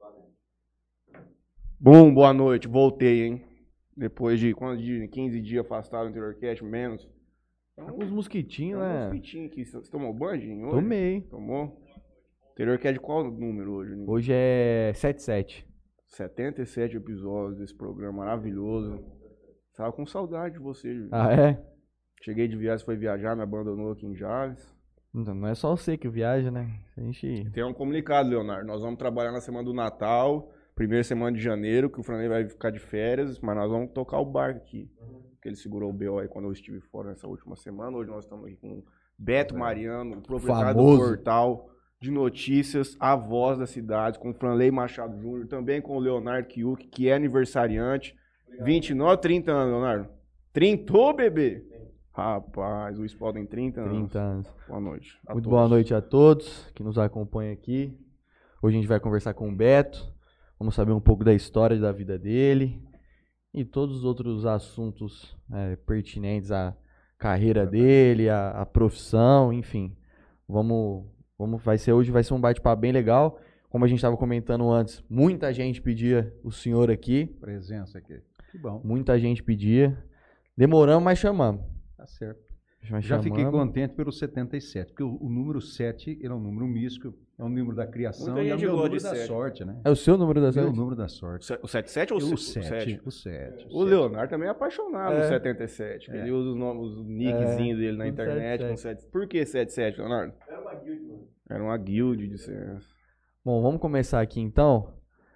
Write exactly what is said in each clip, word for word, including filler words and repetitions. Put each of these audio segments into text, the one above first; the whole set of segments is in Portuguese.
Bom, boa noite. Voltei, hein? Depois de, quantos dias? quinze dias afastado do Interiorcast, menos. Tá com os mosquitinhos, né? Tem uns mosquitinhos aqui. Você tomou banho, Dinho, hoje? Tomei. Tomou? Interiorcast de qual número hoje, Ninho? Hoje é setenta e sete. setenta e sete episódios desse programa maravilhoso. Tava com saudade de você, Júlio. Ah, é? Cheguei de viagem, foi viajar, me abandonou aqui em Jales. Não, não é só você que viaja, né? A gente... Tem um comunicado, Leonardo. Nós vamos trabalhar na semana do Natal, primeira semana de janeiro, que o Franley vai ficar de férias, mas nós vamos tocar o barco aqui. Porque ele segurou o B O aí quando eu estive fora nessa última semana. Hoje nós estamos aqui com o Beto Mariano, o proprietário Famoso. do portal de notícias, a voz da cidade, com o Franley Machado Júnior, também com o Leonardo Kiuk, que é aniversariante. Obrigado. vinte e nove, trinta anos, Leonardo. Trintou, bebê? Rapaz, o Spal tem trinta anos. trinta anos. Boa noite. Muito todos. boa noite a todos que nos acompanham aqui. Hoje a gente vai conversar com o Beto. Vamos saber um pouco da história da vida dele e todos os outros assuntos é, pertinentes à carreira dele, à, à profissão, enfim. Vamos, vamos, vai ser hoje vai ser um bate-papo bem legal. Como a gente estava comentando antes, muita gente pedia o senhor aqui. Presença aqui. Que bom. Muita gente pedia. Demoramos, mas chamamos. Tá certo. Mas Já chamamos. fiquei contente pelo setenta e sete, porque o, o número sete ele é um número místico, é um número da criação Muita e é o gente meu gosta número de da sete. sorte, né? É o seu número da É o sorte? número da sorte. O setenta e sete ou o o sete? sete? O sete. O Leonardo também é apaixonado É. no setenta e sete. É. Ele usa os, nomes, os nickzinhos É, dele na tudo internet. setenta e Com sete. Por que setenta e sete, Leonardo? Era uma guild, mano. Era uma guild de ciência. Bom, vamos começar aqui então.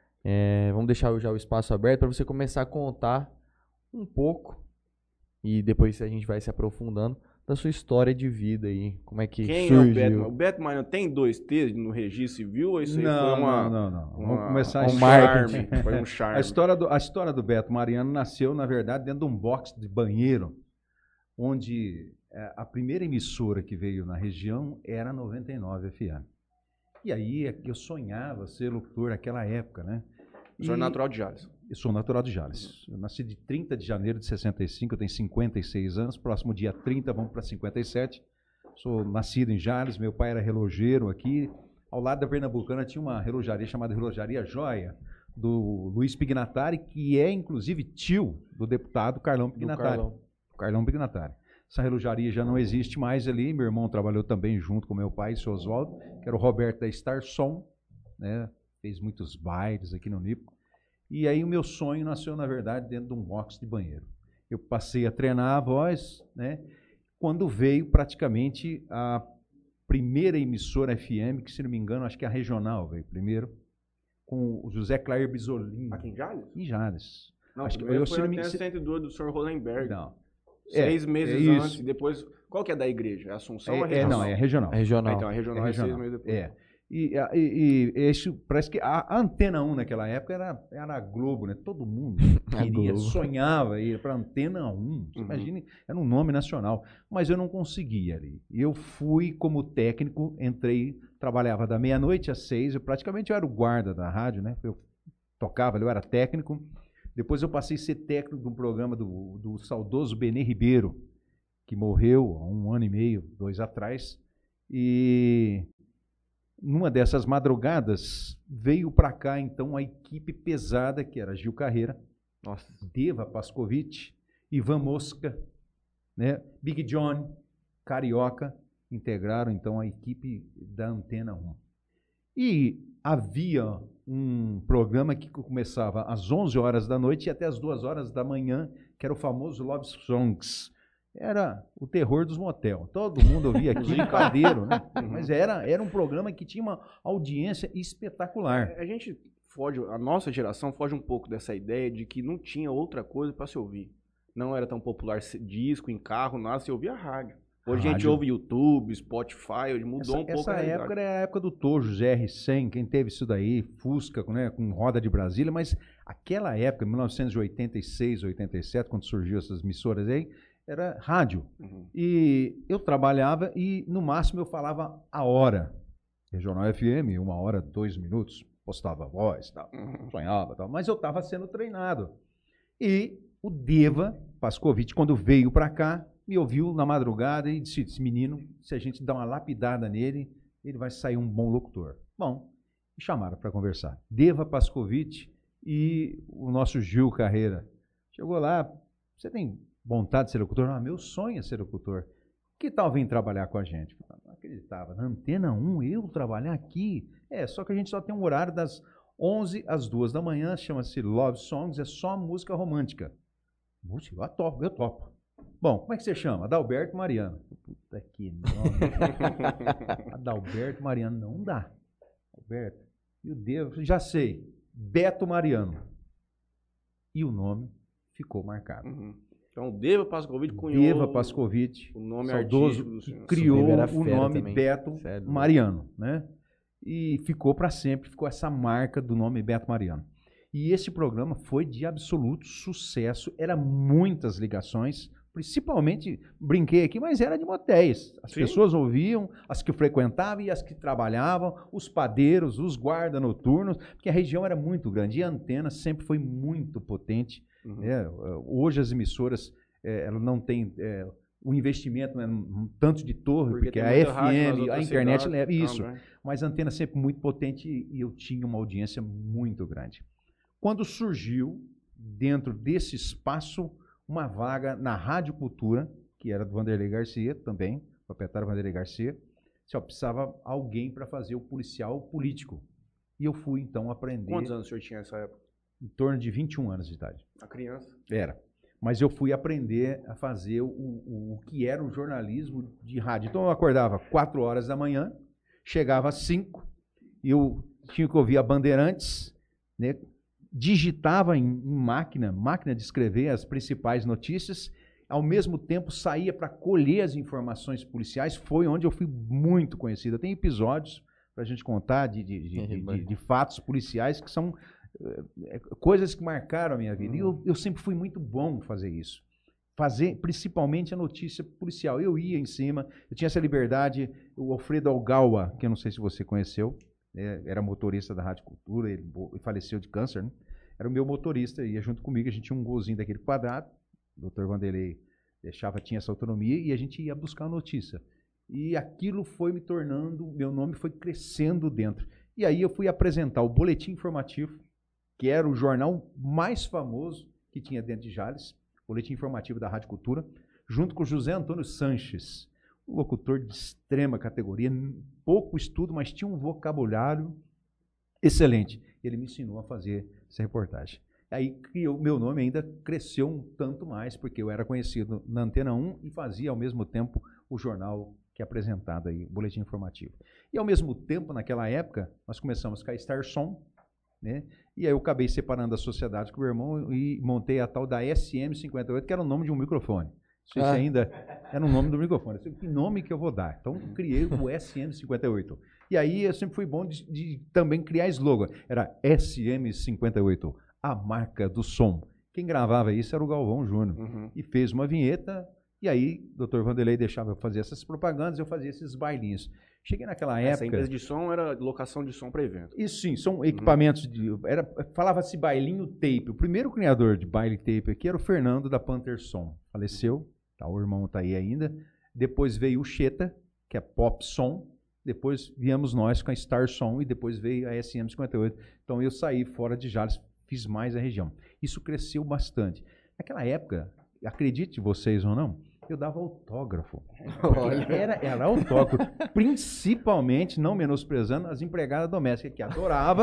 É, vamos deixar já o espaço aberto para você começar a contar um pouco e depois a gente vai se aprofundando da sua história de vida aí. Como é que Quem surgiu? é o Beto? O Beto Mariano tem dois T's no registro civil ou isso aí Não, foi uma... não, não, não. uma- Vamos começar a um história. charme. Foi um charme. A história, do, a história do Beto Mariano nasceu, na verdade, dentro de um box de banheiro, onde é, a primeira emissora que veio na região era a noventa e nove F M. E aí é que eu sonhava ser locutor naquela época, né? O senhor é E- natural de Jales. Eu sou natural de Jales. Eu nasci de trinta de janeiro de sessenta e cinco, eu tenho cinquenta e seis anos. Próximo dia trinta, vamos para cinquenta e sete. Sou nascido em Jales, meu pai era relojeiro aqui. Ao lado da Pernambucana tinha uma relojaria chamada Relojaria Joia, do Luiz Pignatari, que é inclusive tio do deputado Carlão Pignatari. Carlão. Carlão Pignatari. Essa relojaria já não existe mais ali. Meu irmão trabalhou também junto com meu pai, seu Oswaldo, que era o Roberto da Star Som, né? Fez muitos bailes aqui no Nipo. E aí o meu sonho nasceu, na verdade, dentro de um box de banheiro. Eu passei a treinar a voz, né? Quando veio praticamente a primeira emissora F M, que se não me engano, acho que a regional veio primeiro, com o José Clair Bisolini. Aqui em Jales? Em Jales. Não, Acho que primeiro eu, foi se a não me- Antena se- cento e dois do senhor Rolenberg. Não. Seis É, meses é isso. antes. E depois... Qual que é da igreja? É Assunção ou É, é, regional? não, é regional. É regional. Ah, então a regional é, É seis regional. meses depois. É. E, a- e, e isso, parece que a, a Antena um naquela época era, era a Globo, né? Todo mundo A queria, Globo. sonhava ir para Antena um. Você Uhum. Imagine, era um nome nacional. Mas eu não conseguia ali. Eu fui como técnico, entrei, trabalhava da meia-noite às seis, eu praticamente eu era o guarda da rádio, né? Eu tocava, eu era técnico. Depois eu passei a ser técnico de um programa do, do saudoso Benê Ribeiro, que morreu há um ano e meio, dois atrás. E numa dessas madrugadas, veio para cá, então, a equipe pesada, que era Gil Carreira, Nossa. Deva Pascovitch, Ivan Mosca, né? Big John, Carioca, integraram, então, a equipe da Antena um. E havia um programa que começava às onze horas da noite e até às duas horas da manhã, que era o famoso Love Songs. Era o terror dos motel. Todo mundo ouvia aquilo, padeiro, né? Mas era, era um programa que tinha uma audiência espetacular. A gente foge, a nossa geração foge um pouco dessa ideia de que não tinha outra coisa para se ouvir. Não era tão popular se- disco, em carro, nada, se ouvia rádio. Hoje a gente Rádio. ouve YouTube, Spotify, hoje mudou Essa, um pouco essa a realidade. época era a época do Tojo, G R cem, quem teve isso daí, Fusca, né, com roda de Brasília, mas aquela época, mil novecentos e oitenta e seis, oitenta e sete, quando surgiu essas emissoras aí, era rádio. Uhum. E eu trabalhava e, no máximo, eu falava a hora. Regional F M, uma hora, dois minutos, postava voz, tal, Uhum. sonhava, tal, mas eu estava sendo treinado. E o Deva Pascovitch, quando veio para cá, me ouviu na madrugada e disse, disse, menino, se a gente dá uma lapidada nele, ele vai sair um bom locutor. Bom, Me chamaram para conversar. Deva Pascovitch e o nosso Gil Carreira. Chegou lá, você tem vontade de ser locutor? Ah, meu sonho é ser locutor. Que tal vir trabalhar com a gente? Eu não acreditava. Na Antena um, eu trabalhar aqui? É, só que a gente só tem um horário das onze às duas da manhã, chama-se Love Songs, é só música romântica. Música, eu topo, eu topo. Bom, como é que você chama? Adalberto Mariano. Puta que nome. Adalberto Mariano, não dá. Alberto. E o Devo, já sei, Beto Mariano. E o nome ficou marcado. Uhum. Então, Deva Pascovitch cunhou Deva Pascovitch, o nome saudoso, artístico, criou o nome também. Beto Sério? Mariano, né? E ficou para sempre, ficou essa marca do nome Beto Mariano. E esse programa foi de absoluto sucesso, era muitas ligações, principalmente, brinquei aqui, mas era de motéis. As Sim. pessoas ouviam, as que frequentavam e as que trabalhavam, os padeiros, os guardas noturnos, porque a região era muito grande e a antena sempre foi muito potente. Uhum. Né? Hoje as emissoras é, ela não têm é, o investimento, né, um tanto de torre, porque, porque a F M, a internet leva isso, também. Mas a antena sempre muito potente e eu tinha uma audiência muito grande. Quando surgiu, dentro desse espaço, uma vaga na Rádio Cultura, que era do Vanderlei Garcia também, o proprietário Vanderlei Garcia, só precisava alguém para fazer o policial político. E eu fui, então, aprender... Quantos anos o senhor tinha nessa época? Em torno de vinte e um anos de idade. A criança? Era. Mas eu fui aprender a fazer o, o, o que era o jornalismo de rádio. Então eu acordava quatro horas da manhã, chegava às cinco, eu tinha que ouvir a Bandeirantes, né? Digitava em, em máquina, máquina de escrever as principais notícias, ao mesmo tempo saía para colher as informações policiais, foi onde eu fui muito conhecido. Tem episódios para a gente contar de, de, de, de, de, de fatos policiais que são é, coisas que marcaram a minha vida. Uhum. E eu, eu sempre fui muito bom fazer isso. Fazer, principalmente, a notícia policial. Eu ia em cima, eu tinha essa liberdade. O Alfredo Algawa, que eu não sei se você conheceu, é, era motorista da Rádio Cultura, ele faleceu de câncer, né? Era o meu motorista, ia junto comigo, a gente tinha um golzinho daquele quadrado, o doutor Vanderlei deixava, tinha essa autonomia, e a gente ia buscar a notícia. E aquilo foi me tornando, meu nome foi crescendo dentro. E aí eu fui apresentar o Boletim Informativo, que era o jornal mais famoso que tinha dentro de Jales, Boletim Informativo da Rádio Cultura, junto com o José Antônio Sanches, um locutor de extrema categoria, pouco estudo, mas tinha um vocabulário excelente. Ele me ensinou a fazer essa reportagem. Aí o meu nome ainda cresceu um tanto mais, porque eu era conhecido na Antena um e fazia ao mesmo tempo o jornal que é apresentado aí, o Boletim Informativo. E ao mesmo tempo, naquela época, nós começamos com a Star Som, né? E aí eu acabei separando a sociedade com o meu irmão e montei a tal da S M cinquenta e oito, que era o nome de um microfone. Isso ah. ainda era o nome do microfone. Que nome que eu vou dar? Então, eu criei o S M cinquenta e oito. E aí, eu sempre fui bom de, de também criar slogan. Era S M cinquenta e oito, a marca do som. Quem gravava isso era o Galvão Júnior. Uhum. E fez uma vinheta, e aí o doutor Vanderlei deixava eu fazer essas propagandas, eu fazia esses bailinhos. Cheguei naquela época... Essa empresa de som era locação de som para evento. Isso sim, são equipamentos de... Era, falava-se bailinho tape. O primeiro criador de baile tape aqui era o Fernando da Panther Som. Faleceu, tá, o irmão está aí ainda. Depois veio o Cheta, que é Pop Som. Depois viemos nós com a Star Som e depois veio a S M cinquenta e oito. Então eu saí fora de Jales, fiz mais a região. Isso cresceu bastante. Naquela época, acredite vocês ou não, eu dava autógrafo. Era, era autógrafo. Principalmente, não menosprezando, as empregadas domésticas, que adoravam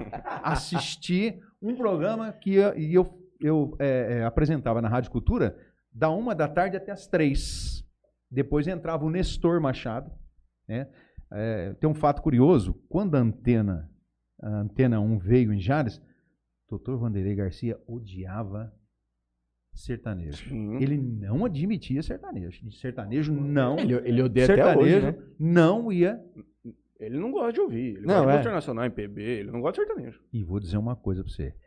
assistir um programa que eu, eu, eu é, é, apresentava na Rádio Cultura da uma da tarde até as três. Depois entrava o Nestor Machado. Né? É, tem um fato curioso, quando a Antena, a Antena um veio em Jales, o doutor Vanderlei Garcia odiava sertanejo. Sim. Ele não admitia sertanejo. De sertanejo não. Ele, ele odeia sertanejo até hoje, né? Não ia. Ele não gosta de ouvir. Ele não, gosta é. de internacional, M P B. Ele não gosta de sertanejo. E vou dizer uma coisa pra você.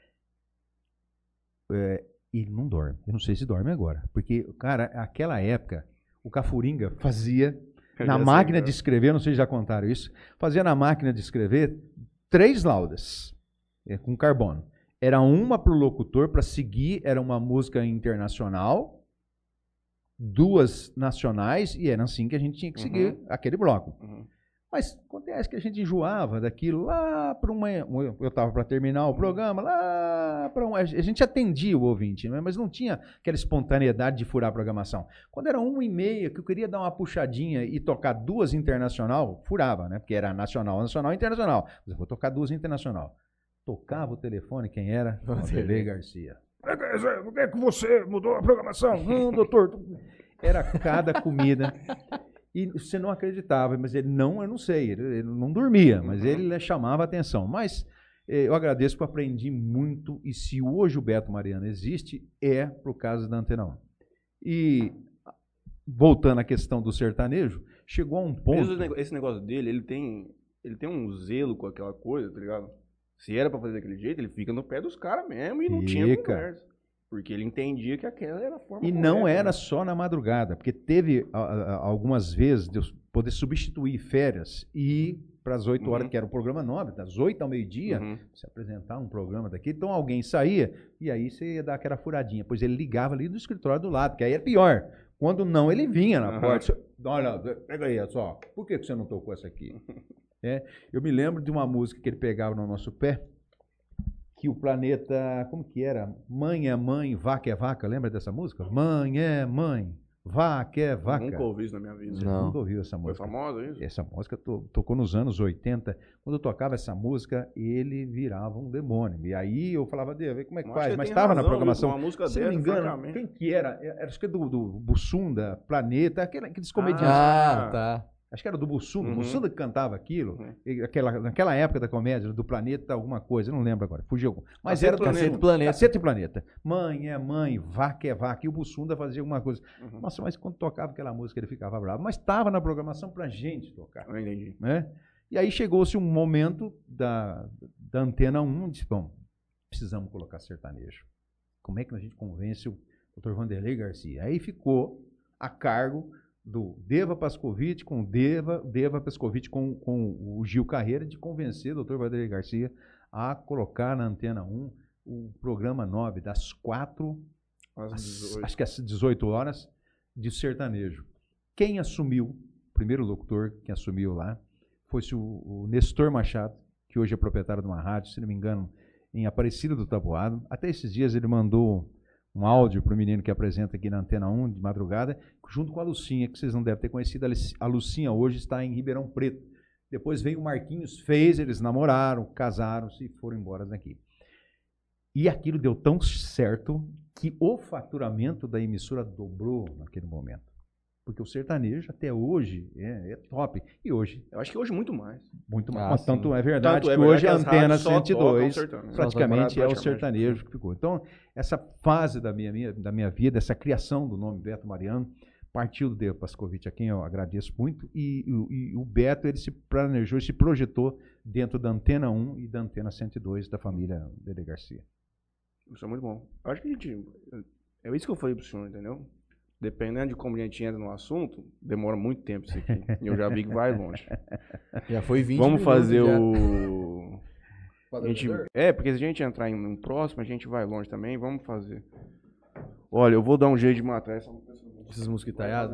É, ele não dorme. Eu não sei se dorme agora. Porque, cara, aquela época, o Cafuringa fazia na máquina sei, de escrever, não sei se já contaram isso, fazia na máquina de escrever três laudas é, com carbono. Era uma para o locutor, para seguir, era uma música internacional, duas nacionais, e era assim que a gente tinha que seguir uhum. aquele bloco. Uhum. Mas acontece que a gente enjoava daquilo lá para uma... Eu estava para terminar o programa, lá para um... A gente atendia o ouvinte, né? Mas não tinha aquela espontaneidade de furar a programação. Quando era uma e meia, que eu queria dar uma puxadinha e tocar duas internacional, furava, né? Porque era nacional, nacional e internacional. Mas eu vou tocar duas internacional. Tocava o telefone, quem era? Vanderlei Garcia. Não é que você mudou a programação? Não, doutor. Era cada comida... E você não acreditava, mas ele não, eu não sei, ele, ele não dormia, mas uhum. ele chamava a atenção. Mas eh, eu agradeço que eu aprendi muito, e se hoje o Beto Mariano existe, é por causa da Antena um. E, voltando à questão do sertanejo, chegou a um ponto... Esse negócio dele, ele tem, ele tem um zelo com aquela coisa, tá ligado? Se era pra fazer daquele jeito, ele fica no pé dos caras mesmo e fica. Não tinha conversa. Porque ele entendia que aquela era a forma E correta, não era né? só na madrugada, porque teve a, a, algumas vezes de eu poder substituir férias e ir para as oito horas, uhum. que era o programa nove, das oito ao meio-dia, uhum. se apresentar um programa daqui. Então alguém saía e aí você ia dar aquela furadinha. Pois ele ligava ali do escritório do lado, que aí era pior. Quando não, ele vinha na uhum. porta. Olha, pega aí, só. Por que você não tocou essa aqui? É, eu me lembro de uma música que ele pegava no nosso pé, que o planeta, como que era? Mãe é mãe, vaca é vaca, lembra dessa música? Mãe é mãe, vaca é vaca. Eu nunca ouvi isso na minha vida. Não. Nunca ouviu essa música. Foi famosa isso? Essa música to, tocou nos anos oitenta. Quando eu tocava essa música, ele virava um demônio. E aí eu falava, Deus, como é que Mas faz? Mas estava na programação. Uma música Se não me engano, quem que era? Era acho que é do, do Bussunda, Planeta, aquele, aqueles comediantes. Ah, tá. Acho que era do Bussunda, Uhum. o Bussunda que cantava aquilo, Uhum. aquela, naquela época da comédia, do Planeta, alguma coisa, eu não lembro agora, fugiu. Mas Cacete era do Planeta. Planeta. Cacete e Planeta. Mãe é mãe, vaca é vaca, e o Bussunda fazia alguma coisa. Uhum. Nossa, mas quando tocava aquela música ele ficava bravo. Mas estava na programação pra gente tocar. Eu entendi. Né? E aí chegou-se um momento da, da Antena um, disse, bom, precisamos colocar sertanejo. Como é que a gente convence o doutor Vanderlei Garcia? Aí ficou a cargo do Deva Pascovitch com o Deva, Deva Pascovitch com, com o Gil Carreira, de convencer o doutor Vanderlei Garcia a colocar na Antena um o programa nove, das quatro, às, acho que às dezoito horas, de sertanejo. Quem assumiu, o primeiro locutor que assumiu lá, foi o, o Nestor Machado, que hoje é proprietário de uma rádio, se não me engano, em Aparecida do Taboado. Até esses dias ele mandou um áudio para o menino que apresenta aqui na Antena um, de madrugada, junto com a Lucinha, que vocês não devem ter conhecido. A Lucinha hoje está em Ribeirão Preto. Depois veio o Marquinhos, fez, eles namoraram, casaram-se e foram embora daqui. E aquilo deu tão certo que o faturamento da emissora dobrou naquele momento. Porque o sertanejo até hoje é, é top. E hoje... Eu acho que hoje muito mais. Muito mais. Ah, Mas tanto é verdade tanto que é hoje a verdade Antena cento e dois praticamente é o praticamente. sertanejo que ficou. Então, essa fase da minha, minha, da minha vida, essa criação do nome Beto Mariano, partiu do Deva Pascovitch, a quem eu agradeço muito, e, e, e o Beto, ele se planejou, se projetou dentro da Antena um e da Antena cento e dois da família Dele Garcia. Isso é muito bom. Eu acho que a gente... É isso que eu falei pro senhor, entendeu? Dependendo de como a gente entra no assunto, demora muito tempo isso aqui. E eu já vi que vai longe. Já foi vinte Vamos fazer já. o... A gente... É, porque se a gente entrar em um próximo, a gente vai longe também. Vamos fazer. Olha, eu vou dar um jeito de matar essa... Esses mosquitaiados.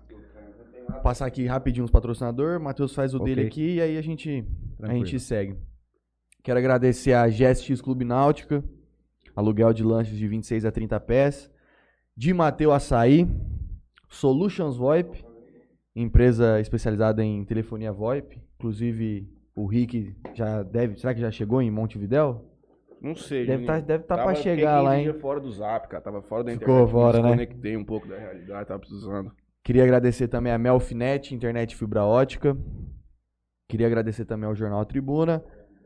Vou passar aqui rapidinho os patrocinadores. Matheus faz o Ok. dele aqui e aí a gente, a Tranquilo. gente segue. Quero agradecer a G S X Clube Náutica, aluguel de lanches de vinte e seis a trinta pés. De Mateu Açaí, Solutions VoIP, empresa especializada em telefonia VoIP. Inclusive, o Rick já deve... Será que já chegou em Montevidéu? Não sei, Deve estar Juninho. deve tá Tava- para fiquei chegar quinze lá, hein? dias fora do Zap, cara. Tava fora da Ficou internet. fora, me né? Desconectei um pouco da realidade, tava precisando. Queria agradecer também a Melfinet, internet fibra ótica. Queria agradecer também ao Jornal Tribuna.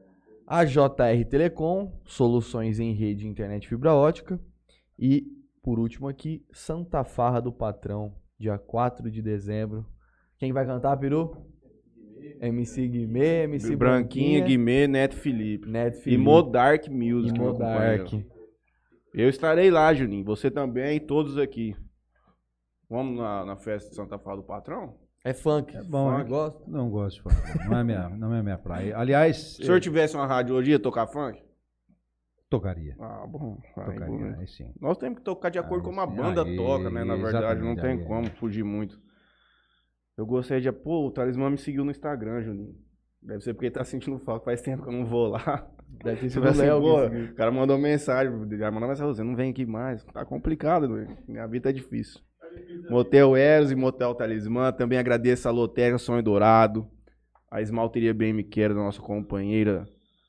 A J R Telecom, soluções em rede internet fibra ótica. E, por último aqui, Santa Farra do Patrão, dia quatro de dezembro. Quem vai cantar, Peru? M C Guimê, M C Branquinha, Branquinha, Guimê, Neto Felipe. Neto E Felipe. Modark E Music, meu Modark. companheiro. Eu estarei lá, Juninho. Você também, todos aqui. Vamos na, na festa de Santa Farra do Patrão? É funk. É bom, Funk, eu gosto. Não gosto de funk. Não é minha, não é minha praia. Aliás, Se o senhor tivesse uma rádio hoje, ia tocar funk? tocaria. Ah, bom. Aí, Tocaria, bom, né? aí sim. Nós temos que tocar de acordo Aí com como a sim, banda aí, toca, né? Na verdade, não exatamente, tem aí, como aí. fugir muito. Eu gostaria de... Pô, o Talismã me seguiu no Instagram, Juninho. Deve ser porque ele tá sentindo falta. Faz tempo que eu não vou lá. Deve ter sido Tipo assim, o Léo pô, que seguiu. o cara mandou mensagem. Já mandou mensagem, você não vem aqui mais. Tá complicado, doido. Minha vida é difícil. Motel Eros e Motel Talismã. Também agradeço a Lotérica Sonho Dourado. A Esmalteria B M Quero, da nossa companheira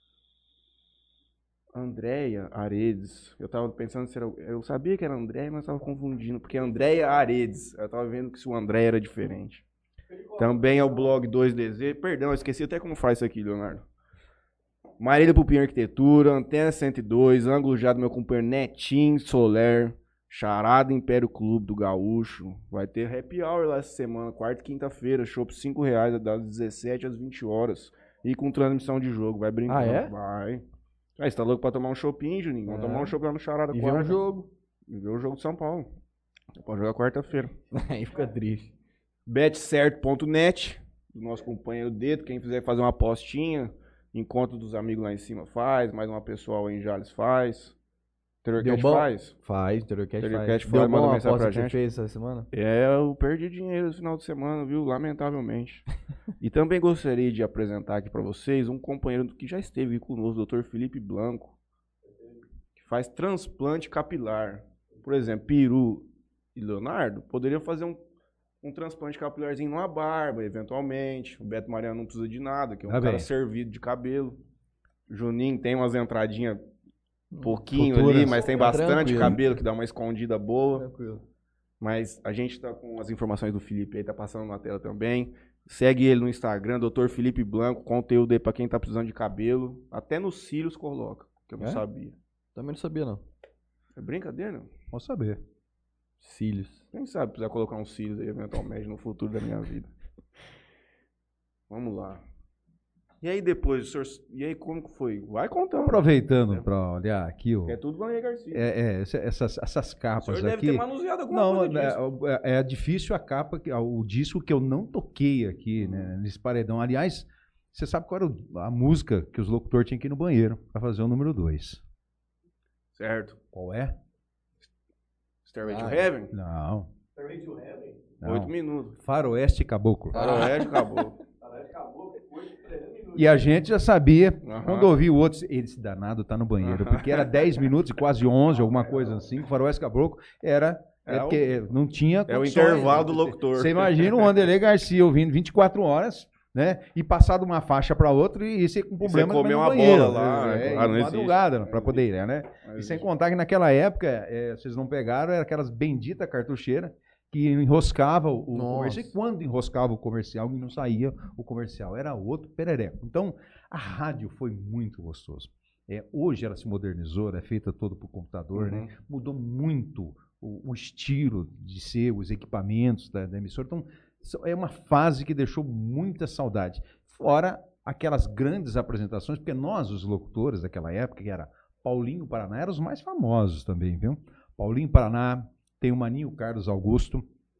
Andréia Aredes. Eu tava pensando se era... Eu sabia que era Andréia, mas tava confundindo. Porque Andréia Aredes. Eu tava vendo que se o André era diferente. Também é o blog dois D Z. Perdão, eu esqueci até como faz isso aqui, Leonardo. Marília Pupim Arquitetura, Antena cento e dois, Ângulo Já do meu companheiro Netinho Soler, Charada Império Clube do Gaúcho. Vai ter happy hour lá essa semana, quarta e quinta-feira. Chopp cinco reais, das dezessete às vinte horas. E com transmissão de jogo. Vai brincar. Ah, é? Vai. Aí, você tá louco pra tomar um shopping, Juninho? Vamos É. tomar um shopping lá no Charada E ver quarta. um jogo. E ver o jogo de São Paulo. Pode jogar quarta-feira. Aí fica triste. bet certo ponto net, do nosso companheiro Dedo. Quem quiser fazer uma apostinha, encontro dos amigos lá em cima faz, mais uma pessoal aí em Jales faz. Terrorcast bom? faz. Faz, Terrorcast faz. Terrorcast Deu faz, bom manda a mensagem aposta pra que você gente. fez essa semana? É, eu perdi dinheiro no final de semana, viu? Lamentavelmente. E também gostaria de apresentar aqui pra vocês um companheiro que já esteve aqui conosco, o doutor Felipe Blanco, que faz transplante capilar. Por exemplo, Peru e Leonardo poderiam fazer um um transplante capilarzinho numa barba, eventualmente. O Beto Mariano não precisa de nada, que é um Tá cara bem. servido de cabelo. O Juninho tem umas entradinhas um pouquinho Futuras. ali, mas tem bastante Tranquilo. cabelo que dá uma escondida boa. Tranquilo. Mas a gente tá com as informações do Felipe aí, tá passando na tela também. Segue ele no Instagram, doutor Felipe Blanco, conteúdo aí pra quem tá precisando de cabelo. Até nos cílios coloca, que eu não É? sabia. Também não sabia, não. É brincadeira, não? Vamos saber. Cílios. Quem sabe precisar colocar uns cílios aí eventualmente no futuro da minha vida. Vamos lá. E aí depois, o senhor... E aí como que foi? Vai contando. Aproveitando para olhar aqui, ó, É tudo Vanley Garcia. é, é, essa- essas, essas o capas senhor deve aqui. ter manuseado alguma Não, coisa disso. é, é difícil a capa, que- o disco que eu não toquei aqui, né, nesse paredão. Aliás, você sabe qual era o- a música que os locutores tinham que ir no banheiro para fazer o número dois? Certo. Qual é? Stairway to Ah, Heaven? Não. Não. Oito minutos. Faroeste Caboclo. Faroeste acabou. E a gente já sabia, Aham. quando ouviu o outro, esse danado tá no banheiro, porque era dez minutos e quase onze, alguma coisa assim, o Faroeste Caboclo era, é É porque não tinha É o condições. intervalo do locutor. Você imagina o Wanderlei Garcia ouvindo vinte e quatro horas, né, e passar de uma faixa para outra e você com problema comer no uma banheiro, bola lá, é, claro, não e existe. madrugada para poder ir, né? Mas E sem contar que naquela época, é, vocês não pegaram, era aquelas benditas cartucheiras que enroscava o, o Nossa. comercial. E quando enroscava o comercial e não saía o comercial, era outro perereco. Então, a rádio foi muito gostoso. É, hoje ela se modernizou, ela é feita toda por computador, Uhum. né? Mudou muito o, o estilo de ser, os equipamentos da, da emissora. Então, isso é uma fase que deixou muita saudade. Fora aquelas grandes apresentações, porque nós, os locutores daquela época, que era Paulinho Paraná, eram os mais famosos também, viu? Paulinho Paraná, tem o Maninho Carlos Augusto.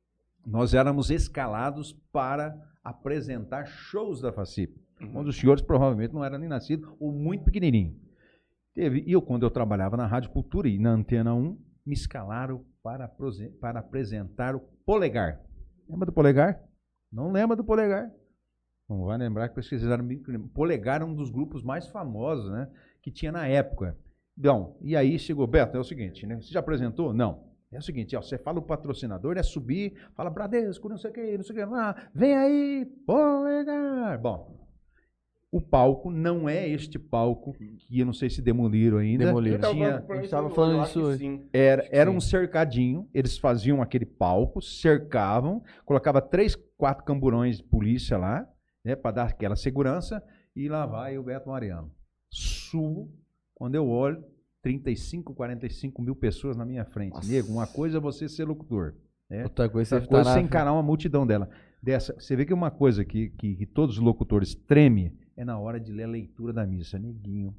Nós éramos escalados para apresentar shows da Facip. Uhum. Quando os senhores provavelmente não eram nem nascidos ou muito pequenininho. Teve, e eu, quando eu trabalhava na Rádio Cultura e na Antena um, me escalaram para, prose- para apresentar o Polegar. Lembra do Polegar? Não lembra do Polegar? Não vai lembrar que pesquisaram. Polegar era um dos grupos mais famosos, né, que tinha na época. Bom, e aí chegou, Beto, é o seguinte, né? Você já apresentou? Não. É o seguinte, ó, você fala o patrocinador, é subir, fala Bradesco, não sei o que, não sei o que, lá, vem aí, Polegar. Bom, o palco não é este palco que eu não sei se demoliram ainda. Demoliram. Eu tava Tinha, falando pra a gente isso tava hoje, falando eu disso acho que hoje. sim. Era, era Sim. um cercadinho, eles faziam aquele palco, cercavam, colocava três, quatro camburões de polícia lá, né, para dar aquela segurança, e lá vai o Beto Mariano. Subo, quando eu olho, trinta e cinco, quarenta e cinco mil pessoas na minha frente. Nossa. Nego, uma coisa é você ser locutor, né? Outra coisa, Outra você tá coisa é na... você encarar uma multidão dela. Dessa, você vê que uma coisa que, que, que todos os locutores tremem é na hora de ler a leitura da missa. Neguinho,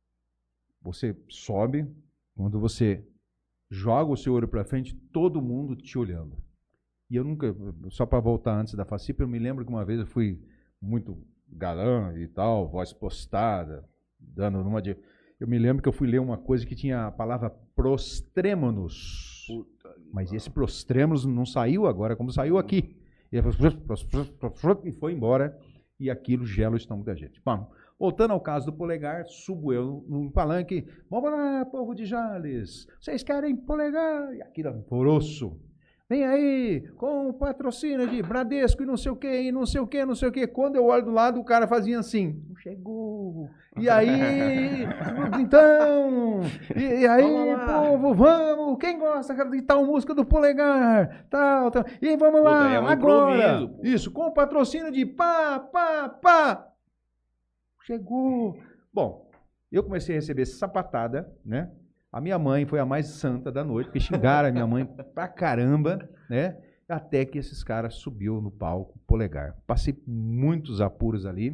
você sobe, quando você joga o seu olho para frente, todo mundo te olhando. E eu nunca, só para voltar antes da Facip, eu me lembro que uma vez eu fui muito galã e tal, voz postada, dando numa de... Eu me lembro que eu fui ler uma coisa que tinha a palavra prostrêmonos. Puta Mas esse prostrêmonos não saiu agora, como saiu aqui. E foi embora, e aquilo gela o estômago da gente. Bom, voltando ao caso do polegar, subo eu no palanque, vamos lá, povo de Jales, vocês querem polegar? E aquilo alvoroço. Vem aí, com o patrocínio de Bradesco e não sei o que, e não sei o que, não sei o que. Quando eu olho do lado, o cara fazia assim, chegou. E aí, então, e, e aí, povo, vamos, quem gosta de tal música do polegar, tal, tal. E vamos lá, Puta, é um agora. Improviso. Isso, com o patrocínio de pá, pá, pá. Chegou. Bom, eu comecei a receber sapatada, né? A minha mãe foi a mais santa da noite, porque xingaram a minha mãe pra caramba, né? Até que esses caras subiu no palco, polegar. Passei muitos apuros ali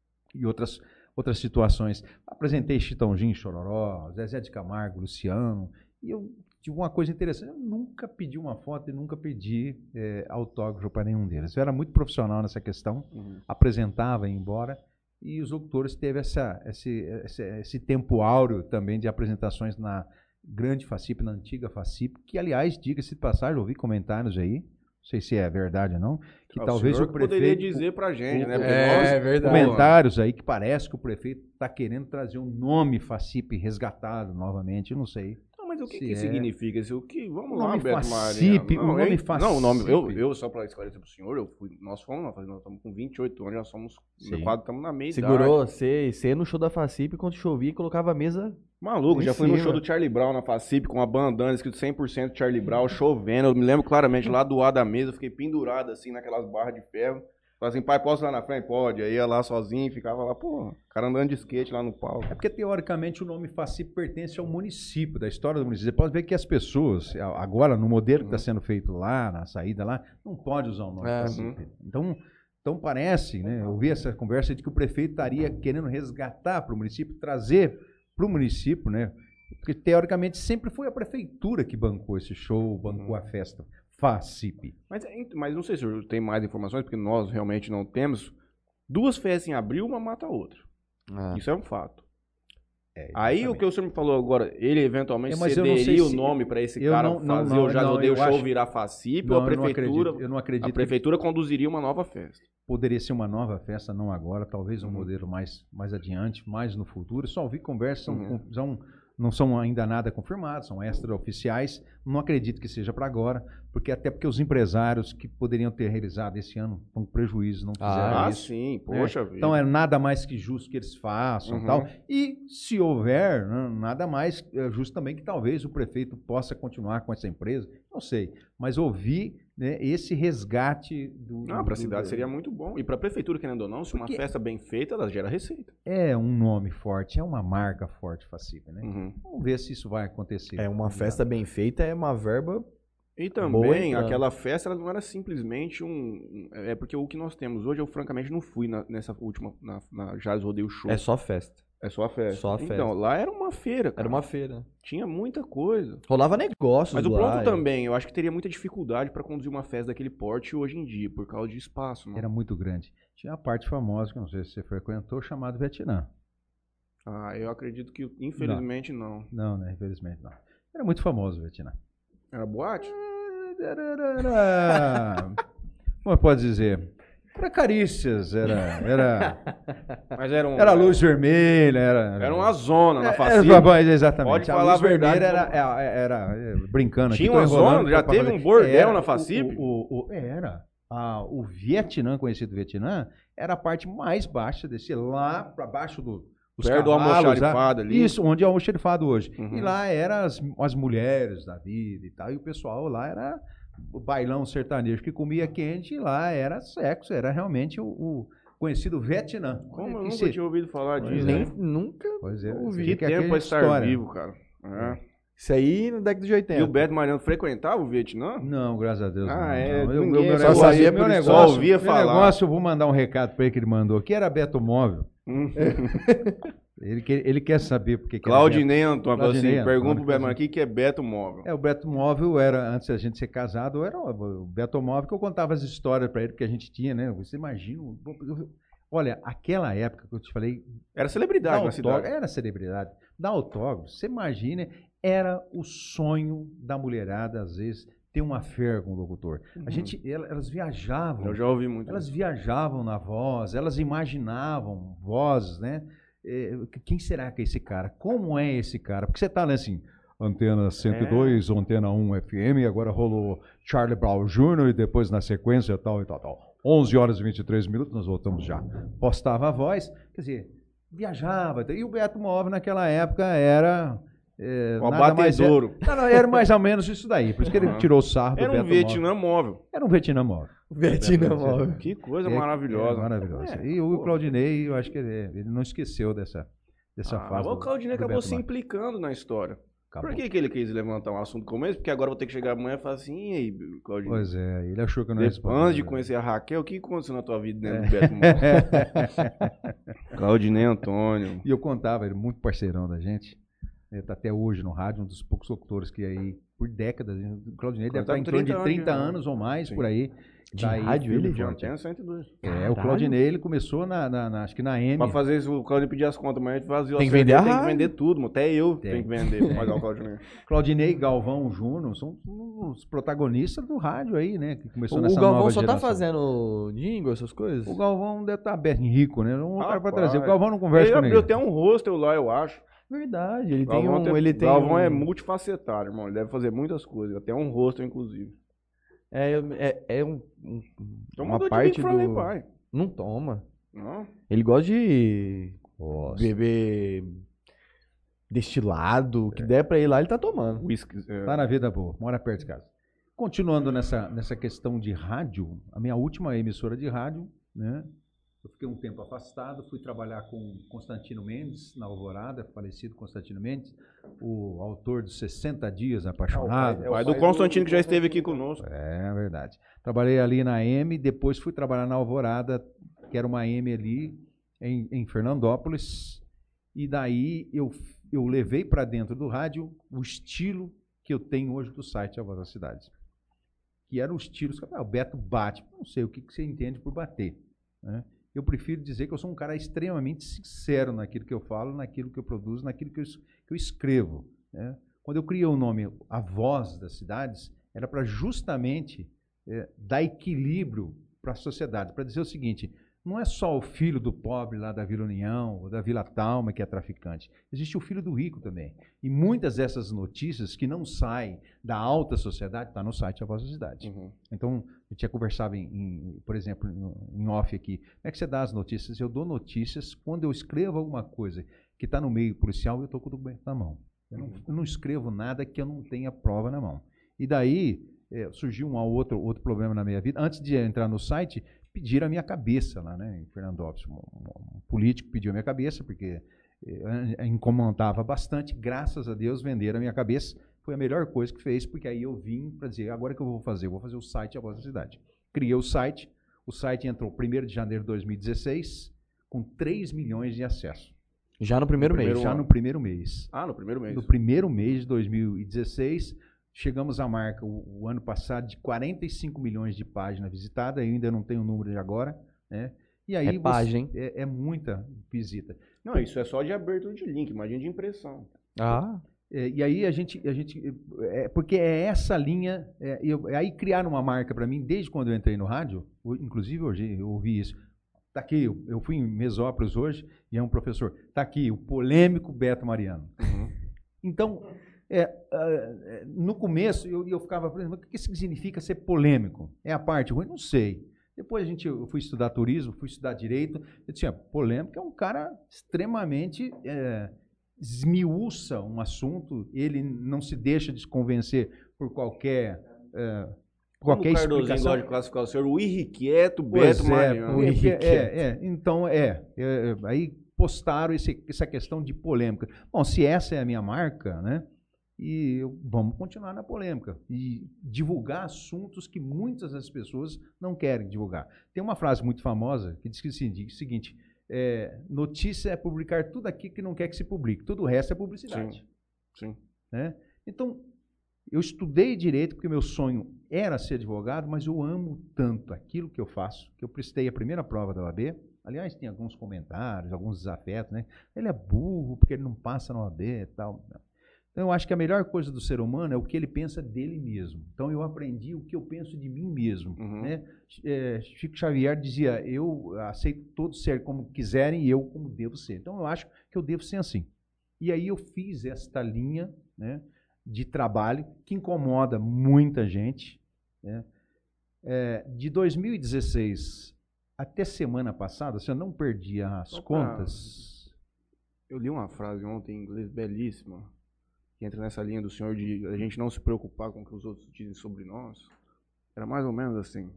e outras, outras situações. Apresentei Chitãozinho, Chororó, Zezé de Camargo, Luciano. E eu tive uma coisa interessante, eu nunca pedi uma foto e nunca pedi é, autógrafo para nenhum deles. Eu era muito profissional nessa questão, uhum. apresentava e ia embora. E os locutores teve essa, esse, esse, esse tempo áureo também de apresentações na grande FACIP, na antiga FACIP, que, aliás, diga-se de passagem, eu ouvi comentários aí, não sei se é verdade ou não, que ah, talvez o, o prefeito... poderia dizer pra gente, o, né? Porque é, nós, é verdade. Comentários aí que parece que o prefeito está querendo trazer um nome FACIP resgatado novamente, eu não sei. Mas o que, Se que é... significa isso? O que, vamos o lá, nome Beto FACIP, Marinho. Não, o nome hein? FACIP. Não, o nome, eu, eu só para esclarecer para o senhor, eu fui, nós fomos, nós estamos com vinte e oito anos, nós somos, quase estamos na meia Segurou você, você no show da FACIP, quando chovia, colocava a mesa... Maluco, já fui no show do Charlie Brown na FACIP, com uma bandana escrito cem por cento Charlie Brown, chovendo, eu me lembro claramente, lá do lado da mesa, eu fiquei pendurado assim, naquelas barras de ferro. Falei assim, pai, posso ir lá na frente? Pode. Aí ia lá sozinho, ficava lá, pô, o cara andando de skate lá no palco. É porque, teoricamente, o nome FACIP pertence ao município, da história do município. Você pode ver que as pessoas, agora, no modelo que está sendo feito lá, na saída lá, não pode usar o nome é, FACIP. Uhum. Então, então, parece, né, eu ouvi essa conversa de que o prefeito estaria querendo resgatar para o município, trazer para o município, né? Porque, teoricamente, sempre foi a prefeitura que bancou esse show, bancou uhum. a festa. FACIP. Mas, mas não sei se o senhor tem mais informações, porque nós realmente não temos. Duas festas em abril, uma mata a outra. Ah. Isso é um fato. É, aí o que o senhor me falou agora, ele eventualmente é, cederia o nome se... para esse eu cara não, fazer, não, não, eu já odeio o show acho... virar FACIP, ou a prefeitura, eu não acredito, a prefeitura que... conduziria uma nova festa. Poderia ser uma nova festa, não agora, talvez um uhum. modelo mais, mais adiante, mais no futuro. Só ouvi conversas, são, uhum. são não são ainda nada confirmados, são extraoficiais. Não acredito que seja para agora, porque até porque os empresários que poderiam ter realizado esse ano estão com prejuízo, não fizeram ah, isso. Ah, sim, poxa é. vida. Então é nada mais que justo que eles façam, uhum. tal. E se houver, nada mais é justo também que talvez o prefeito possa continuar com essa empresa. Não sei, mas ouvi, né, esse resgate do... Não, para a cidade do... seria muito bom. E para a prefeitura, querendo ou não, se porque uma festa bem feita, ela gera receita. É um nome forte, é uma marca forte, FACIP, né? Uhum. Vamos ver se isso vai acontecer. É uma festa bem feita, é uma verba. E também, aquela festa, ela não era simplesmente um... É porque o que nós temos hoje, eu francamente não fui na, nessa última, na, na Jazz Rodeio Show. É só festa. É só a festa. Só a festa. Então, lá era uma feira, cara. Era uma feira. Tinha muita coisa. Rolava negócios. Mas o lá, pronto é. também, eu acho que teria muita dificuldade para conduzir uma festa daquele porte hoje em dia, por causa de espaço. Não? Era muito grande. Tinha uma parte famosa, que não sei se você frequentou, chamada Vietnã. Ah, eu acredito que, infelizmente, não. Não, não, né? Infelizmente não. Era muito famoso o Vietnã. Era boate? Era, era, era... Como pode dizer? Era carícias, era... era... Mas era um... Era luz vermelha, era... Era uma zona na FACIP. Era, exatamente. Pode a falar luz a verdade. Era, era, era, era brincando Tinha aqui. Tinha uma zona? Já teve um bordel era, na FACIP? O, o, o, era. Ah, o Vietnã, conhecido Vietnã, era a parte mais baixa desse, lá para baixo do... Os perto do almoxarifado ali. Isso, onde é o almoxarifado hoje. Uhum. E lá eram as, as mulheres da vida e tal, e o pessoal lá era o bailão sertanejo que comia quente, e lá era sexo, era realmente o, o conhecido Vietnã. Como eu nunca se... tinha ouvido falar disso. Nem, nunca pois é, ouvi. Que, que tempo é estar história. Vivo, cara. É. Isso aí no década de oitenta. E o Beto Mariano frequentava o Vietnã? Não, graças a Deus. Ah, não, é. não. Eu, meu, meu só negócio, sabia meu por negócio, só ouvia meu falar. negócio, eu vou mandar um recado para ele que ele mandou aqui, era Beto Móvel. Ele, quer, ele quer saber porque que Claudinei Antônio, assim, pergunta pro Beto Móvel, o que, que é Beto Móvel? É, o Beto Móvel era, antes da gente ser casado, era o Beto Móvel que eu contava as histórias para ele, porque a gente tinha, né? Você imagina... Olha, aquela época que eu te falei... Era celebridade na cidade. Era celebridade. Dar autógrafo, você imagina, era o sonho da mulherada, às vezes, ter uma fé com o locutor. Uhum. A gente, elas viajavam. Eu já ouvi muito. Elas viajavam na voz, elas imaginavam vozes, né? É, quem será que é esse cara? Como é esse cara? Porque você está né, assim, antena cento e dois, é. antena um F M, e agora rolou Charlie Brown Júnior e depois na sequência tal e tal, tal. onze horas e vinte e três minutos, nós voltamos já. Postava a voz, quer dizer, viajava. E o Beto Móvel naquela época era... É, o abatedouro. Era, não, não, era mais ou menos isso daí. Por isso que ele uhum. tirou o sarro do Era um Beto Vietnã móvel. móvel. Era um Vietnã móvel. Vietnã móvel. Que coisa é, maravilhosa. É, maravilhosa. É, e o pô. Claudinei, eu acho que ele, ele não esqueceu dessa, dessa ah, fase. O Claudinei do, do acabou se implicando na história. Acabou. Por que, que ele quis levantar um assunto como esse? Porque agora eu vou ter que chegar amanhã e falar assim, e aí, Claudinei? Pois é, ele achou que eu não ia responder. Antes de conhecer a Raquel, o que aconteceu na tua vida dentro é. do Beto Móvel? Claudinei Antônio. E eu contava, ele muito parceirão da gente. Ele está até hoje no rádio, um dos poucos locutores que aí, por décadas, o Claudinei deve estar em torno de trinta anos ou mais, sim. por aí. De daí, rádio ele? De antena cento e dois. É, Caralho. O Claudinei, ele começou na, na, na, acho que na M. Pra fazer isso, o Claudinei pedir as contas, mas a gente fazia tem que vender a Tem rádio. que vender tudo, até eu tem. tenho que vender pra pagar o Claudinei. Claudinei, Galvão, Júnior, são os protagonistas do rádio aí, né? Que começou o nessa Galvão nova só geração. tá fazendo jingle, essas coisas? O Galvão deve estar tá bem rico, né? Um cara pra Rapaz, trazer. O Galvão não conversa com ninguém. Eu tenho um hostel lá, eu acho. Verdade, ele Galvão tem um... Tem, ele tem Galvão um... é multifacetário, irmão. Ele deve fazer muitas coisas, até um hostel, inclusive. É, é, é um, um, Toma uma parte do... pai. Não toma. Não? Ele gosta de Nossa. beber destilado, o que é. der pra ir lá, ele tá tomando. Whisky, é. Tá na vida boa, mora perto de casa. Continuando nessa, nessa questão de rádio, a minha última emissora de rádio, né? Eu fiquei um tempo afastado, fui trabalhar com Constantino Mendes, na Alvorada, falecido Constantino Mendes, o autor dos sessenta dias Apaixonado. É o pai, é o pai do Constantino que já esteve aqui conosco. É verdade. Trabalhei ali na M, depois fui trabalhar na Alvorada, que era uma M ali em, em Fernandópolis, e daí eu, eu levei para dentro do rádio o estilo que eu tenho hoje do site A Voz da Cidade. Que eram os estilos, ah, o Beto bate, não sei o que, que você entende por bater, né? Eu prefiro dizer que eu sou um cara extremamente sincero naquilo que eu falo, naquilo que eu produzo, naquilo que eu, que eu escrevo, né? Quando eu criei o nome A Voz das Cidades, era para justamente é, dar equilíbrio para a sociedade, para dizer o seguinte, não é só o filho do pobre lá da Vila União, ou da Vila Talma que é traficante, existe o filho do rico também. E muitas dessas notícias que não saem da alta sociedade, está no site A Voz da Cidade. Uhum. Então, eu tinha conversado, em, em, por exemplo, em off aqui. Como é que você dá as notícias? Eu dou notícias quando eu escrevo alguma coisa que está no meio policial, eu estou com o documento na mão. Eu não, eu não escrevo nada que eu não tenha prova na mão. E daí é, surgiu um outro, outro problema na minha vida. Antes de entrar no site, pediram a minha cabeça lá, né, em Fernandópolis. Um, um político pediu a minha cabeça, porque é, incomodava bastante. Graças a Deus, venderam a minha cabeça. Foi a melhor coisa que fez, porque aí eu vim para dizer, agora que eu vou fazer? Eu vou fazer o site A Voz da Cidade. Criei o site, o site entrou primeiro de janeiro de dois mil e dezesseis, com três milhões de acessos. Já no primeiro no mês? Primeiro, já no primeiro mês. Ah, no primeiro mês. No primeiro mês de dois mil e dezesseis, chegamos à marca, o, o ano passado, de quarenta e cinco milhões de páginas visitadas, eu ainda não tenho o número de agora, né? E aí é página, você, é, é muita visita. Não, isso é só de abertura de link, imagina de impressão. Ah, É, e aí a gente, a gente é, porque é essa linha, é, eu, aí criaram uma marca para mim, desde quando eu entrei no rádio, inclusive hoje eu ouvi isso, tá aqui, eu, eu fui em Mesópolis hoje, e é um professor, tá aqui, o polêmico Beto Mariano. Uhum. Então, é, uh, no começo eu, eu ficava, por exemplo, o que significa ser polêmico? É a parte ruim? Não sei. Depois a gente, eu fui estudar turismo, fui estudar direito, eu disse, polêmico é um cara extremamente... É, esmiuça um assunto, ele não se deixa desconvencer por qualquer é, qualquer Como o explicação. Gosta de classificar o senhor, o irrequieto Beto é, Mariano. É, é, é, então, é, é, aí postaram esse, essa questão de polêmica. Bom, se essa é a minha marca, né, e eu, vamos continuar na polêmica e divulgar assuntos que muitas das pessoas não querem divulgar. Tem uma frase muito famosa que diz, que, assim, diz o seguinte... É, notícia é publicar tudo aquilo que não quer que se publique. Tudo o resto é publicidade. Sim. Sim. Né? Então, eu estudei direito porque meu sonho era ser advogado, mas eu amo tanto aquilo que eu faço, que eu prestei a primeira prova da O A B. Aliás, tem alguns comentários, alguns desafetos, né? Ele é burro porque ele não passa na O A B e tal. Então, eu acho que a melhor coisa do ser humano é o que ele pensa dele mesmo. Então, eu aprendi o que eu penso de mim mesmo. Uhum. Né? É, Chico Xavier dizia, eu aceito todos ser como quiserem e eu como devo ser. Então, eu acho que eu devo ser assim. E aí eu fiz esta linha, né, de trabalho que incomoda muita gente. Né? É, de dois mil e dezesseis até semana passada, se eu não perdi as Opa. contas... Eu li uma frase ontem em inglês belíssima, que entra nessa linha do senhor de a gente não se preocupar com o que os outros dizem sobre nós. Era mais ou menos assim.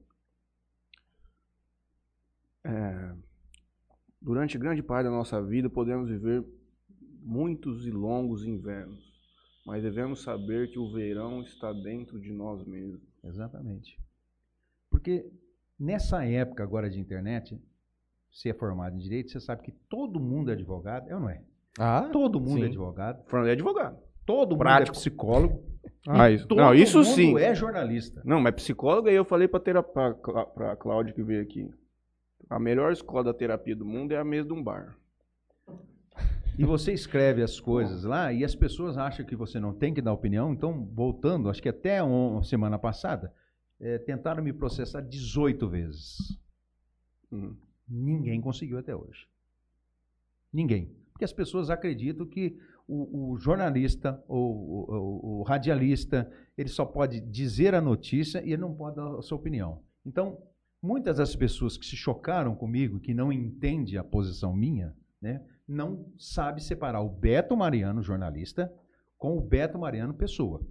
É, durante grande parte da nossa vida podemos viver muitos e longos invernos, mas devemos saber que o verão está dentro de nós mesmos. Exatamente. Porque nessa época agora de internet, você é formado em Direito, você sabe que todo mundo é advogado, é ou não é? Ah, Todo mundo sim. é advogado, Fernando é advogado. todo mundo Prático. é psicólogo, Ah, e isso. todo Não, isso mundo sim. é jornalista. Não, mas psicólogo, aí eu falei pra, terap... pra, pra Cláudia que veio aqui. A melhor escola da terapia do mundo é a mesa de um bar. E você escreve as coisas lá e as pessoas acham que você não tem que dar opinião. Então, voltando, acho que até uma semana passada, é, tentaram me processar dezoito vezes. Uhum. Ninguém conseguiu até hoje. Ninguém. Porque as pessoas acreditam que o, o jornalista ou o, o, o radialista, ele só pode dizer a notícia e ele não pode dar a sua opinião. Então, muitas das pessoas que se chocaram comigo, que não entendem a posição minha, né, não sabe separar o Beto Mariano, jornalista, com o Beto Mariano, pessoa.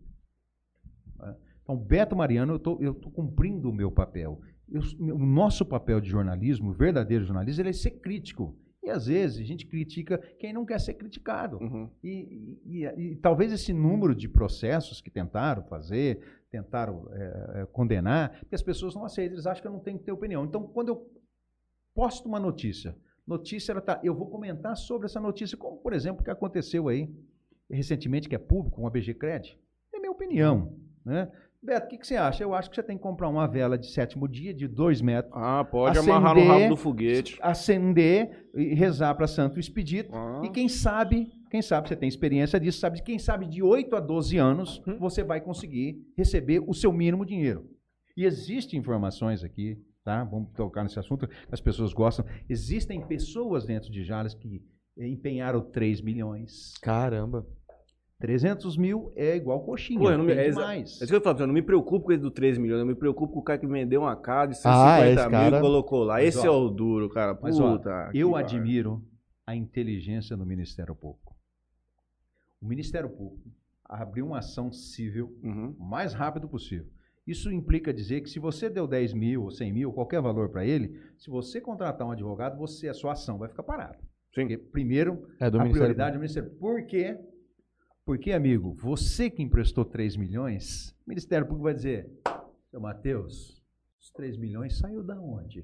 Então, Beto Mariano, eu tô, eu tô cumprindo o meu papel. Eu, o nosso papel de jornalismo, o verdadeiro jornalismo, ele é ser crítico. E, às vezes, a gente critica quem não quer ser criticado. Uhum. E, e, e, e talvez esse número de processos que tentaram fazer, tentaram é, condenar, porque as pessoas não aceitam, eles acham que eu não tenho que ter opinião. Então, quando eu posto uma notícia, notícia, ela tá, eu vou comentar sobre essa notícia, como, por exemplo, o que aconteceu aí recentemente, que é público, com a B G Cred. É minha opinião, né? Beto, o que, que você acha? Eu acho que você tem que comprar uma vela de sétimo dia, de dois metros. Ah, pode acender, amarrar no rabo do foguete. Acender e rezar para Santo Expedito. Ah. E quem sabe, quem sabe, você tem experiência disso, sabe, quem sabe de oito a doze anos, hum. você vai conseguir receber o seu mínimo dinheiro. E existem informações aqui, tá? Vamos tocar nesse assunto, as pessoas gostam. Existem pessoas dentro de Jales que empenharam três milhões. Caramba. trezentos mil é igual coxinha. Pô, eu não me, é, demais. É isso que eu falo, eu não me preocupo com esse do três milhões, eu me preocupo com o cara que vendeu uma casa de cento e Ah, cinquenta esse mil cara... e colocou lá. Mas, esse ó, é o duro, cara. Puta, mas, ó, eu bar. admiro a inteligência do Ministério Público. O Ministério Público abriu uma ação civil uhum. o mais rápido possível. Isso implica dizer que se você deu dez mil ou cem mil, qualquer valor para ele, se você contratar um advogado, você, a sua ação vai ficar parada. Sim. Porque, primeiro, é do a Ministério prioridade do Ministério Público. Por quê? Porque, amigo, você que emprestou três milhões, o Ministério Público vai dizer, seu Matheus, os três milhões saiu da onde?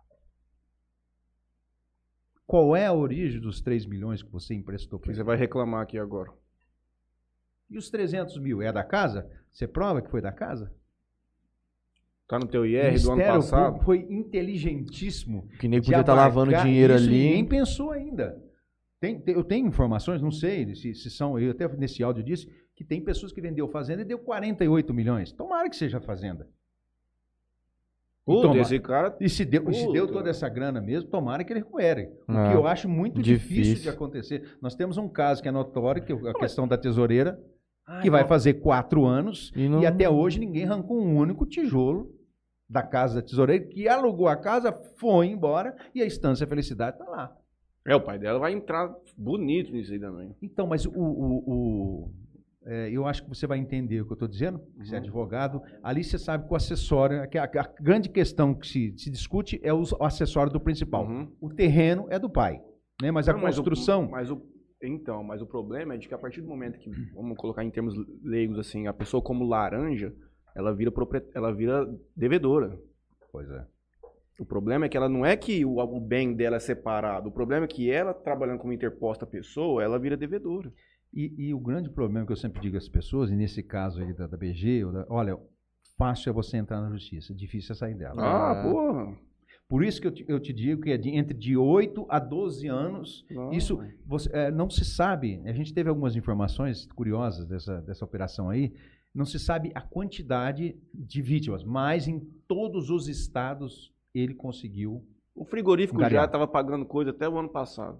Qual é a origem dos três milhões que você emprestou para ele? Você vai reclamar aqui agora. E os trezentos mil, é da casa? Você prova que foi da casa? Tá no teu I R do ano passado? Foi inteligentíssimo. Que nem podia estar tá lavando dinheiro isso, ali. Ninguém pensou ainda. Tem, tem, eu tenho informações, não sei se, se são, eu até nesse áudio disse, que tem pessoas que vendeu fazenda e deu quarenta e oito milhões. Tomara que seja fazenda. Puta, toma, esse cara... E se deu, e se deu toda essa grana mesmo, tomara que ele recupere. O ah, que eu acho muito difícil. difícil de acontecer. Nós temos um caso que é notório, que é a questão da tesoureira, Ai, que vai não. fazer quatro anos e, não... e até hoje ninguém arrancou um único tijolo da casa da tesoureira, que alugou a casa, foi embora e a Estância Felicidade está lá. É, o pai dela vai entrar bonito nisso aí também. Então, mas o, o, o, é, eu acho que você vai entender o que eu estou dizendo, uhum. Você é advogado. Ali você sabe que o acessório, a, a, a grande questão que se, se discute é o, o acessório do principal. Uhum. O terreno é do pai, né? Mas Não, a construção... Mas o, mas o, então, mas o problema é de que a partir do momento que, vamos colocar em termos leigos assim, a pessoa como laranja, ela vira, ela vira devedora. Pois é. O problema é que ela não é que o, o bem dela é separado. O problema é que ela, trabalhando como interposta pessoa, ela vira devedora. E, e o grande problema que eu sempre digo às pessoas, e nesse caso aí da, da B G, da, olha, fácil é você entrar na justiça, difícil é sair dela. Ah, ah, porra! Por isso que eu te, eu te digo que é de, entre de oito a doze anos, Não. isso você, é, não se sabe, a gente teve algumas informações curiosas dessa, dessa operação aí, não se sabe a quantidade de vítimas, mas em todos os estados ele conseguiu. O frigorífico Garear. já estava pagando coisa até o ano passado.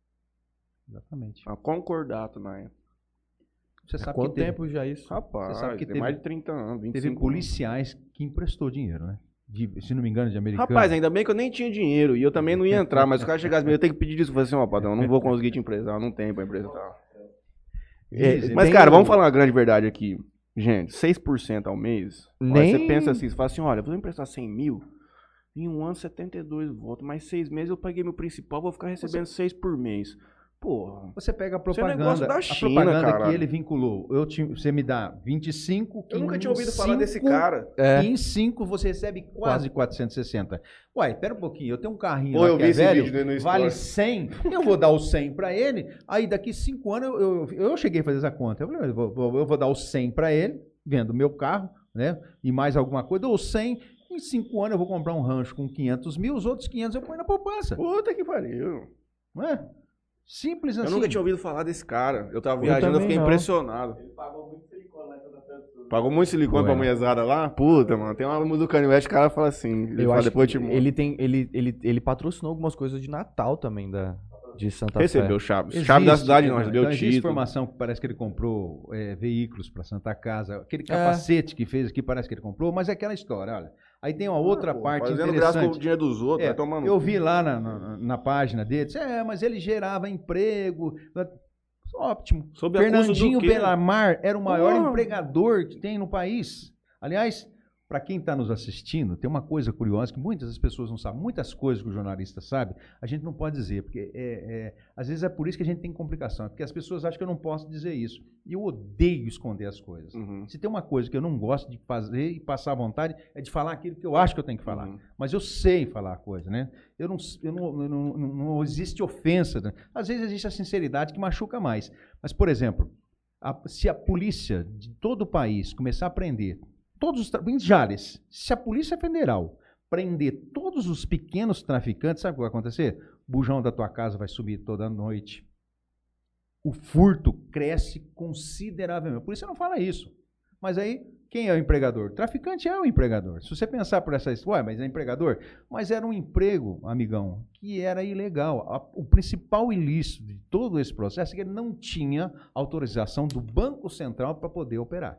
Exatamente. A concordato na época. Você Há sabe quanto que teve, tempo já isso? Rapaz, Você sabe que tem teve- mais de trinta anos, vinte e cinco teve anos. policiais que emprestou dinheiro, né? De, se não me engano, de americano. Rapaz, ainda bem que eu nem tinha dinheiro e eu também não ia entrar, mas se o cara chegasse mesmo, eu tenho que pedir isso. Eu falei assim, ó, padrão, eu não vou conseguir te emprestar, não tem pra empresa tal. É, Dizem, mas, tem cara, o- vamos falar uma grande verdade aqui. Gente, seis por cento ao mês, Nem- aí você pensa assim, você fala assim, olha, eu vou emprestar cem mil, em um ano setenta e dois volta, mais seis meses eu paguei meu principal, vou ficar recebendo seis por mês. Porra, Você pega a Isso é propaganda, negócio da a China, propaganda caralho. que ele vinculou. Eu te, você me dá vinte e cinco, que eu nunca em tinha ouvido falar desse cinco- cara. É. E em cinco você recebe quase quatrocentos e sessenta. Uai, pera um pouquinho, eu tenho um carrinho Ou lá eu que vi é esse velho, vídeo no vale Stories. cem, eu vou dar o cem pra ele, aí daqui cinco anos eu, eu, eu cheguei a fazer essa conta. Eu falei, eu vou, vou- eu vou dar o cem pra ele, vendo o meu carro, né, e mais alguma coisa, dou o cem, em cinco anos eu vou comprar um rancho com quinhentos mil, os outros quinhentos eu ponho na poupança. Puta que pariu. Não é? Simples assim. Eu nunca tinha ouvido falar desse cara. Eu tava Eu viajando, eu também fiquei não. impressionado. Ele pagou muito silicone lá em Santa Fé do Sul. Pagou muito silicone Ué. pra mulherzada lá? Puta, mano. Tem uma música do Kanye West, o cara fala assim. Ele Eu fala, acho depois que eu te mostro. ele, tem, ele, ele, ele patrocinou algumas coisas de Natal também, da, de Santa Fé. Recebeu chaves. Existe, Chave da cidade não, então, recebeu existe título. informação que parece que ele comprou é, veículos para Santa Casa. Aquele capacete que fez aqui parece que ele comprou, mas é aquela história, olha. Aí tem uma outra Ah, pô, parte fazendo graça com o interessante. dinheiro dos outros, É, vai tomando. eu vi lá na, na, na página dele, disse, é, mas ele gerava emprego. Ótimo. Sob a custo Fernandinho do quê? Belamar era o maior Porra. empregador que tem no país. Aliás, para quem está nos assistindo, tem uma coisa curiosa que muitas das pessoas não sabem. Muitas coisas que o jornalista sabe, a gente não pode dizer, porque é, é, às vezes é por isso que a gente tem complicação, é porque as pessoas acham que eu não posso dizer isso. E eu odeio esconder as coisas. Uhum. Se tem uma coisa que eu não gosto de fazer e passar à vontade, é de falar aquilo que eu acho que eu tenho que falar. Uhum. Mas eu sei falar a coisa, né? Eu não, eu não, eu não, não, não existe ofensa. Né? Às vezes existe a sinceridade que machuca mais. Mas, por exemplo, a- se a polícia de todo o país começar a prender todos os tra- em Jales, se a Polícia Federal prender todos os pequenos traficantes, sabe o que vai acontecer? O bujão da tua casa vai subir toda noite. O furto cresce consideravelmente. A polícia não fala isso. Mas aí, quem é o empregador? O traficante é o empregador. Se você pensar por essa história, mas é empregador? Mas era um emprego, amigão, que era ilegal. A- o principal ilícito de todo esse processo é que ele não tinha autorização do Banco Central para poder operar.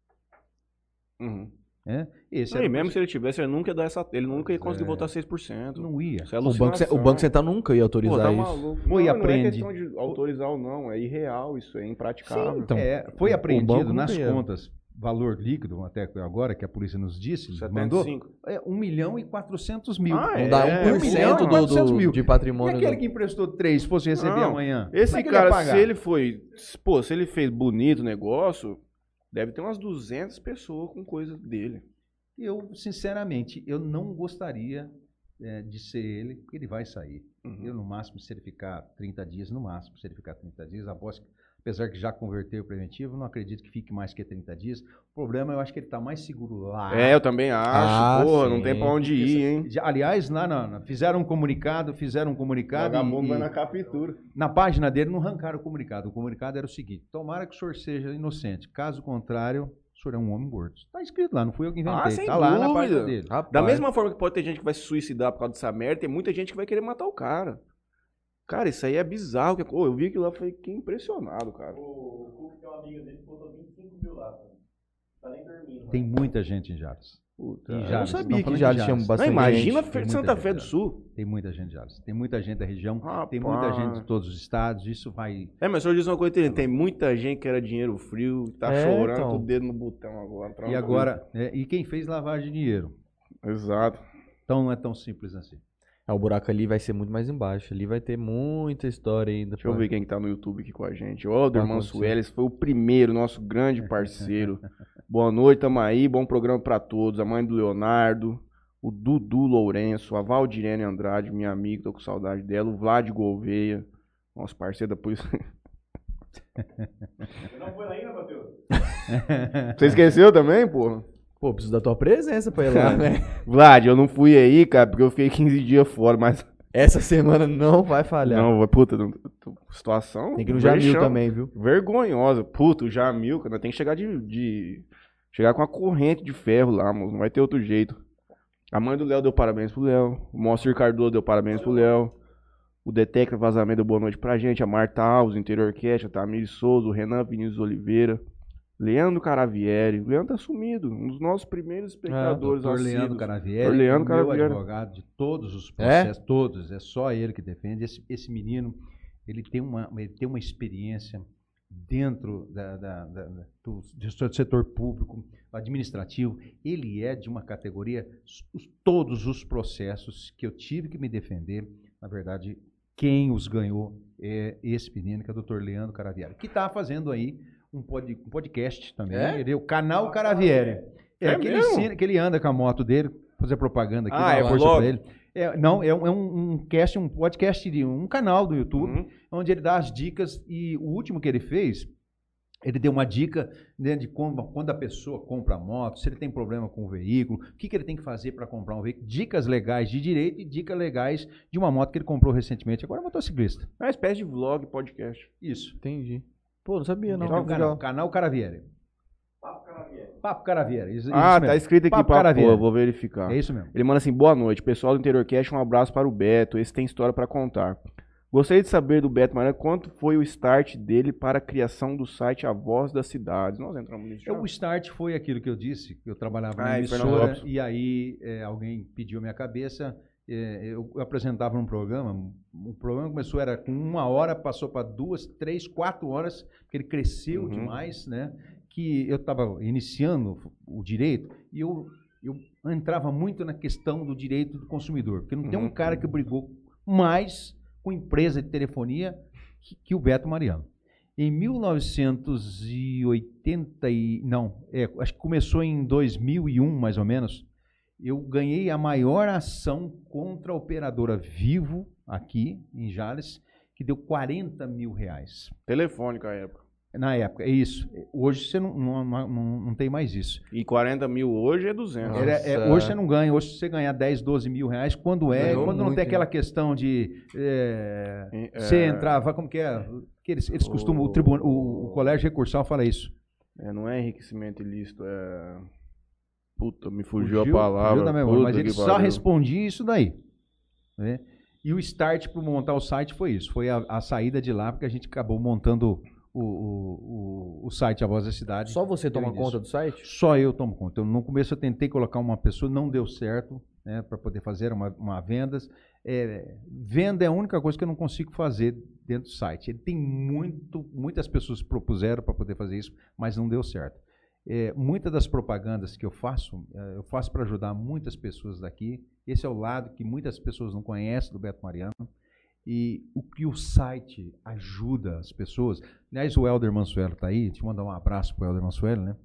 Uhum. Né? Esse Não, era e o mesmo se ele tivesse, ele nunca ia dar essa. Ele nunca ia conseguir É. voltar seis por cento. não ia. Isso é O Banco, Ce- alucinação. o Banco Central nunca ia Pô, autorizar tá isso. maluco. Foi não, apreende- Não é questão de autorizar ou não, é irreal isso, é impraticável. Sim, então. É, foi o apreendido banco nas nunca ia. contas, valor líquido, até agora que a polícia nos disse, setenta e mandou, cinco. é um milhão e quatrocentos mil. Ah, Não dá É, um por um milhão cento e quatrocentos do, mil. do, de E patrimônio. aquele do- que emprestou três fosse receber Não, amanhã? Esse como é que ele ia cara, pagar? se ele foi. Pô, se ele fez bonito o negócio, deve ter umas duzentas pessoas com coisa dele. Eu, sinceramente, eu não gostaria é, de ser ele, porque ele vai sair. Uhum. Eu, no máximo, se ele ficar trinta dias, no máximo, se ele ficar trinta dias, após, apesar que já converteu o preventivo, não acredito que fique mais que trinta dias. O problema, eu acho que ele está mais seguro lá. É, eu também acho. Ah, Porra, sim. não tem pra onde ir, hein? Já- Aliás, lá na, na- fizeram um comunicado, fizeram um comunicado e, e captura. na página dele não arrancaram o comunicado. O comunicado era o seguinte: tomara que o senhor seja inocente. Caso contrário, o senhor é um homem morto. Está escrito lá, não fui eu que inventei. Ah, sem Está lá na dúvida. página dele. Rapaz, Da mesma forma que pode ter gente que vai se suicidar por causa dessa merda, tem muita gente que vai querer matar o cara. Cara, isso aí é bizarro. que- Ô, eu vi aquilo lá e falei, que impressionado, cara. O Cook, que é um amigo dele, botou vinte e cinco mil lá. Tá, tá nem dormindo. Tem muita gente em Jales. Puta, Em eu Jales, não não sabia falando que de já já Jales. tinha bastante Não, imagina gente. Fe- tem muita Santa gente Fé do já. Sul. Tem muita gente em Jales. Tem muita gente da região. Rapaz. Tem muita gente de todos os estados. Isso vai. É, mas o senhor diz uma coisa, tem, tem muita gente que era dinheiro frio, tá É, chorando então. com o dedo no botão agora. E tranquilo. agora, é, e quem fez lavagem de dinheiro? Exato. Então não é tão simples assim. É, o buraco ali vai ser muito mais embaixo. Ali vai ter muita história ainda. Deixa eu ver quem que tá no YouTube aqui com a gente. O Alder Pode Mansuelis foi o primeiro, nosso grande parceiro. Boa noite, tamo aí. Bom programa pra todos. A mãe do Leonardo, o Dudu Lourenço, a Valdirene Andrade, minha amiga, tô com saudade dela. O Vlad Gouveia, nosso parceiro da polícia. Você não foi lá ainda, Matheus? Você esqueceu também, porra? Pô, preciso da tua presença pra ir lá, né? Vlad, eu não fui aí, cara, porque eu fiquei quinze dias fora, mas... Essa semana não vai falhar. Não, puta, não- situação... Tem que ir no Jamil verchão- também, viu? Vergonhosa. Puta, o Jamil, cara, tem que chegar de, de... Chegar com a corrente de ferro lá, moço. Não vai ter outro jeito. A mãe do Léo deu parabéns pro Léo. O Moacir Cardoso deu parabéns pro Léo. O Detecta Vazamento deu boa noite pra gente. A Marta Alves, Interior Cast, a Tamir Souza, o Renan Vinícius Oliveira. Leandro Caravieri. O Leandro tá sumido. Um dos nossos primeiros espectadores. Doutor Leandro assíduos. Caravieri, Doutor Leandro o meu Caravieri. advogado de todos os processos, todos, é só ele que defende. Esse, esse menino, ele tem uma, ele tem uma experiência dentro da, da, da, do, do setor público, administrativo. Ele é de uma categoria, os, todos os processos que eu tive que me defender, na verdade, quem os ganhou é esse menino, que é o doutor Leandro Caravieri, que está fazendo aí um, pod, um podcast também, É? ele é o canal Caravieri. É, É que, ele, mesmo? ensina- que ele anda com a moto dele, fazer propaganda aqui, Ah, dar é uma força vlog? pra ele. É, não, é, um, é um, um cast, um podcast, de um canal do YouTube, Uhum. onde ele dá as dicas, e o último que ele fez, ele deu uma dica, né, de como, quando a pessoa compra a moto, se ele tem problema com o veículo, o que, que ele tem que fazer para comprar um veículo, dicas legais de direito e dicas legais de uma moto que ele comprou recentemente, agora é motociclista. É uma espécie de vlog, podcast. Isso. Entendi. Pô, não sabia, não. Ele tem um canal, Legal. canal Caravieri. Papo Caravieri. Papo Caravieri. Isso, Ah, isso tá mesmo. escrito aqui, Papo pra Caravieri. pô, eu vou verificar. É isso mesmo. Ele manda assim, boa noite, pessoal do Interior Cast, um abraço para o Beto, esse tem história para contar. Gostaria de saber do Beto Maranhão quanto foi o start dele para a criação do site A Voz das Cidades. Nós entramos nisso. já. O start foi aquilo que eu disse, que eu trabalhava Ah, na em Fernando emissora, Lopes. e aí é, alguém pediu a minha cabeça, é, eu, eu apresentava num programa, o programa começou, era com uma hora, passou para duas, três, quatro horas, porque ele cresceu Uhum. demais, né? Que eu estava iniciando o direito, e eu, eu entrava muito na questão do direito do consumidor, porque não tem um Uhum. cara que brigou mais com empresa de telefonia que, que o Beto Mariano. Em mil novecentos e oitenta e não, é, acho que começou em dois mil e um, mais ou menos, eu ganhei a maior ação contra a operadora Vivo aqui em Jales, que deu quarenta mil reais. Telefônica à época. Na época, é isso. Hoje você não, não, não, não tem mais isso. E quarenta mil hoje é duzentos. Nossa. Era- é, hoje você não ganha, hoje você ganhar dez, doze mil reais, quando é, Ganhou quando não muito, tem hein? aquela questão de é, É, você entrava, como que é? Que eles, eles costumam, o, tribunal, o, o colégio recursal fala isso. É, não é enriquecimento ilícito, é... Puta, me fugiu, a Fugiu- palavra. fugiu da memória, Puta mas que ele só pariu. respondia isso daí. Né? E o start para montar o site foi isso, foi a, a saída de lá, porque a gente acabou montando o, o, o, o site A Voz da Cidade. Só você toma Deu início. conta do site? Só eu tomo conta. Eu, no começo eu tentei colocar uma pessoa, não deu certo, né, para poder fazer uma, uma vendas. É, venda é a única coisa que eu não consigo fazer dentro do site. Ele tem muito, muitas pessoas propuseram para poder fazer isso, mas não deu certo. É, muitas das propagandas que eu faço, é, eu faço para ajudar muitas pessoas daqui. Esse é o lado que muitas pessoas não conhecem do Beto Mariano. E o que o site ajuda as pessoas. Aliás, o Helder Mansuelo está aí. Deixa eu mandar um abraço para o Helder Mansuelo, né?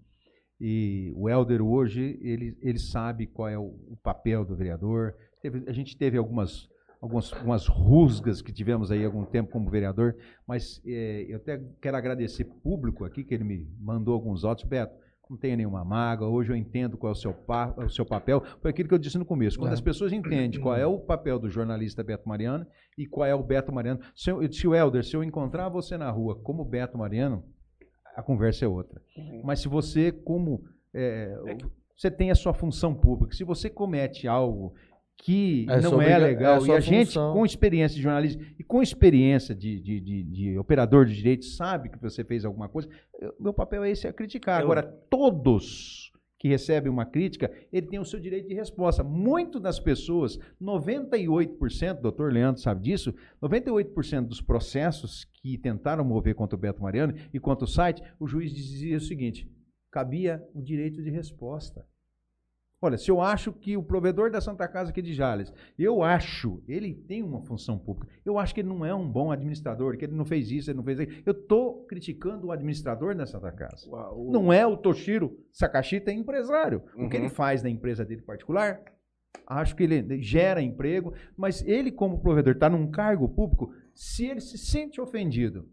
E o Helder hoje, ele, ele sabe qual é o, o papel do vereador. Teve, a gente teve algumas, algumas, algumas rusgas que tivemos aí há algum tempo como vereador, mas é, eu até quero agradecer público aqui, que ele me mandou alguns autos. Beto, não tenha nenhuma mágoa, hoje eu entendo qual é o seu, pa, o seu papel. Foi aquilo que eu disse no começo. Quando É. as pessoas entendem qual é o papel do jornalista Beto Mariano e qual é o Beto Mariano. Se eu, se o Helder, se eu encontrar você na rua como Beto Mariano, a conversa é outra. Mas se você, como é, você tem a sua função pública, se você comete algo que É não sua é obriga- legal, é a e sua a gente, função. com experiência de jornalismo e com experiência de, de, de, de operador de direito, sabe que você fez alguma coisa, eu- meu papel é esse, é criticar. Eu- Agora, todos que recebem uma crítica, ele tem o seu direito de resposta. Muito das pessoas, noventa e oito por cento, doutor Leandro sabe disso, noventa e oito por cento dos processos que tentaram mover contra o Beto Mariano e contra o site, o juiz dizia o seguinte, cabia o direito de resposta. Olha, se eu acho que o provedor da Santa Casa aqui de Jales, eu acho, ele tem uma função pública, eu acho que ele não é um bom administrador, que ele não fez isso, ele não fez aquilo. Eu estou criticando o administrador da Santa Casa. O- Não é o Toshiro Sakashita, é empresário. O que Uhum. ele faz na empresa dele particular, acho que ele gera emprego, mas ele, como provedor, está num cargo público, se ele se sente ofendido,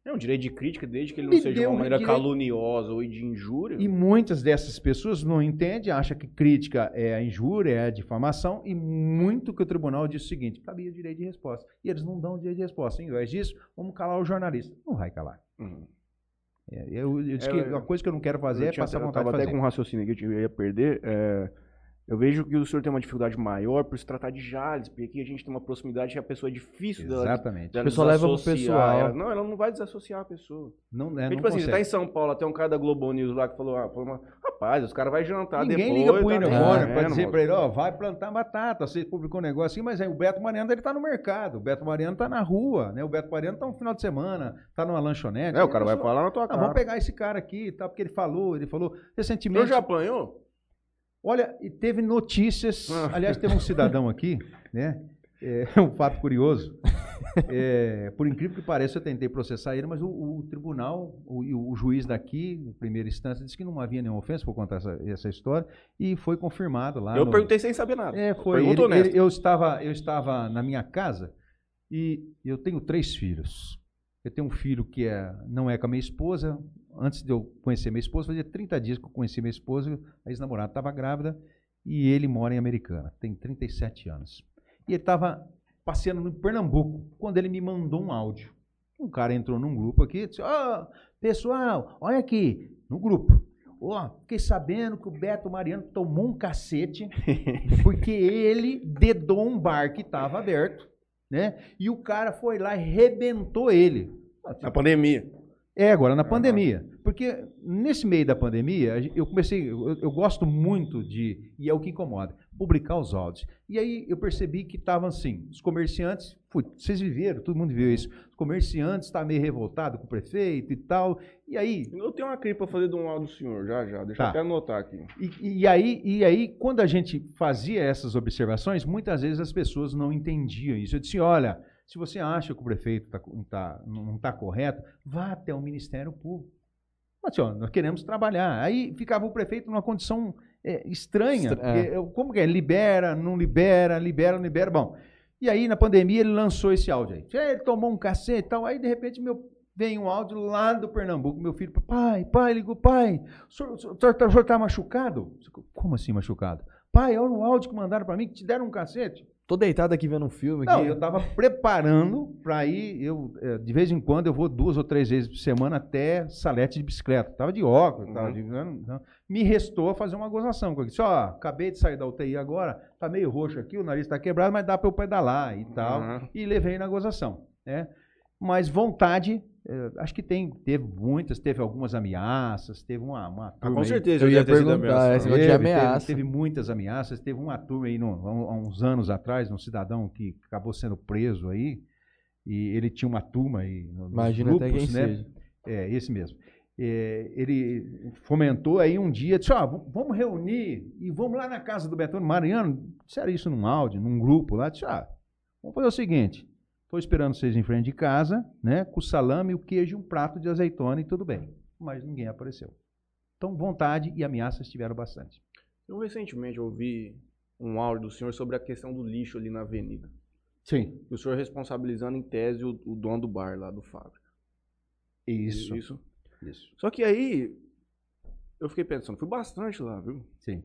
É um direito de crítica, desde que ele não Me seja de deu uma um maneira direito- caluniosa ou de injúria. E muitas dessas pessoas não entendem, acham que crítica é a injúria, é a difamação, e muito que o tribunal diz o seguinte, cabia direito de resposta. E eles não dão o direito de resposta. Em vez disso, vamos calar o jornalista. Não vai calar. Uhum. É, eu, eu disse É, que eu- a coisa que eu não quero fazer Eu é tinha- passar eu vontade de tava até fazer. com um raciocínio aqui que eu ia perder. é, Eu vejo que o senhor tem uma dificuldade maior por se tratar de Jales, porque aqui a gente tem uma proximidade que a pessoa é difícil dela, Exatamente. dela O pessoal leva pro desassociar. pessoal. Ela- não, ela não vai desassociar a pessoa. Não, é, Porque, não tipo assim, você consegue. tá em São Paulo, tem um cara da Globo News lá que falou, ah, foi uma... rapaz, os caras vão jantar Ninguém depois. liga pro tá William nem Bonner vendo, pra dizer moço. pra ele, ó, vai plantar batata. Você publicou um negócio assim, mas aí o Beto Mariano, ele tá no mercado. O Beto Mariano tá na rua, né? O Beto Mariano tá um final de semana, tá numa lanchonete. É, o cara Eu vai sou- falar na tua Ah, cara. vamos pegar esse cara aqui, tá? Porque ele falou, ele falou O senhor recentemente. já apanhou? Olha, e teve notícias. Ah. Aliás, teve um cidadão aqui, né? É um fato curioso. É, por incrível que pareça, eu tentei processar ele, mas o, o tribunal, o, o juiz daqui, em primeira instância, disse que não havia nenhuma ofensa, vou contar essa, essa história, e foi confirmado lá. eu no- perguntei sem saber nada. É, foi. Pergunta Ele- honesta. ele- eu, estava, eu estava na minha casa e eu tenho três filhos. Eu tenho um filho que é, não é com a minha esposa. Antes de eu conhecer minha esposa, fazia trinta dias que eu conheci minha esposa, a ex-namorada estava grávida e ele mora em Americana, tem trinta e sete anos. E ele estava passeando em Pernambuco quando ele me mandou um áudio. Um cara entrou num grupo aqui e disse, ó, pessoal, olha aqui, no grupo. Ó, fiquei sabendo que o Beto Mariano tomou um cacete porque ele dedou um bar que estava aberto, né? E o cara foi lá e rebentou ele. Na pandemia. É, agora na Aham. pandemia. Porque nesse meio da pandemia, a gen- eu comecei, eu, eu gosto muito de, e é o que incomoda, publicar os áudios. E aí eu percebi que estavam assim, os comerciantes, fui, vocês viveram, todo mundo viu isso, os comerciantes estavam meio revoltados com o prefeito e tal, e aí, Eu tenho uma clipe pra fazer de um áudio do senhor, já, já. Deixa Tá. eu até anotar aqui. e, e aí, e aí, quando a gente fazia essas observações, muitas vezes as pessoas não entendiam isso. Eu disse, olha, se você acha que o prefeito tá, tá- não está correto, vá até o Ministério Público. Mas, assim, ó, nós queremos trabalhar. Aí ficava o prefeito numa condição é, estranha. Estra- porque, é, como que é? Libera, não libera, libera, não libera. Bom, e aí na pandemia ele lançou esse áudio aí. Ele tomou um cacete e tal. Aí, de repente, meu, vem um áudio lá do Pernambuco. Meu filho, pai, pai, ligou, pai, o senhor, o senhor, o senhor tá machucado? Como assim machucado? Pai, olha o áudio que mandaram para mim, que te deram um cacete. Tô deitado aqui vendo um filme. Não, aqui. eu estava preparando para ir, eu, eh, de vez em quando eu vou duas ou três vezes por semana até Salete de bicicleta. Tava de óculos, tava Uhum. de, não, não. Me restou fazer uma gozação. Eu disse, ó, acabei de sair da U T I agora, tá meio roxo aqui, o nariz tá quebrado, mas dá para eu pedalar e tal. Uhum. E levei na gozação, né? Mas vontade, eh, acho que tem, teve muitas, teve algumas ameaças, teve uma, uma Ah, turma com aí- certeza, Eu ia deve ter sido perguntar, ameaçado. esse negócio de Teve, ameaça. Teve, teve muitas ameaças. Teve uma turma aí, no, há uns anos atrás, um cidadão que acabou sendo preso aí, e ele tinha uma turma aí no- nos Imagina grupos, até quem né? seja. É, esse mesmo. É, ele fomentou aí um dia, disse, ó, v- vamos reunir e vamos lá na casa do Betônio Mariano. Disseram isso num áudio, num grupo lá. Disse, ah, vamos fazer o seguinte, estou esperando vocês em frente de casa, né, com o salame, o queijo e um prato de azeitona e tudo bem. Mas ninguém apareceu. Então, vontade e ameaças tiveram bastante. Eu recentemente ouvi um áudio do senhor sobre a questão do lixo ali na avenida. Sim. E o senhor responsabilizando em tese o, o dono do bar lá do Fábrica. Isso. Isso. Isso. Só que aí, eu fiquei pensando, fui bastante lá, viu? Sim.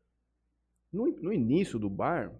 No, no início do bar,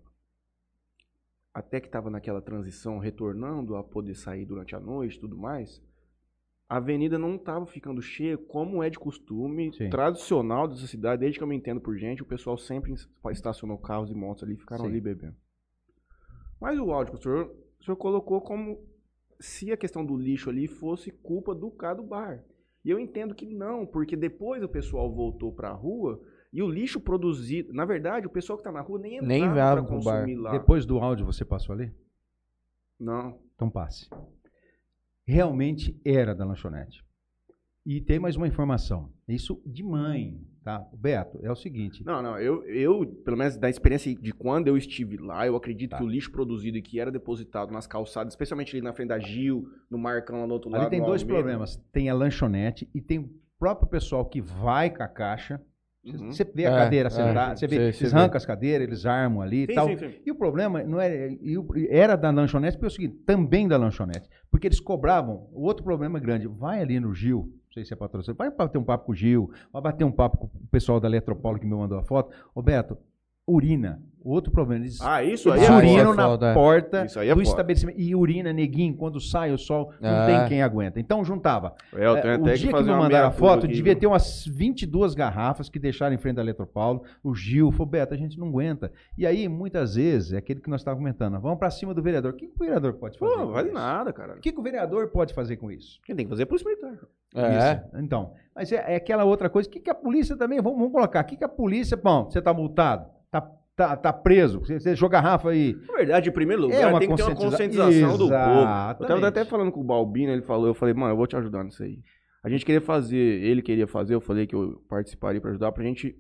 até que estava naquela transição, retornando a poder sair durante a noite e tudo mais, a avenida não estava ficando cheia, como é de costume, Sim. tradicional dessa cidade, desde que eu me entendo por gente, o pessoal sempre estacionou carros e motos ali e ficaram Sim. ali bebendo. Mas o áudio que o senhor, o senhor colocou como se a questão do lixo ali fosse culpa do cara do bar. E eu entendo que não, porque depois o pessoal voltou para a rua e o lixo produzido... Na verdade, o pessoal que está na rua nem Nem entrava vai para pro bar. consumir lá. Depois do áudio você passou ali? Não. Então passe. Realmente era da lanchonete. E tem mais uma informação. Isso de mãe, tá? Beto, é o seguinte. Não, não, eu, eu, pelo menos da experiência de quando eu estive lá, eu acredito Tá. que o lixo produzido aqui era depositado nas calçadas, especialmente ali na frente da Gil, no Marcão lá do outro lado. Ali tem no dois Almeida. problemas. Tem a lanchonete e tem o próprio pessoal que vai com a caixa, Uhum. Você vê a É, cadeira é, sentada, você vê, você- eles você vê. arrancam as cadeiras, eles armam ali e Sim, tal. sim, sim. E o problema não era, e o- era da lanchonete, porque é o seguinte, também da lanchonete, porque eles cobravam, o outro problema grande, vai ali no Gil, não sei se é patrocínio, vai bater um papo com o Gil, vai bater um papo com o pessoal da Eletropaulo que me mandou a foto, Roberto, urina, outro problema, eles, Ah, isso aí eles é urinam foda. na foda, é. porta Isso aí é do foda. estabelecimento, e urina, neguinho, quando sai o sol, não É. tem quem aguenta. Então juntava, É, eu é, tenho o até dia que, fazer me uma mandaram a meia-culpa foto, aqui, devia viu? ter umas vinte e duas garrafas que deixaram em frente da Eletropaulo. O Gil falou, Beto, a gente não aguenta. E aí, muitas vezes, é aquele que nós estávamos comentando, vamos para cima do vereador. O que, que o vereador pode fazer? Pô, com vale isso? nada, cara. O que, que o vereador pode fazer com isso? Quem tem que fazer é polícia militar. É. Isso. Então, mas é, é aquela outra coisa. O que, que a polícia também, vamos, vamos colocar, o que, que a polícia, bom, você está multado, tá, tá, tá preso, você, você joga garrafa aí. Na verdade, em primeiro lugar, É uma tem que ter uma conscientiza- conscientização do povo. Eu Exatamente. tava até falando com o Balbino, ele falou, eu falei, mano, eu vou te ajudar nisso aí. A gente queria fazer, ele queria fazer, eu falei que eu participaria pra ajudar, pra gente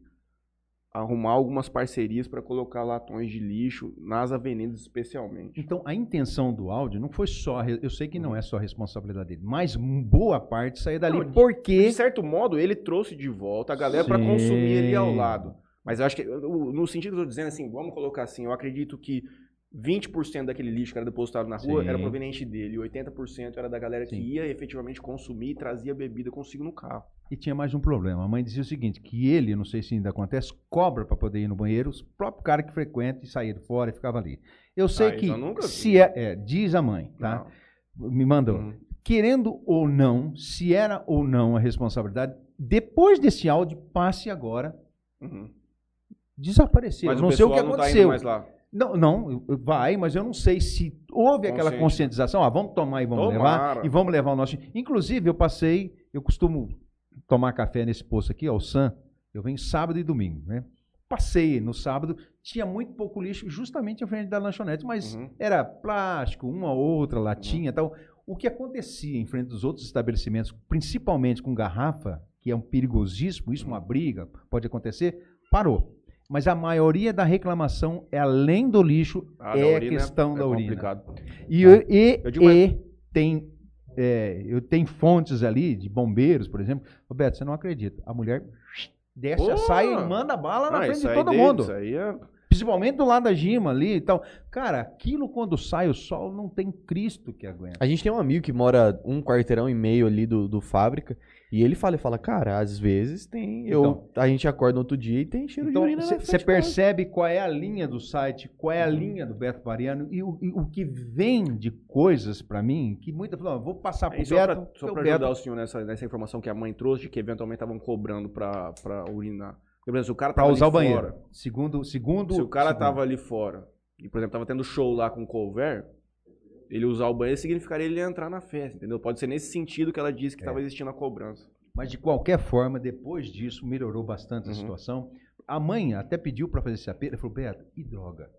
arrumar algumas parcerias pra colocar latões de lixo nas avenidas especialmente. Então, a intenção do áudio não foi só, eu sei que não é só responsabilidade dele, mas boa parte sair dali. Não, de- porque De certo modo, ele trouxe de volta a galera pra Sim. consumir ali ao lado. Mas eu acho que, eu- no sentido que eu tô dizendo assim, vamos colocar assim, eu acredito que vinte por cento daquele lixo que era depositado na rua Sim. era proveniente dele, e oitenta por cento era da galera que Sim. ia efetivamente consumir e trazia bebida consigo no carro. E tinha mais um problema. A mãe dizia o seguinte, que ele, não sei se ainda acontece, cobra para poder ir no banheiro, os próprios caras que frequentam e saía de fora e ficava ali. Eu sei Ah, que, isso eu nunca vi. se é, é, diz a mãe, tá? Me mandou. Uhum. Querendo ou não, se era ou não a responsabilidade, depois desse áudio, passe agora, Uhum. desapareceu. Mas não o sei o pessoal que não tá aconteceu. indo mais lá. Não, não, vai, mas eu não sei se houve aquela Consciente. conscientização. Ah, vamos tomar e vamos Tomara. levar. E vamos levar o nosso. Inclusive, eu passei, eu costumo tomar café nesse posto aqui, ó, o Sam. Eu venho sábado e domingo, né? Passei no sábado, tinha muito pouco lixo, justamente em frente da lanchonete, mas Uhum. era plástico, uma outra latinha e tal. O que acontecia em frente dos outros estabelecimentos, principalmente com garrafa, que é um perigosíssimo, isso, uma briga, pode acontecer, parou. Mas a maioria da reclamação é além do lixo, Ah, da é a urina questão é da urina. complicado. E, e, Eu digo, e tem, é, eu tenho fontes ali de bombeiros, por exemplo. Roberto, você não acredita. A mulher desce Pô! a saia e manda bala na Ah, frente isso de aí todo dele, mundo. Isso aí é... Principalmente do lado da Gima ali e tal. Cara, aquilo quando sai o sol, não tem Cristo que aguenta. A gente tem um amigo que mora um quarteirão e meio ali do, do fábrica. E ele fala, ele fala, cara, às vezes tem. Eu, Então. a gente acorda no outro dia e tem cheiro Então, de urina na frente você de casa. percebe qual é a linha do site, qual é a linha do Beto Pariano e o, e o que vem de coisas pra mim, que muita falam, vou passar pro E só Beto. pra, só porque o pra Beto- ajudar o senhor nessa, nessa informação que a mãe trouxe, de que eventualmente estavam cobrando pra, pra urinar. Porque, por exemplo, se o cara Pra tava usar o ali banheiro. fora, Segundo, segundo. se o cara segundo. tava ali fora, e, por exemplo, tava tendo show lá com o cover, ele usar o banheiro significaria ele entrar na festa, entendeu? Pode ser nesse sentido que ela disse que estava existindo a cobrança. Mas de qualquer forma, depois disso, melhorou bastante a Uhum. situação. A mãe até pediu para fazer esse apelo. Ela falou, Beto, e droga?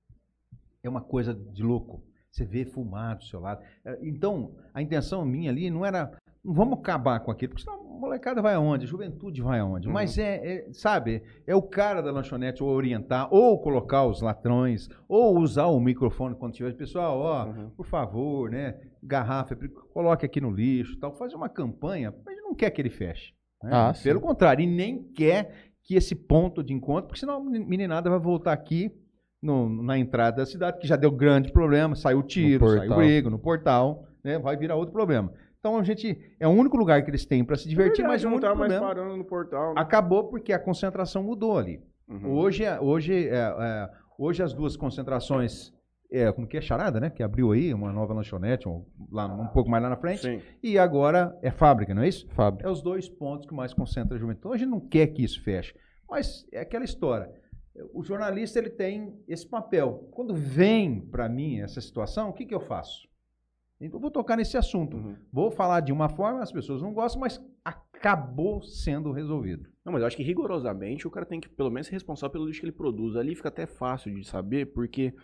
É uma coisa de louco. Você vê fumar do seu lado. É, Então, a intenção minha ali não era, não vamos acabar com aquilo, porque senão a molecada vai aonde? A juventude vai aonde? Uhum. Mas é, é, sabe, é o cara da lanchonete ou orientar, ou colocar os latrões, ou usar o microfone quando tiver. Pessoal, ó, Uhum. por favor, né? Garrafa, coloque aqui no lixo, tal, fazer uma campanha, mas não quer que ele feche. Né? Ah, Pelo sim. contrário, e nem quer que esse ponto de encontro, porque senão a meninada vai voltar aqui no- na entrada da cidade, que já deu grande problema, saiu tiro, No saiu portal. briga no portal, né? Vai virar outro problema. Então a gente, é o único lugar que eles têm para se divertir, mas o não único tá mais problema parando no portal. Né? acabou porque a concentração mudou ali. Uhum. Hoje, é- hoje, é, é, hoje as duas concentrações, é, como que é, Charada, né? Que abriu aí uma nova lanchonete, um, lá, um pouco mais lá na frente, Sim. e agora é fábrica, não é isso? Fábio. É os dois pontos que mais concentram a juventude. Então a gente não quer que isso feche. Mas é aquela história. O jornalista ele tem esse papel. Quando vem para mim essa situação, o que, que eu faço? Então, eu vou tocar nesse assunto. Uhum. Vou falar de uma forma, as pessoas não gostam, mas acabou sendo resolvido. Não, mas eu acho que rigorosamente o cara tem que pelo menos ser responsável pelo lixo que ele produz. Ali fica até fácil de saber, porque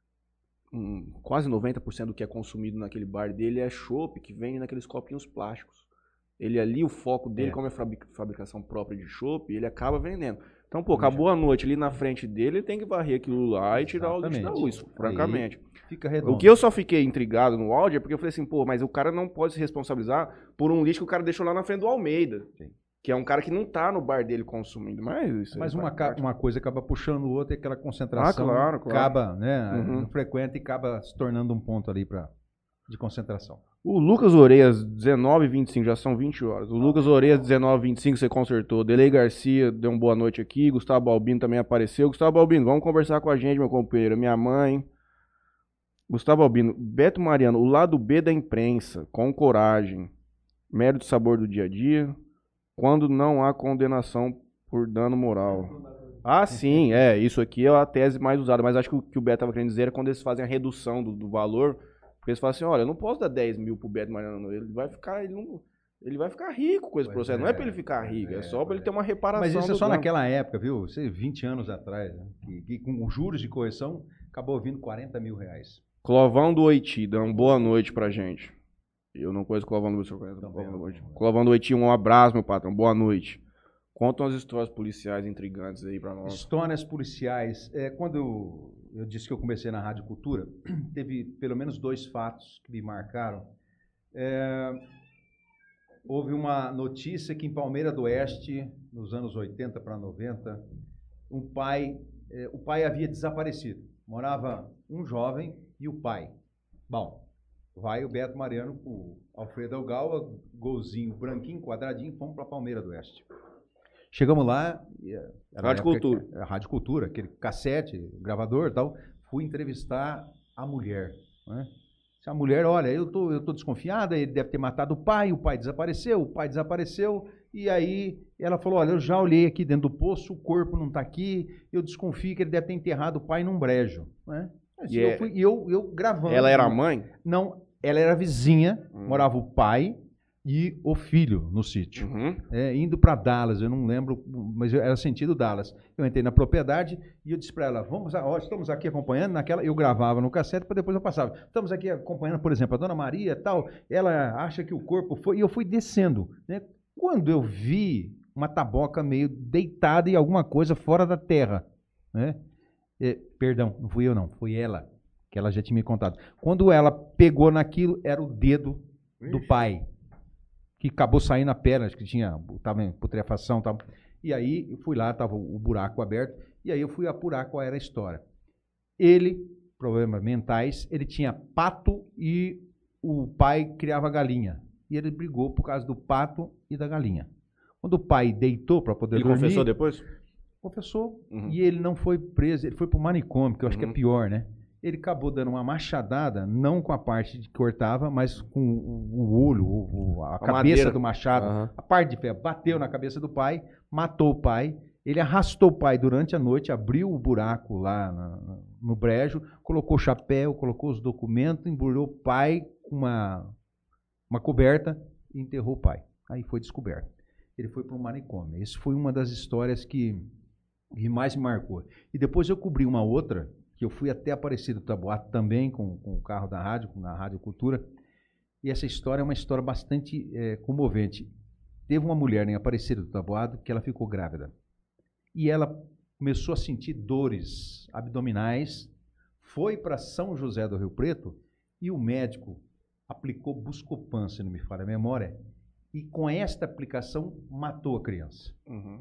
hum, quase noventa por cento do que é consumido naquele bar dele é chopp que vem naqueles copinhos plásticos. Ele ali, o foco dele, É. como é fabric- fabricação própria de chopp, ele acaba vendendo. Então, pô, acabou a noite ali na frente dele, ele tem que varrer aquilo lá e tirar o lixo da Exatamente. luz, francamente. Fica redondo. O que eu só fiquei intrigado no áudio é porque eu falei assim, pô, mas o cara não pode se responsabilizar por um lixo que o cara deixou lá na frente do Almeida. Sim. Que é um cara que não tá no bar dele consumindo. Mas isso Mas aí uma, faz ca- parte. uma coisa acaba puxando o outro e aquela concentração Ah, claro, claro. acaba, né? Uhum. Não frequenta e acaba se tornando um ponto ali pra, de concentração. O Lucas Oreias, dezenove e vinte e cinco, já são vinte horas. O Lucas Oreias, dezenove e vinte e cinco, você consertou. Delei Garcia deu uma boa noite aqui. Gustavo Albino também apareceu. Gustavo Albino, vamos conversar com a gente, meu companheiro. Minha mãe. Gustavo Albino, Beto Mariano, o lado B da imprensa, com coragem. Mérito e sabor do dia a dia. Quando não há condenação por dano moral. Ah, sim, é. Isso aqui é a tese mais usada. Mas acho que o que o Beto estava querendo dizer é quando eles fazem a redução do, do valor. Porque eles falam assim, olha, eu não posso dar dez mil pro Beto Mariano, não. Ele vai ficar, ele não, ele vai ficar rico com esse Pois processo. é, não é pra ele ficar pois rico, é, é, só pra pois ele ter uma reparação. Mas isso é do só dano. naquela época, viu? Você, vinte anos atrás, né? que, que com os juros de correção acabou vindo quarenta mil reais. Clovão do Oiti, dá uma boa noite pra gente. Eu não conheço o Clovão do Oiti. eu conheço o Clovão do Oiti. Clovão do Oiti, um abraço, meu patrão. Boa noite. Conta umas histórias policiais intrigantes aí pra nós. Histórias policiais. É, quando eu, eu disse que eu comecei na Rádio Cultura, teve pelo menos dois fatos que me marcaram. É, houve uma notícia que em Palmeira do Oeste, nos anos oitenta para noventa, um pai, é, o pai havia desaparecido. Morava um jovem e o pai. Bom, vai o Beto Mariano com o Alfredo Elgal, golzinho branquinho, quadradinho, fomos para Palmeira do Oeste. Chegamos lá, era na Rádio época Cultura. que- a Rádio Cultura, aquele cassete, gravador e tal. Fui entrevistar a mulher. Né? A mulher, olha, eu tô, eu tô desconfiada, ele deve ter matado o pai, o pai desapareceu, o pai desapareceu. E aí ela falou, olha, eu já olhei aqui dentro do poço, o corpo não está aqui, eu desconfio que ele deve ter enterrado o pai num brejo. Né? E E eu, é- fui, e eu, eu gravando. Ela era a mãe? Não, ela era vizinha, Hum. morava o pai e o filho no sítio. Uhum. É, indo para Dallas, eu não lembro, mas eu- era sentido Dallas. Eu entrei na propriedade e eu disse para ela, vamos, a- ó, estamos aqui acompanhando, naquela, eu gravava no cassete para depois eu passava. Estamos aqui acompanhando, por exemplo, a Dona Maria tal, ela acha que o corpo foi, e eu fui descendo. Né? Quando eu vi uma taboca meio deitada e alguma coisa fora da terra, né? É, perdão, não fui eu não, foi ela, que ela já tinha me contado. Quando ela pegou naquilo, era o dedo do pai, que acabou saindo a perna, acho que tinha, estava em putrefação e tal. E aí eu fui lá, estava o buraco aberto, e aí eu fui apurar qual era a história. Ele, problemas mentais, ele tinha pato e o pai criava galinha. E ele brigou por causa do pato e da galinha. Quando o pai deitou para poder Ele dormir... confessou depois? Confessou. Uhum. E ele não foi preso, ele foi pro manicômio, que eu acho que é Uhum. pior, né? Ele acabou dando uma machadada, não com a parte que cortava, mas com o, o olho, o- o- a, A cabeça madeira. do machado, Aham. a parte de ferro, bateu na cabeça do pai, matou o pai. Ele arrastou o pai durante a noite, abriu o buraco lá na- no brejo, colocou o chapéu, colocou os documentos, embrulhou o pai com uma, uma coberta e enterrou o pai. Aí foi descoberto. Ele foi para um manicômio. Isso foi uma das histórias que, que mais me marcou. E depois eu cobri uma outra, que eu fui até Aparecido do Taboado também com, com o carro da rádio, na Rádio Cultura. E essa história é uma história bastante é, comovente. Teve uma mulher em Aparecido do Taboado que ela ficou grávida. E ela começou a sentir dores abdominais, foi para São José do Rio Preto e o médico aplicou Buscopan, se não me falha a memória, e com esta aplicação matou a criança. Uhum.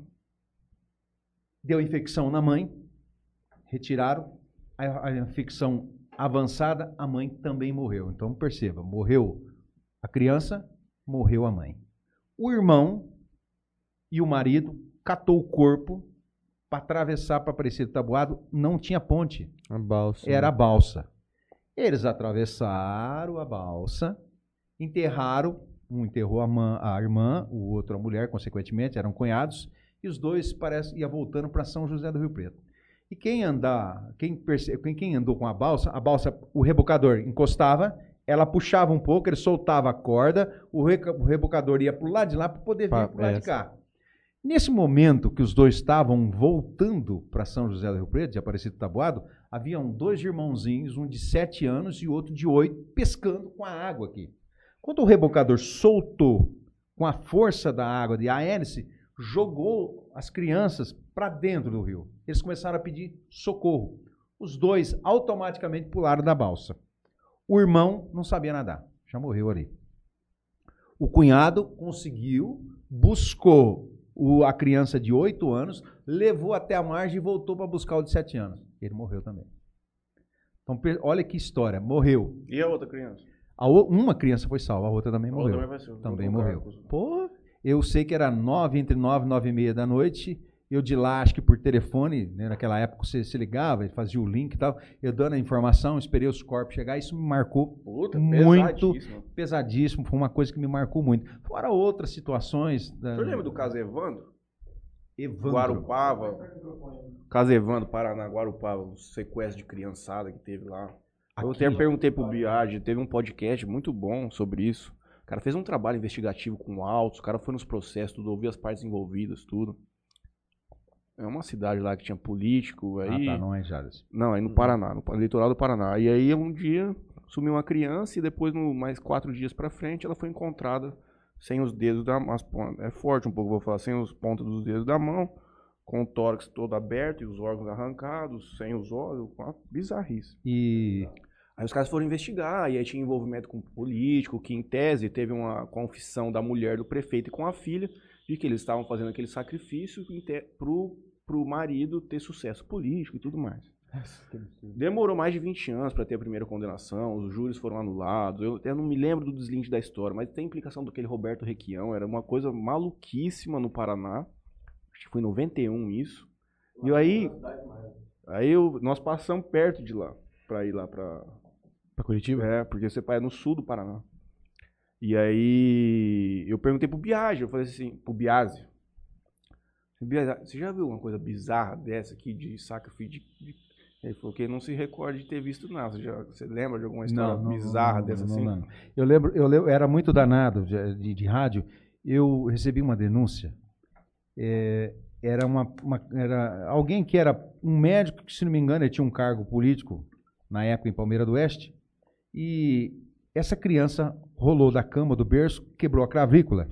Deu infecção na mãe, retiraram, a, a infecção avançada, a mãe também morreu. Então perceba, morreu a criança, morreu a mãe. O irmão e o marido catou o corpo para atravessar para Aparecido do Taboado, não tinha ponte, A balsa. era a balsa. Eles atravessaram a balsa, enterraram, um enterrou a, mãe, a irmã, o outro a mulher, consequentemente, eram cunhados, e os dois parece ia voltando para São José do Rio Preto. E quem andar, quem, perce, quem andou com a balsa, a balsa, o rebocador encostava, ela puxava um pouco, ele soltava a corda, o, re, o rebocador ia para o lado de lá para poder vir para o lado de cá. Nesse momento que os dois estavam voltando para São José do Rio Preto, de Aparecido do Taboado, haviam dois irmãozinhos, um de sete anos e outro de oito, pescando com a água aqui. Quando o rebocador soltou com a força da água de a hélice, jogou as crianças para dentro do rio. Eles começaram a pedir socorro. Os dois automaticamente pularam da balsa. O irmão não sabia nadar, já morreu ali. O cunhado conseguiu, buscou o, a criança de oito anos, levou até a margem e voltou para buscar o de sete anos. Ele morreu também. Então, olha que história. Morreu. E a outra criança? A o, uma criança foi salva, a outra também A morreu. outra também vai ser, também outro morreu. carro. Pô, eu sei que era nove, entre nove e nove e meia da noite. Eu de lá, acho que por telefone, né, naquela época você se ligava, fazia o link e tal. Eu dando a informação, esperei os corpos chegar. Isso me marcou Puta, muito, pesadíssimo. pesadíssimo. Foi uma coisa que me marcou muito. Fora outras situações. Da... O senhor lembra do caso Evandro? Evandro. Guarupava. Caso Evandro, Paraná, Guarupava, o sequestro de criançada que teve lá. Eu Aqui. até perguntei pro Biagi, teve um podcast muito bom sobre isso. O cara fez um trabalho investigativo com autos, o cara foi nos processos, tudo, ouviu as partes envolvidas, tudo. É uma cidade lá que tinha político, aí... Ah, tá, não é Jales. Não, aí no Paraná, no litoral do Paraná. E aí um dia sumiu uma criança e depois, no, mais quatro dias pra frente, ela foi encontrada sem os dedos da mão. É forte um pouco, vou falar, sem os pontos dos dedos da mão, com o tórax todo aberto e os órgãos arrancados, sem os olhos, uma bizarrice. E... Aí os caras foram investigar, e aí tinha envolvimento com político, que em tese teve uma confissão da mulher do prefeito e com a filha, de que eles estavam fazendo aquele sacrifício pro, pro marido ter sucesso político e tudo mais. Demorou mais de vinte anos para ter a primeira condenação, os júris foram anulados, eu, eu não me lembro do deslinde da história, mas tem implicação daquele Roberto Requião, era uma coisa maluquíssima no Paraná, acho que foi em noventa e um isso, e aí, aí eu, nós passamos perto de lá, para ir lá para... Pra Curitiba? É, porque você é no sul do Paraná. E aí eu perguntei pro Biagi, eu falei assim, pro Biasi, você já viu uma coisa bizarra dessa aqui de sacrifício de, de... Ele falou que ele não se recorda de ter visto nada. Você, já, você lembra de alguma história não, não, bizarra não, dessa não, assim? Não, não. Eu lembro, eu lembro, era muito danado de, de, de rádio. Eu recebi uma denúncia. É, era, uma, uma, era alguém que era um médico, que, se não me engano, ele tinha um cargo político na época em Palmeira do Oeste. E essa criança rolou da cama, do berço, quebrou a clavícula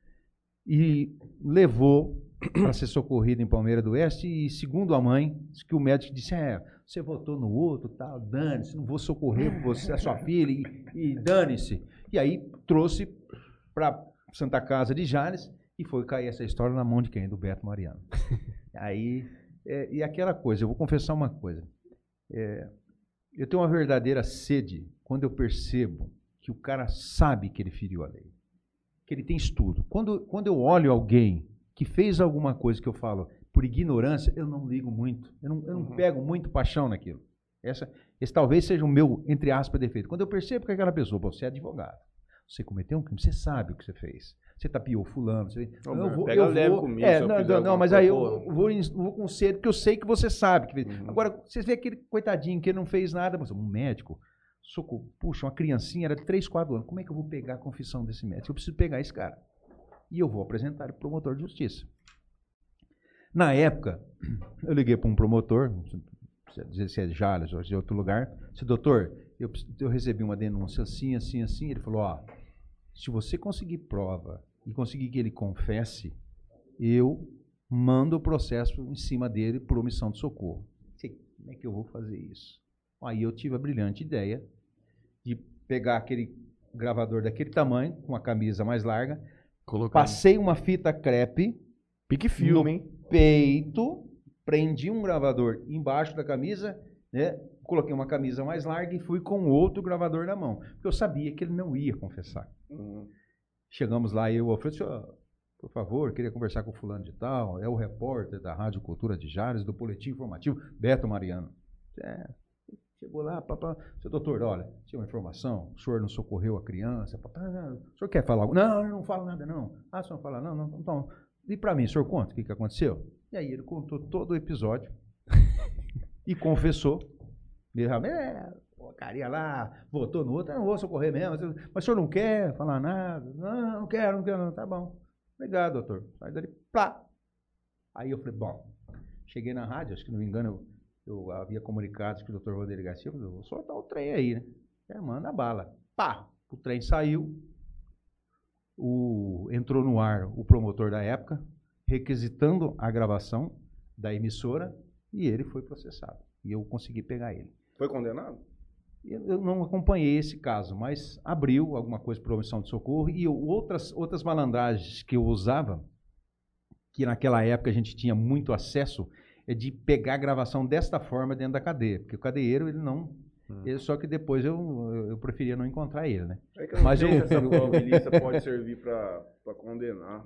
e levou para ser socorrida em Palmeira do Oeste. E, segundo a mãe, que o médico disse: é, você votou no outro, tal, dane-se, não vou socorrer você, a sua filha, e, e dane-se. E aí trouxe para Santa Casa de Jales e foi cair essa história na mão de quem? Do Beto Mariano. Aí, é, e aquela coisa, eu vou confessar uma coisa. É, eu tenho uma verdadeira sede quando eu percebo que o cara sabe que ele feriu a lei, que ele tem estudo. Quando, quando eu olho alguém que fez alguma coisa que eu falo por ignorância, eu não ligo muito, eu não, eu não uhum. pego muito paixão naquilo. Essa, esse talvez seja o meu, entre aspas, defeito. Quando eu percebo que aquela pessoa, você é advogado, você cometeu um crime, você sabe o que você fez. Você tapiou fulano. Você... Não, eu vou, pega eu leve vou, comigo. É, não, não, não mas aí eu vou, vou com cedo, porque eu sei que você sabe que fez. Uhum. Agora, você vê aquele coitadinho que não fez nada, mas um médico, socorro, puxa, uma criancinha, era de três, quatro anos, como é que eu vou pegar a confissão desse médico? Eu preciso pegar esse cara. E eu vou apresentar ele para o promotor de justiça. Na época, eu liguei para um promotor, não sei dizer se é de Jales ou de outro lugar, disse: doutor, eu, eu recebi uma denúncia assim, assim, assim. Ele falou: ó, se você conseguir prova e conseguir que ele confesse, eu mando o processo em cima dele por omissão de socorro. Sei, como é que eu vou fazer isso? Aí eu tive a brilhante ideia de pegar aquele gravador daquele tamanho, com a camisa mais larga, Colocando. Passei uma fita crepe pique filme, no hein? peito, prendi um gravador embaixo da camisa, né? Coloquei uma camisa mais larga e fui com outro gravador na mão, porque eu sabia que ele não ia confessar. Uhum. Chegamos lá e eu ofereci: oh, por favor, queria conversar com o fulano de tal, é o repórter da Rádio Cultura de Jales, do Boletim Informativo, Beto Mariano. É, chegou lá, papá, seu doutor, olha, tinha uma informação, o senhor não socorreu a criança, papá, não, o senhor quer falar algo? Não, eu não falo nada não. Ah, o senhor não fala não, não, então, e para mim, o senhor conta o que, que aconteceu? E aí ele contou todo o episódio e confessou. Ele falou: é, o carinha lá votou no outro, eu não vou socorrer mesmo, mas o senhor não quer falar nada? Não, não quero, não quero, não. Tá bom. Obrigado, doutor. Sai dali, plá. Aí eu falei: bom, cheguei na rádio, acho que não me engano, eu, eu havia comunicado que o doutor Rodrigo Garcia, eu falei: vou soltar o trem aí, né? É, manda a bala. Pá, o trem saiu, o, entrou no ar o promotor da época, requisitando a gravação da emissora, e ele foi processado. E eu consegui pegar ele. Foi condenado? Eu não acompanhei esse caso, mas abriu alguma coisa para omissão de socorro e eu, outras, outras malandragens que eu usava, que naquela época a gente tinha muito acesso, é de pegar a gravação desta forma dentro da cadeia, porque o cadeieiro, ele não... Hum. Ele, só que depois eu, eu preferia não encontrar ele, né? É que eu não mas sei eu, se essa milícia pode servir para condenar.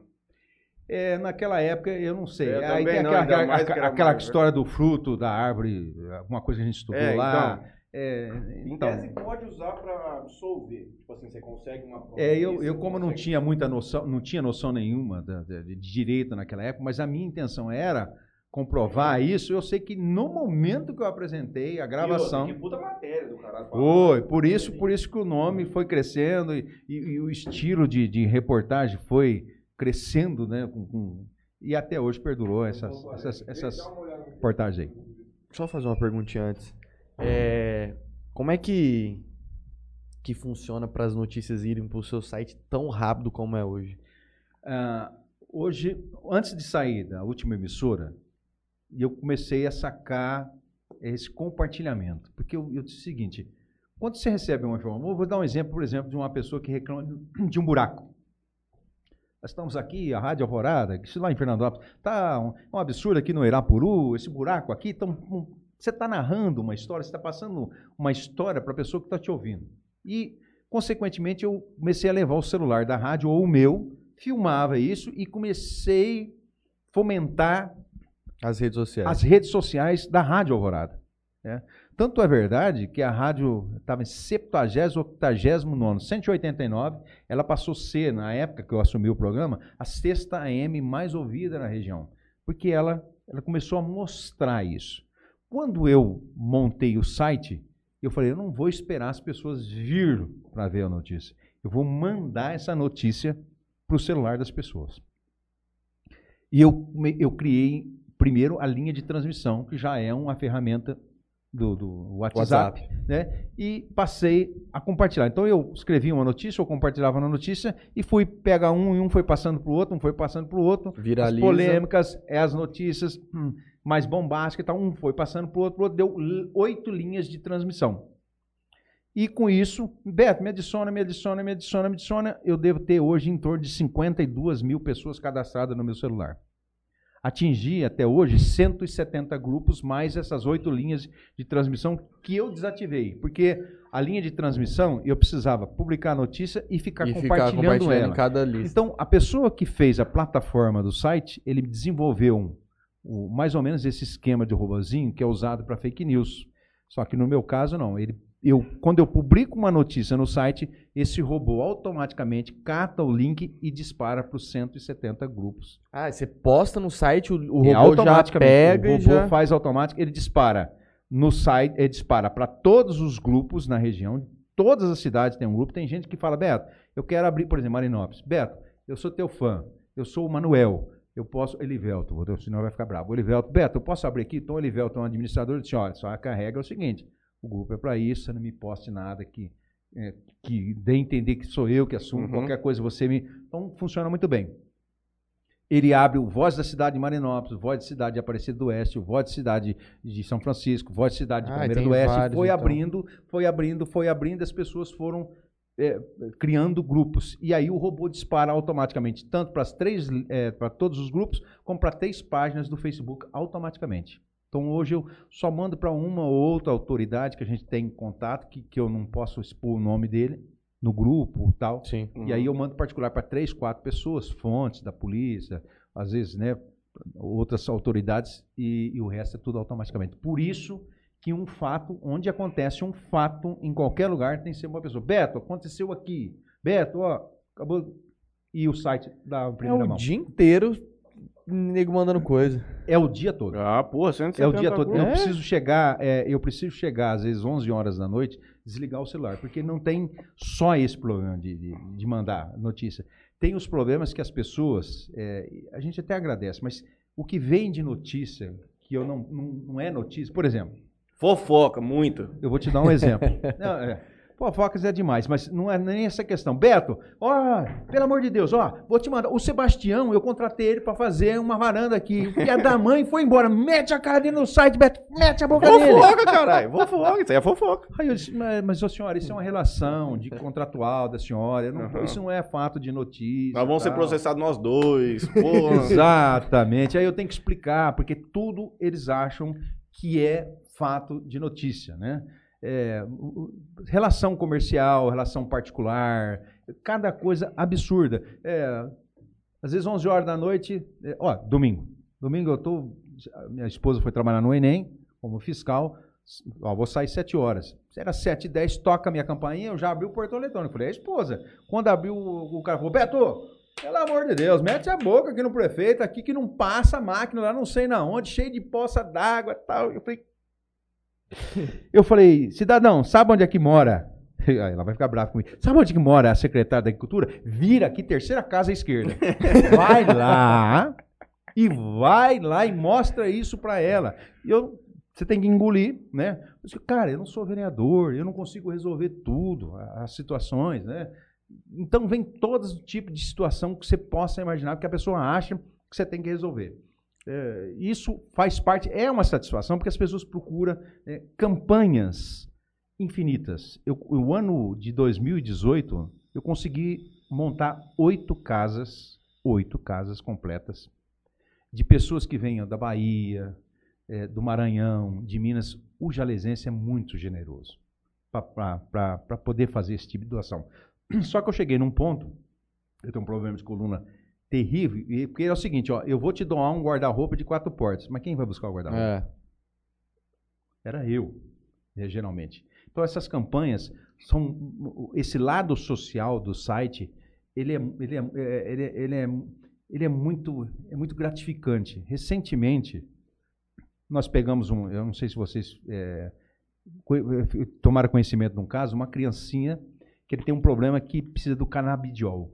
É, naquela época, eu não sei. É, Aí tem não, aquela, aquela, mais aquela, aquela mais, história do fruto da árvore, alguma coisa que a gente estudou é, lá. Então, é, então. Em tese pode usar para absolver. Tipo assim, você consegue uma prova. É, eu, eu como consegue... não tinha muita noção, não tinha noção nenhuma de, de, de direito naquela época, mas a minha intenção era comprovar isso. Eu sei que no momento que eu apresentei a gravação... Que puta matéria do caralho. Foi, por isso, por isso que o nome foi crescendo e, e, e o estilo de, de reportagem foi crescendo, né, com, com, e até hoje perdurou essas, essas, essas reportagens aí. Só fazer uma perguntinha antes. É, como é que, que funciona para as notícias irem para o seu site tão rápido como é hoje? Uh, hoje, antes de sair da última emissora, eu comecei a sacar esse compartilhamento. Porque eu, eu disse o seguinte, quando você recebe uma informação, eu vou dar um exemplo, por exemplo, de uma pessoa que reclama de um buraco. Nós estamos aqui, a Rádio Alvorada, isso lá em Fernandópolis, está um, um absurdo aqui no Irapuru, esse buraco aqui, tão, um, você está narrando uma história, você está passando uma história para a pessoa que está te ouvindo. E, consequentemente, eu comecei a levar o celular da rádio, ou o meu, filmava isso e comecei a fomentar as redes sociais, as redes sociais da Rádio Alvorada. Né? Tanto é verdade que a rádio estava em septuagésimo, octagésimo nono, cento e oitenta e nove, ela passou a ser, na época que eu assumi o programa, a sexta A M mais ouvida na região, porque ela, ela começou a mostrar isso. Quando eu montei o site, eu falei, eu não vou esperar as pessoas vir para ver a notícia, eu vou mandar essa notícia para o celular das pessoas. E eu, eu criei, primeiro, a linha de transmissão, que já é uma ferramenta do, do WhatsApp, WhatsApp. Né? E passei a compartilhar. Então, eu escrevi uma notícia, eu compartilhava na notícia e fui pegar um e um foi passando para o outro, um foi passando para o outro. Viraliza. As polêmicas, as notícias hum, mais bombásticas e tal, um foi passando para o outro, pro outro, deu oito linhas de transmissão. E com isso, Beto, me adiciona, me adiciona, me adiciona, me adiciona, eu devo ter hoje em torno de cinquenta e duas mil pessoas cadastradas no meu celular. Atingi até hoje cento e setenta grupos, mais essas oito linhas de transmissão que eu desativei. Porque a linha de transmissão, eu precisava publicar a notícia e ficar, e compartilhando, ficar compartilhando ela. Em cada lista. Então, a pessoa que fez a plataforma do site, ele desenvolveu um, um, mais ou menos esse esquema de robozinho que é usado para fake news. Só que no meu caso, não. Ele, eu, quando eu publico uma notícia no site, esse robô automaticamente cata o link e dispara para os cento e setenta grupos. Ah, você posta no site, o, o é, robô já pega o robô e já... faz automático, ele dispara no site, ele dispara para todos os grupos na região, todas as cidades têm um grupo, tem gente que fala, Beto, eu quero abrir, por exemplo, Marinópolis. Beto, eu sou teu fã, eu sou o Manuel, eu posso, Elivelto, senão vai ficar bravo. Elivelto, Beto, eu posso abrir aqui? Então, Elivelto é um administrador, disse, olha, só a regra é o seguinte, o grupo é para isso, você não me poste nada que, é, que dê a entender que sou eu que assumo, uhum. Qualquer coisa você me... Então, funciona muito bem. Ele abre o Voz da Cidade de Marinópolis, Voz da Cidade de Aparecida do Oeste, o Voz da Cidade de São Francisco, Voz da Cidade de ah, Palmeira do Oeste, vários, foi então. abrindo, foi abrindo, foi abrindo, as pessoas foram é, criando grupos. E aí o robô dispara automaticamente, tanto para as três, é, para todos os grupos, como para três páginas do Facebook automaticamente. Então, hoje eu só mando para uma ou outra autoridade que a gente tem em contato, que, que eu não posso expor o nome dele no grupo e tal. Sim. E uhum. aí eu mando particular para três, quatro pessoas, fontes da polícia, às vezes, né, outras autoridades, e, e o resto é tudo automaticamente. Por isso que um fato, onde acontece um fato, em qualquer lugar, tem que ser uma pessoa. Beto, aconteceu aqui. Beto, ó, acabou. E o site da primeira é mão. É o dia inteiro... nego mandando coisa. É o dia todo. Ah, porra, cento e setenta é o dia todo. Grupos. Eu preciso chegar, é, eu preciso chegar às vezes onze horas da noite, desligar o celular, porque não tem só esse problema de, de, de mandar notícia. Tem os problemas que as pessoas, é, a gente até agradece, mas o que vem de notícia que eu não, não, não é notícia, por exemplo. Fofoca, muito. Eu vou te dar um exemplo. Não, é, Fofocas é demais, mas não é nem essa questão. Beto, ó, pelo amor de Deus, ó, vou te mandar. O Sebastião, eu contratei ele pra fazer uma varanda aqui. O filho da mãe foi embora. Mete a cara dele no site, Beto, mete a boca dele. Fofoca, caralho. Fofoca, isso aí é fofoca. Aí eu disse, mas, mas ô, senhora, isso é uma relação de contratual da senhora. Eu não- Uhum. Isso não é fato de notícia. Nós vamos ser tal. processados nós dois, porra. Exatamente. Aí eu tenho que explicar, porque tudo eles acham que é fato de notícia, né? É, o- o- relação comercial, relação particular, cada coisa absurda. É, às vezes onze horas da noite, é, ó, domingo. Domingo eu tô, minha esposa foi trabalhar no Enem, como fiscal, ó, vou sair sete horas. Era sete e dez, toca a minha campainha, eu já abri o portão eletrônico. Falei, é a esposa. Quando abriu, o, o cara falou, Beto, pelo amor de Deus, mete a boca aqui no prefeito, aqui que não passa a máquina lá, não sei na onde, cheio de poça d'água e tal. Eu falei, eu falei, cidadão, sabe onde é que mora? Aí ela vai ficar brava comigo. Sabe onde que mora a secretária da Agricultura? Vira aqui, terceira casa à esquerda. Vai lá e vai lá e mostra isso pra ela. E eu, você tem que engolir, né? Eu disse, cara, eu não sou vereador, eu não consigo resolver tudo, as situações, né? Então vem todo tipo de situação que você possa imaginar que a pessoa acha que você tem que resolver. É, isso faz parte, é uma satisfação, porque as pessoas procuram é, campanhas infinitas. Eu, o ano de dois mil e dezoito, eu consegui montar oito casas, oito casas completas, de pessoas que venham da Bahia, é, do Maranhão, de Minas. O jalesense é muito generoso para poder fazer esse tipo de doação. Só que eu cheguei num ponto, eu tenho um problema de coluna terrível, e- porque é o seguinte, ó, eu vou te doar um guarda-roupa de quatro portas, mas quem vai buscar o guarda-roupa? É. Era eu, né, geralmente. Então essas campanhas, são esse lado social do site, ele é, ele é, é, ele é, ele é, ele é muito, é muito gratificante. Recentemente, nós pegamos um, eu não sei se vocês é, co- tomaram conhecimento de um caso, uma criancinha que ele tem um problema que precisa do canabidiol.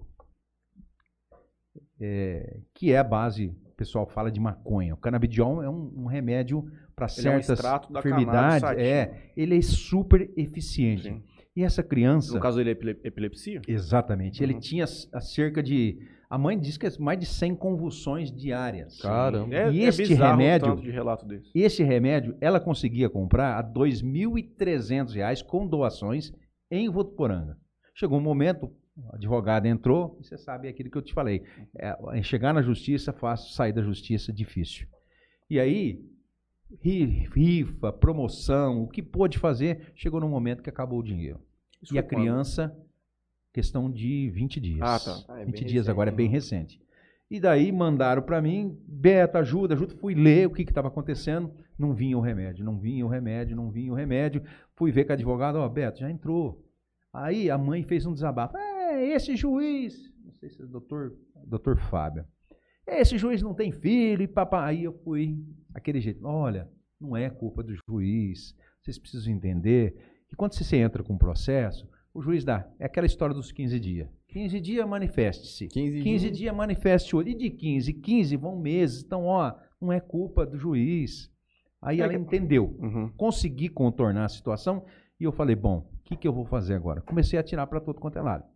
É, que é a base, o pessoal fala de maconha. O canabidiol é um, um remédio para Ele é um certas extrato da enfermidades. cannabis É, ele é super eficiente. Sim. E essa criança, No caso dele, é epile- epilepsia? exatamente, ele Uhum. tinha s- a cerca de, a mãe diz que é mais de cem convulsões diárias. Caramba. É, E é este bizarro o remédio- tanto de relato desse. Esse remédio, ela conseguia comprar a dois mil e trezentos reais com doações em Votuporanga. Chegou um momento, o advogado entrou, e você sabe aquilo que eu te falei. É, chegar na justiça, fácil, sair da justiça, difícil. E aí, ri- rifa, promoção, o que pôde fazer, chegou num momento que acabou o dinheiro. Isso E a foi quando? criança, questão de vinte dias. Ah, tá. Ah, é vinte bem dias agora, é recente, bem né? recente. E daí mandaram para mim, Beto, ajuda, ajuda. Fui ler o que estava acontecendo, não vinha o remédio, não vinha o remédio, não vinha o remédio. Fui ver com a advogada, ó, Beto, já entrou. Aí a mãe fez um desabafo. É, esse juiz, não sei se é o doutor, doutor Fábio, esse juiz não tem filho, e papai. Aí eu fui, aquele jeito, olha, não é culpa do juiz, vocês precisam entender que quando você entra com um processo, o juiz dá, é aquela história dos quinze dias. quinze dias, manifeste-se. quinze quinze dias. dias, manifeste hoje. E de quinze, quinze vão meses. Então, ó, não é culpa do juiz. Aí É ela que- entendeu. Uhum. Consegui contornar a situação e eu falei, bom, o que, que eu vou fazer agora? Comecei a atirar para todo quanto é lado.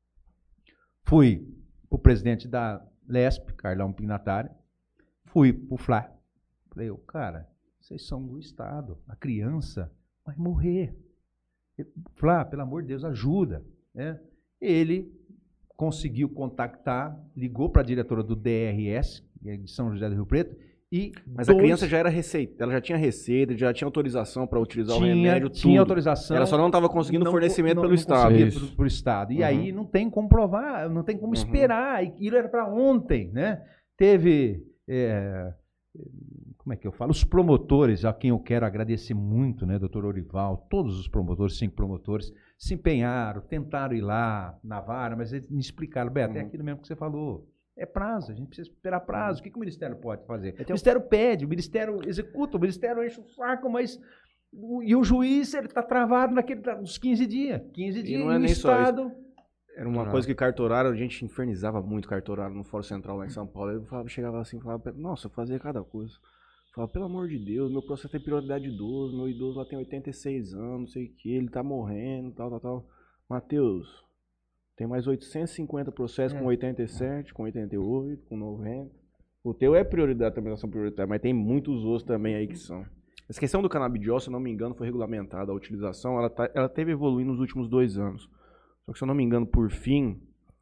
Fui pro presidente da Lesp, Carlão Pignatari. Fui pro Flá. Falei, ô, cara, vocês são do Estado. A criança vai morrer. Flá, pelo amor de Deus, ajuda. Né? Ele conseguiu contactar, ligou para a diretora do D R S, de São José do Rio Preto, e Mas dois- a criança já era receita, ela já tinha receita, já tinha autorização para utilizar o tinha, remédio, tinha tudo. autorização. Ela só não estava conseguindo não- fornecimento não- pelo não Estado. conseguia Isso. pro- pro Estado. E Uhum. aí não tem como provar, não tem como Uhum. esperar. E aquilo era para ontem, né? Teve, é, como é que eu falo? Os promotores, a quem eu quero agradecer muito, né, doutor Orival, todos os promotores, cinco promotores, se empenharam, tentaram ir lá na vara, mas eles me explicaram, Beto, é Uhum. aquilo mesmo que você falou. É prazo, a gente precisa esperar prazo. O que, que o Ministério pode fazer? O tenho- Ministério pede, o Ministério executa, o Ministério enche o saco, mas o- e o juiz ele está travado naquele, nos quinze dias. quinze E dias não e é o nem só isso. Estado... Era uma Não. coisa que cartorário, a gente infernizava muito cartorário no Fórum Central lá em São Paulo. Eu falava, chegava assim e falava, nossa, eu fazia cada coisa. Fala, pelo amor de Deus, meu processo tem prioridade de idoso, meu idoso lá tem oitenta e seis anos, não sei o que, ele tá morrendo, tal, tal, tal. Matheus, tem mais oitocentos e cinquenta processos é. com oitenta e sete, com oitenta e oito, com noventa. O teu é prioridade, também são prioritários, mas tem muitos outros também aí que são. Essa questão do canabidiol, se eu não me engano, foi regulamentada a utilização, ela, tá, ela teve evoluindo nos últimos dois anos. Só que se eu não me engano, por fim,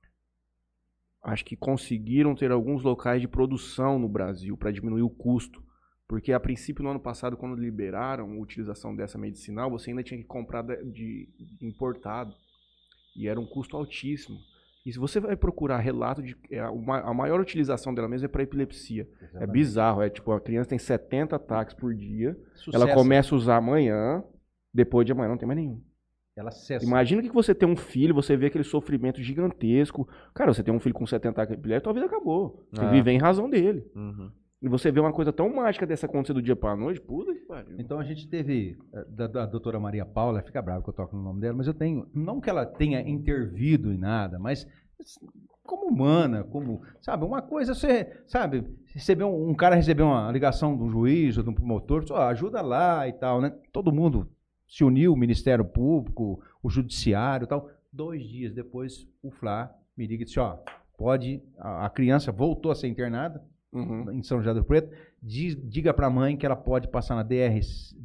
acho que conseguiram ter alguns locais de produção no Brasil para diminuir o custo. Porque, a princípio, no ano passado, quando liberaram a utilização dessa medicinal, você ainda tinha que comprar de, de importado. E era um custo altíssimo. E se você vai procurar relato de... É, a maior utilização dela mesmo é para epilepsia. Exatamente. É bizarro. É tipo, a criança tem setenta ataques por dia. Sucesso. Ela começa a usar amanhã, depois de amanhã não tem mais nenhum. Ela cessa. Imagina que você tem um filho, você vê aquele sofrimento gigantesco. Cara, você tem um filho com setenta ataques epiléticos, tua vida acabou. Você ah. vive em razão dele. Uhum. E você vê uma coisa tão mágica dessa acontecer do dia para a noite, puta que pariu. Então a gente teve, da, da doutora Maria Paula, fica brava que eu toco no nome dela, mas eu tenho, não que ela tenha intervido em nada, mas como humana, como, sabe, uma coisa, você, sabe, receber um, um cara receber uma ligação de um juiz ou de um promotor, só ajuda lá e tal, né? Todo mundo se uniu, o Ministério Público, o Judiciário e tal. Dois dias depois, o Flá me liga e disse, ó, pode, a, a criança voltou a ser internada, Uhum. em São José do Preto, diga para a mãe que ela pode passar na D R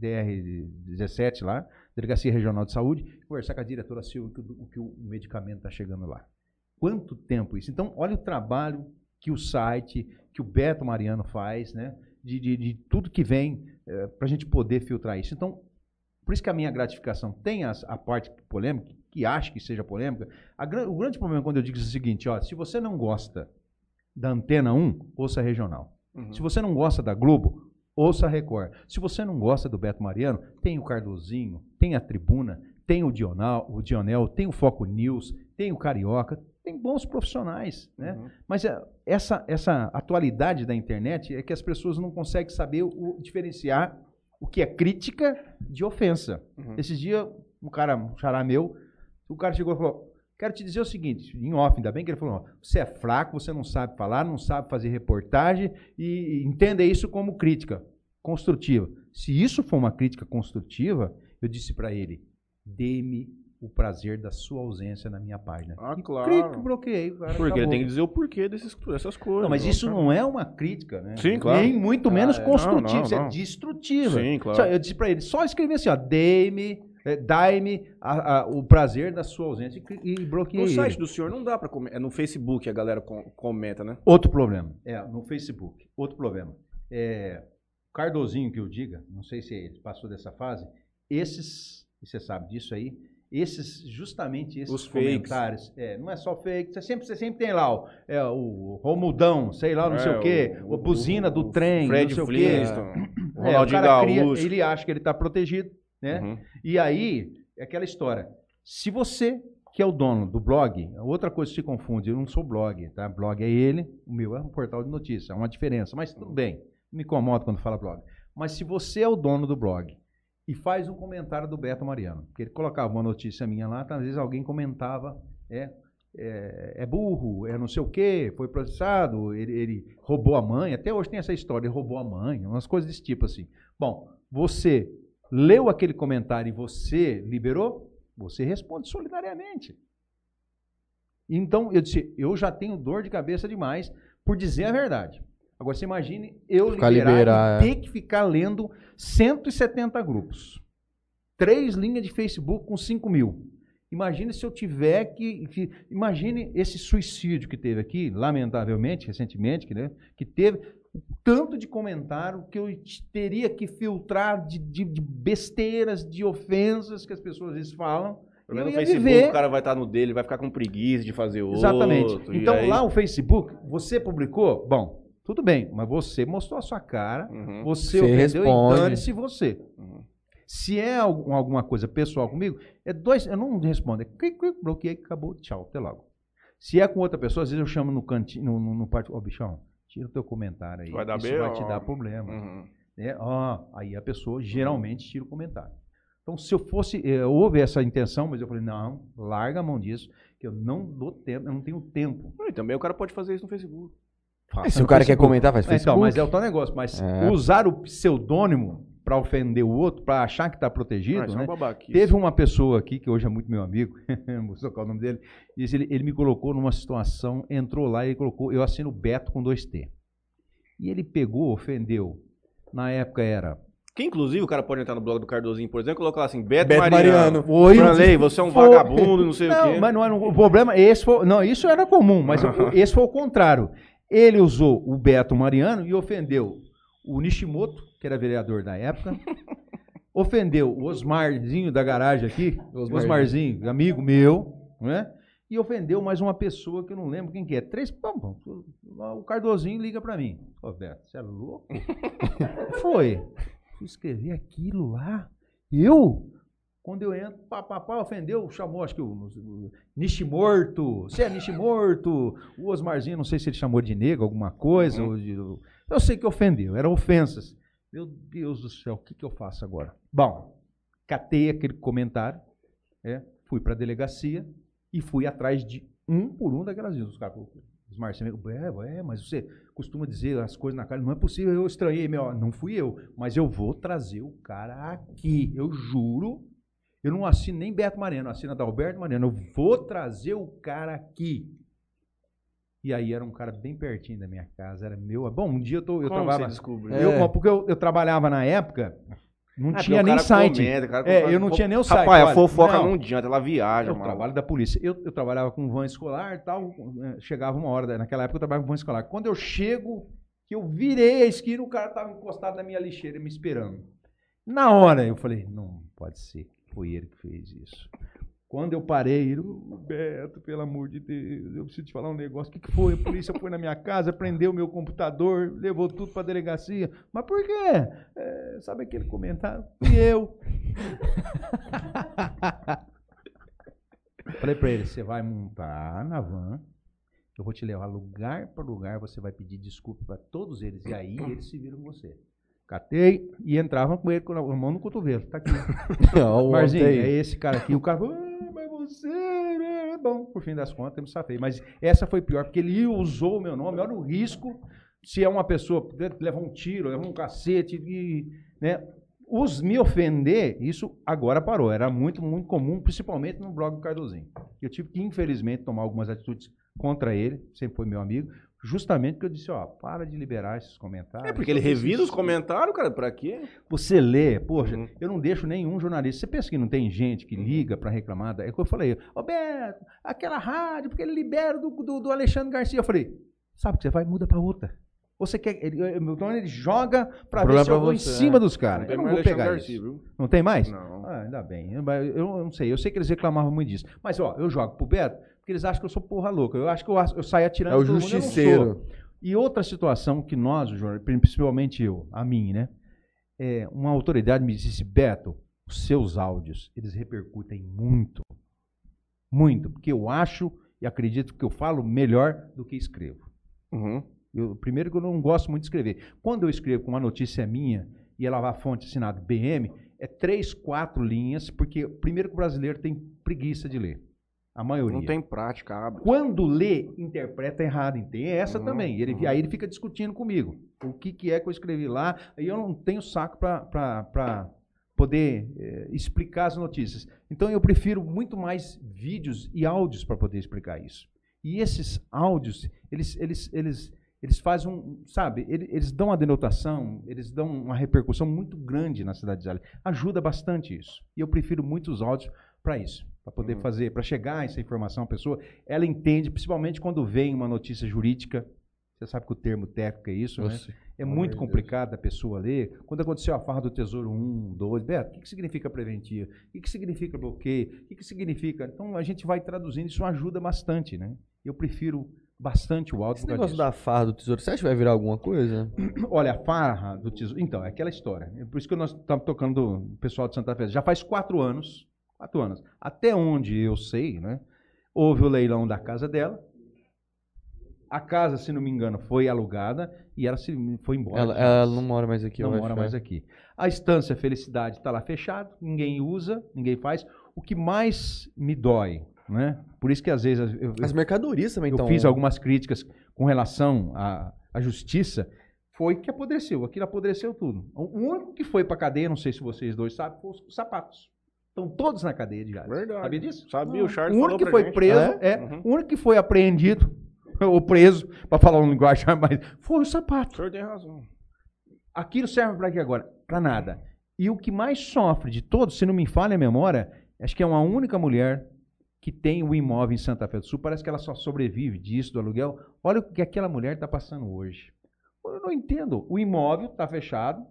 dezessete lá, Delegacia Regional de Saúde, conversar com a diretora Silva que o, que o medicamento está chegando lá. Quanto tempo isso? Então, olha o trabalho que o site, que o Beto Mariano faz, né, de, de, de tudo que vem é, para a gente poder filtrar isso. Então, por isso que a minha gratificação tem a, a parte polêmica, que acho que seja polêmica. A, o grande problema quando eu digo isso é o seguinte, ó, se você não gosta da Antena um, ouça a Regional. Uhum. Se você não gosta da Globo, ouça a Record. Se você não gosta do Beto Mariano, tem o Cardozinho, tem a Tribuna, tem o Dional, o Dionel, tem o Foco News, tem o Carioca, tem bons profissionais, né? Uhum. Mas essa, essa atualidade da internet é que as pessoas não conseguem saber o, diferenciar o que é crítica de ofensa. Uhum. Esses dias, um cara, um xará meu, o cara chegou e falou, quero te dizer o seguinte, em off, ainda bem que ele falou, você é fraco, você não sabe falar, não sabe fazer reportagem e entenda isso como crítica construtiva. Se isso for uma crítica construtiva, eu disse para ele, dê-me o prazer da sua ausência na minha página. Ah, e claro. Clique, bloqueei. Cara, porque acabou. Ele tem que dizer o porquê desses, dessas coisas. Não, mas isso não é uma crítica, né? Sim, claro. Nem muito menos ah, é. construtiva, não, não, isso não. é destrutiva. Sim, claro. Só, eu disse para ele, só escrever assim, ó, dê-me É, dai-me a, a, o prazer da sua ausência e, e bloqueei No site ele. do senhor não dá pra comentar. É no Facebook a galera com, comenta, né? Outro problema. É, no Facebook. Outro problema. É, Cardozinho, que eu diga, não sei se ele passou dessa fase, esses, você sabe disso aí, esses, justamente esses Os comentários, é, não é só fake, você sempre, você sempre tem lá o, é, o Romudão, sei lá, não é, sei o quê, o, a buzina o, do o trem, Fred não sei Flintstone, o quê. o Ronaldinho é, o cara cria, Gaúcho. ele acha que ele está protegido, né? Uhum. E aí, é aquela história, se você que é o dono do blog, outra coisa que se confunde, eu não sou blog, tá? Blog é ele, o meu é um portal de notícias, é uma diferença, mas tudo bem, não me incomoda quando fala blog. Mas se você é o dono do blog e faz um comentário do Beto Mariano, porque ele colocava uma notícia minha lá, às vezes alguém comentava, é, é, é burro, é não sei o quê, foi processado, ele, ele roubou a mãe, até hoje tem essa história, ele roubou a mãe, umas coisas desse tipo assim. Bom, você leu aquele comentário e você liberou, você responde solidariamente. Então, eu disse, eu já tenho dor de cabeça demais por dizer a verdade. Agora, você imagine eu ficar liberar, liberar, e ter que ficar lendo cento e setenta grupos. Três linhas de Facebook com cinco mil. Imagine se eu tiver que, que... Imagine esse suicídio que teve aqui, lamentavelmente, recentemente, que, né, que teve tanto de comentário que eu teria que filtrar de, de, de besteiras, de ofensas que as pessoas às vezes falam. Pelo menos no Facebook viver... o cara vai estar no dele, vai ficar com preguiça de fazer outro. Exatamente. Então aí... lá o Facebook, você publicou, bom, tudo bem, mas você mostrou a sua cara, uhum. você, você ofendeu e dane-se você. Uhum. Se é alguma coisa pessoal comigo, é dois, eu não respondo, é clique, clique, bloqueei, acabou, tchau, até logo. Se é com outra pessoa, às vezes eu chamo no cantinho, no, no, no parte, ó, oh, bichão, tira o teu comentário aí, vai dar isso bem, vai ó. te dar problema. Uhum. É, ó, aí a pessoa geralmente tira o comentário. Então, se eu fosse, eh, houve essa intenção, mas eu falei, não, larga a mão disso, que eu não dou tempo, eu não tenho tempo. E também o cara pode fazer isso no Facebook. Faça Se no o cara quer Facebook. comentar, faz É, Facebook. Então, mas é o tal negócio. Mas É. usar o pseudônimo para ofender o outro, para achar que está protegido, Ah, isso é né? uma babaquice. Teve uma pessoa aqui, que hoje é muito meu amigo, não vou tocar o nome dele, disse, ele, ele me colocou numa situação, entrou lá e ele colocou, eu assino Beto com dois T. E ele pegou, ofendeu. Na época era... Que inclusive o cara pode entrar no blog do Cardozinho, por exemplo, e colocar lá assim, Beto, Beto Mariano. Mariano. Oi, Franley, você é um foi- vagabundo, não sei não, o quê. mas não era o problema, esse foi, não, isso era comum, mas o- esse foi o contrário. Ele usou o Beto Mariano e ofendeu o Nishimoto, que era vereador da época, ofendeu o Osmarzinho da garagem aqui, Osmarzinho. Osmarzinho, amigo meu, não é? E ofendeu mais uma pessoa que eu não lembro quem que é. Três, bom, bom, o Cardozinho liga pra mim. Ô, Beto, você é louco? Foi. Fui escrever aquilo lá. Eu? Quando eu entro, pá, pá, pá, ofendeu, chamou, acho que o, o Nishimorto, você é Nishimorto, o Osmarzinho, não sei se ele chamou de negro, alguma coisa, Uhum. ou de, eu sei que ofendeu, eram ofensas. Meu Deus do céu, o que, que eu faço agora? Bom, catei aquele comentário, é, fui para a delegacia e fui atrás de um por um daquelas vezes. Os caras, os Marcinhos, é, é, mas você costuma dizer as coisas na cara, não é possível, eu estranhei, meu, não fui eu, mas eu vou trazer o cara aqui, eu juro, eu não assino nem Beto Mariano, assino da Alberto Mariano, eu vou trazer o cara aqui. E aí era um cara bem pertinho da minha casa, era meu. Bom, um dia eu, tô, eu Como trabalhava. você descobriu? Eu, É. porque eu, eu trabalhava na época, não Ah, porque tinha o nem cara site. comenta, o cara É, faz eu não fo- tinha nem o site. Rapaz, a olha, fofoca não. não adianta, ela viaja, É o mano. trabalho da polícia. Eu, eu trabalhava com van escolar e tal. eh, Chegava uma hora, naquela época eu trabalhava com van escolar. Quando eu chego, que eu virei a esquina, o cara estava encostado na minha lixeira me esperando. Na hora eu falei, não pode ser, foi ele que fez isso. Quando eu parei, ele, "Ô, Beto, pelo amor de Deus, eu preciso te falar um negócio. O que, que foi? A polícia foi na minha casa, prendeu meu computador, levou tudo para a delegacia. Mas por quê? É, sabe aquele comentário? Fui eu. Falei para ele, você vai montar na van, eu vou te levar lugar por lugar, você vai pedir desculpa para todos eles, e aí eles se viram com você. Catei e entrava com ele com a mão no cotovelo. Tá aqui. Ó, o Marzinho, homem é aí. esse cara aqui. O cara falou, ah, mas você... né?" Bom, por fim das contas, eu me safei. Mas essa foi pior, porque ele usou o meu nome. Olha o risco, se é uma pessoa leva um tiro, leva um cacete, e, né? Os me ofender, isso agora parou. Era muito, muito comum, principalmente no blog do Cardozinho. Eu tive que, infelizmente, tomar algumas atitudes contra ele, sempre foi meu amigo, justamente porque eu disse, ó, para de liberar esses comentários. É porque ele Eu preciso- revisa os comentários, cara, pra quê? Você lê, poxa, Uhum. eu não deixo nenhum jornalista. Você pensa que não tem gente que liga para reclamar? É o que eu falei, ô Beto, aquela rádio, porque ele libera do, do, do Alexandre Garcia. Eu falei, sabe o que você vai? Muda para outra. Você quer. Ele, então ele joga para ver problema se eu pra vou em você, cima é. dos caras. Não tem Eu não mais vou Alexandre pegar Garcia, isso. viu? Não tem mais? Não. Ah, ainda bem. Eu, eu não sei. Eu sei que eles reclamavam muito disso. Mas, ó, eu jogo pro Beto porque eles acham que eu sou porra louca. Eu acho que eu, eu saio atirando É o em todo mundo, eu não justiceiro. sou. E outra situação que nós, o jornal- principalmente eu, a mim, né? É, uma autoridade me disse, Beto, os seus áudios, eles repercutem muito. Muito. Porque eu acho e acredito que eu falo melhor do que escrevo. Uhum. Eu, primeiro que eu não gosto muito de escrever. Quando eu escrevo com uma notícia minha e ela vai à fonte assinada B M, é três, quatro linhas, porque primeiro que o brasileiro tem preguiça de ler. A maioria. Não tem prática, hábito. Quando lê, interpreta errado. Tem essa Uhum, também. Ele, uhum. Aí ele fica discutindo comigo. O que, que é que eu escrevi lá. Aí eu não tenho saco para poder eh, explicar as notícias. Então eu prefiro muito mais vídeos e áudios para poder explicar isso. E esses áudios, eles, eles, eles, eles fazem um, sabe, eles, eles dão uma denotação, eles dão uma repercussão muito grande na cidade de Jales. Ajuda bastante isso. E eu prefiro muitos áudios para isso, para poder Uhum. fazer, para chegar essa informação à pessoa, ela entende, principalmente quando vem uma notícia jurídica, você sabe que o termo técnico é isso, Eu né? sei. É Pelo muito amor de complicado a pessoa ler. Quando aconteceu a farra do Tesouro um, dois, Beto, o que, que significa preventiva? O que, que significa bloqueio? O que, que significa? Então a gente vai traduzindo, isso ajuda bastante, né? Eu prefiro bastante o áudio. Esse por causa negócio disso. da farra do tesouro, você acha que vai virar alguma coisa? Olha, a farra do Tesouro. Então, é aquela história. É por isso que nós estamos tocando do pessoal de Santa Fé. Já faz quatro anos, quatro anos. Até onde eu sei, né? Houve o leilão da casa dela. A casa, se não me engano, foi alugada e ela se foi embora. Ela, ela não mora mais aqui, não eu mora acho, mais é. aqui. A estância Felicidade está lá fechado, ninguém usa, ninguém faz. O que mais me dói né? Por isso que às vezes eu, As mercadorias também eu estão... fiz algumas críticas com relação à, à justiça, foi que apodreceu. Aquilo apodreceu tudo. O único que foi para cadeia, não sei se vocês dois sabem, foi os sapatos. Estão todos na cadeia de Jales. Verdade. Sabia disso? Sabia, Não. o Charles O falou único que pra foi gente. preso, É? é, Uhum. o único que foi apreendido, ou preso, para falar um linguagem mais, foi o O sapato. senhor tem razão. Aquilo serve para quê agora? Para nada. E o que mais sofre de todos, se não me falha a memória, acho que é uma única mulher que tem o imóvel em Santa Fé do Sul, parece que ela só sobrevive disso, do aluguel. Olha o que aquela mulher está passando hoje. Eu não entendo. O imóvel está fechado,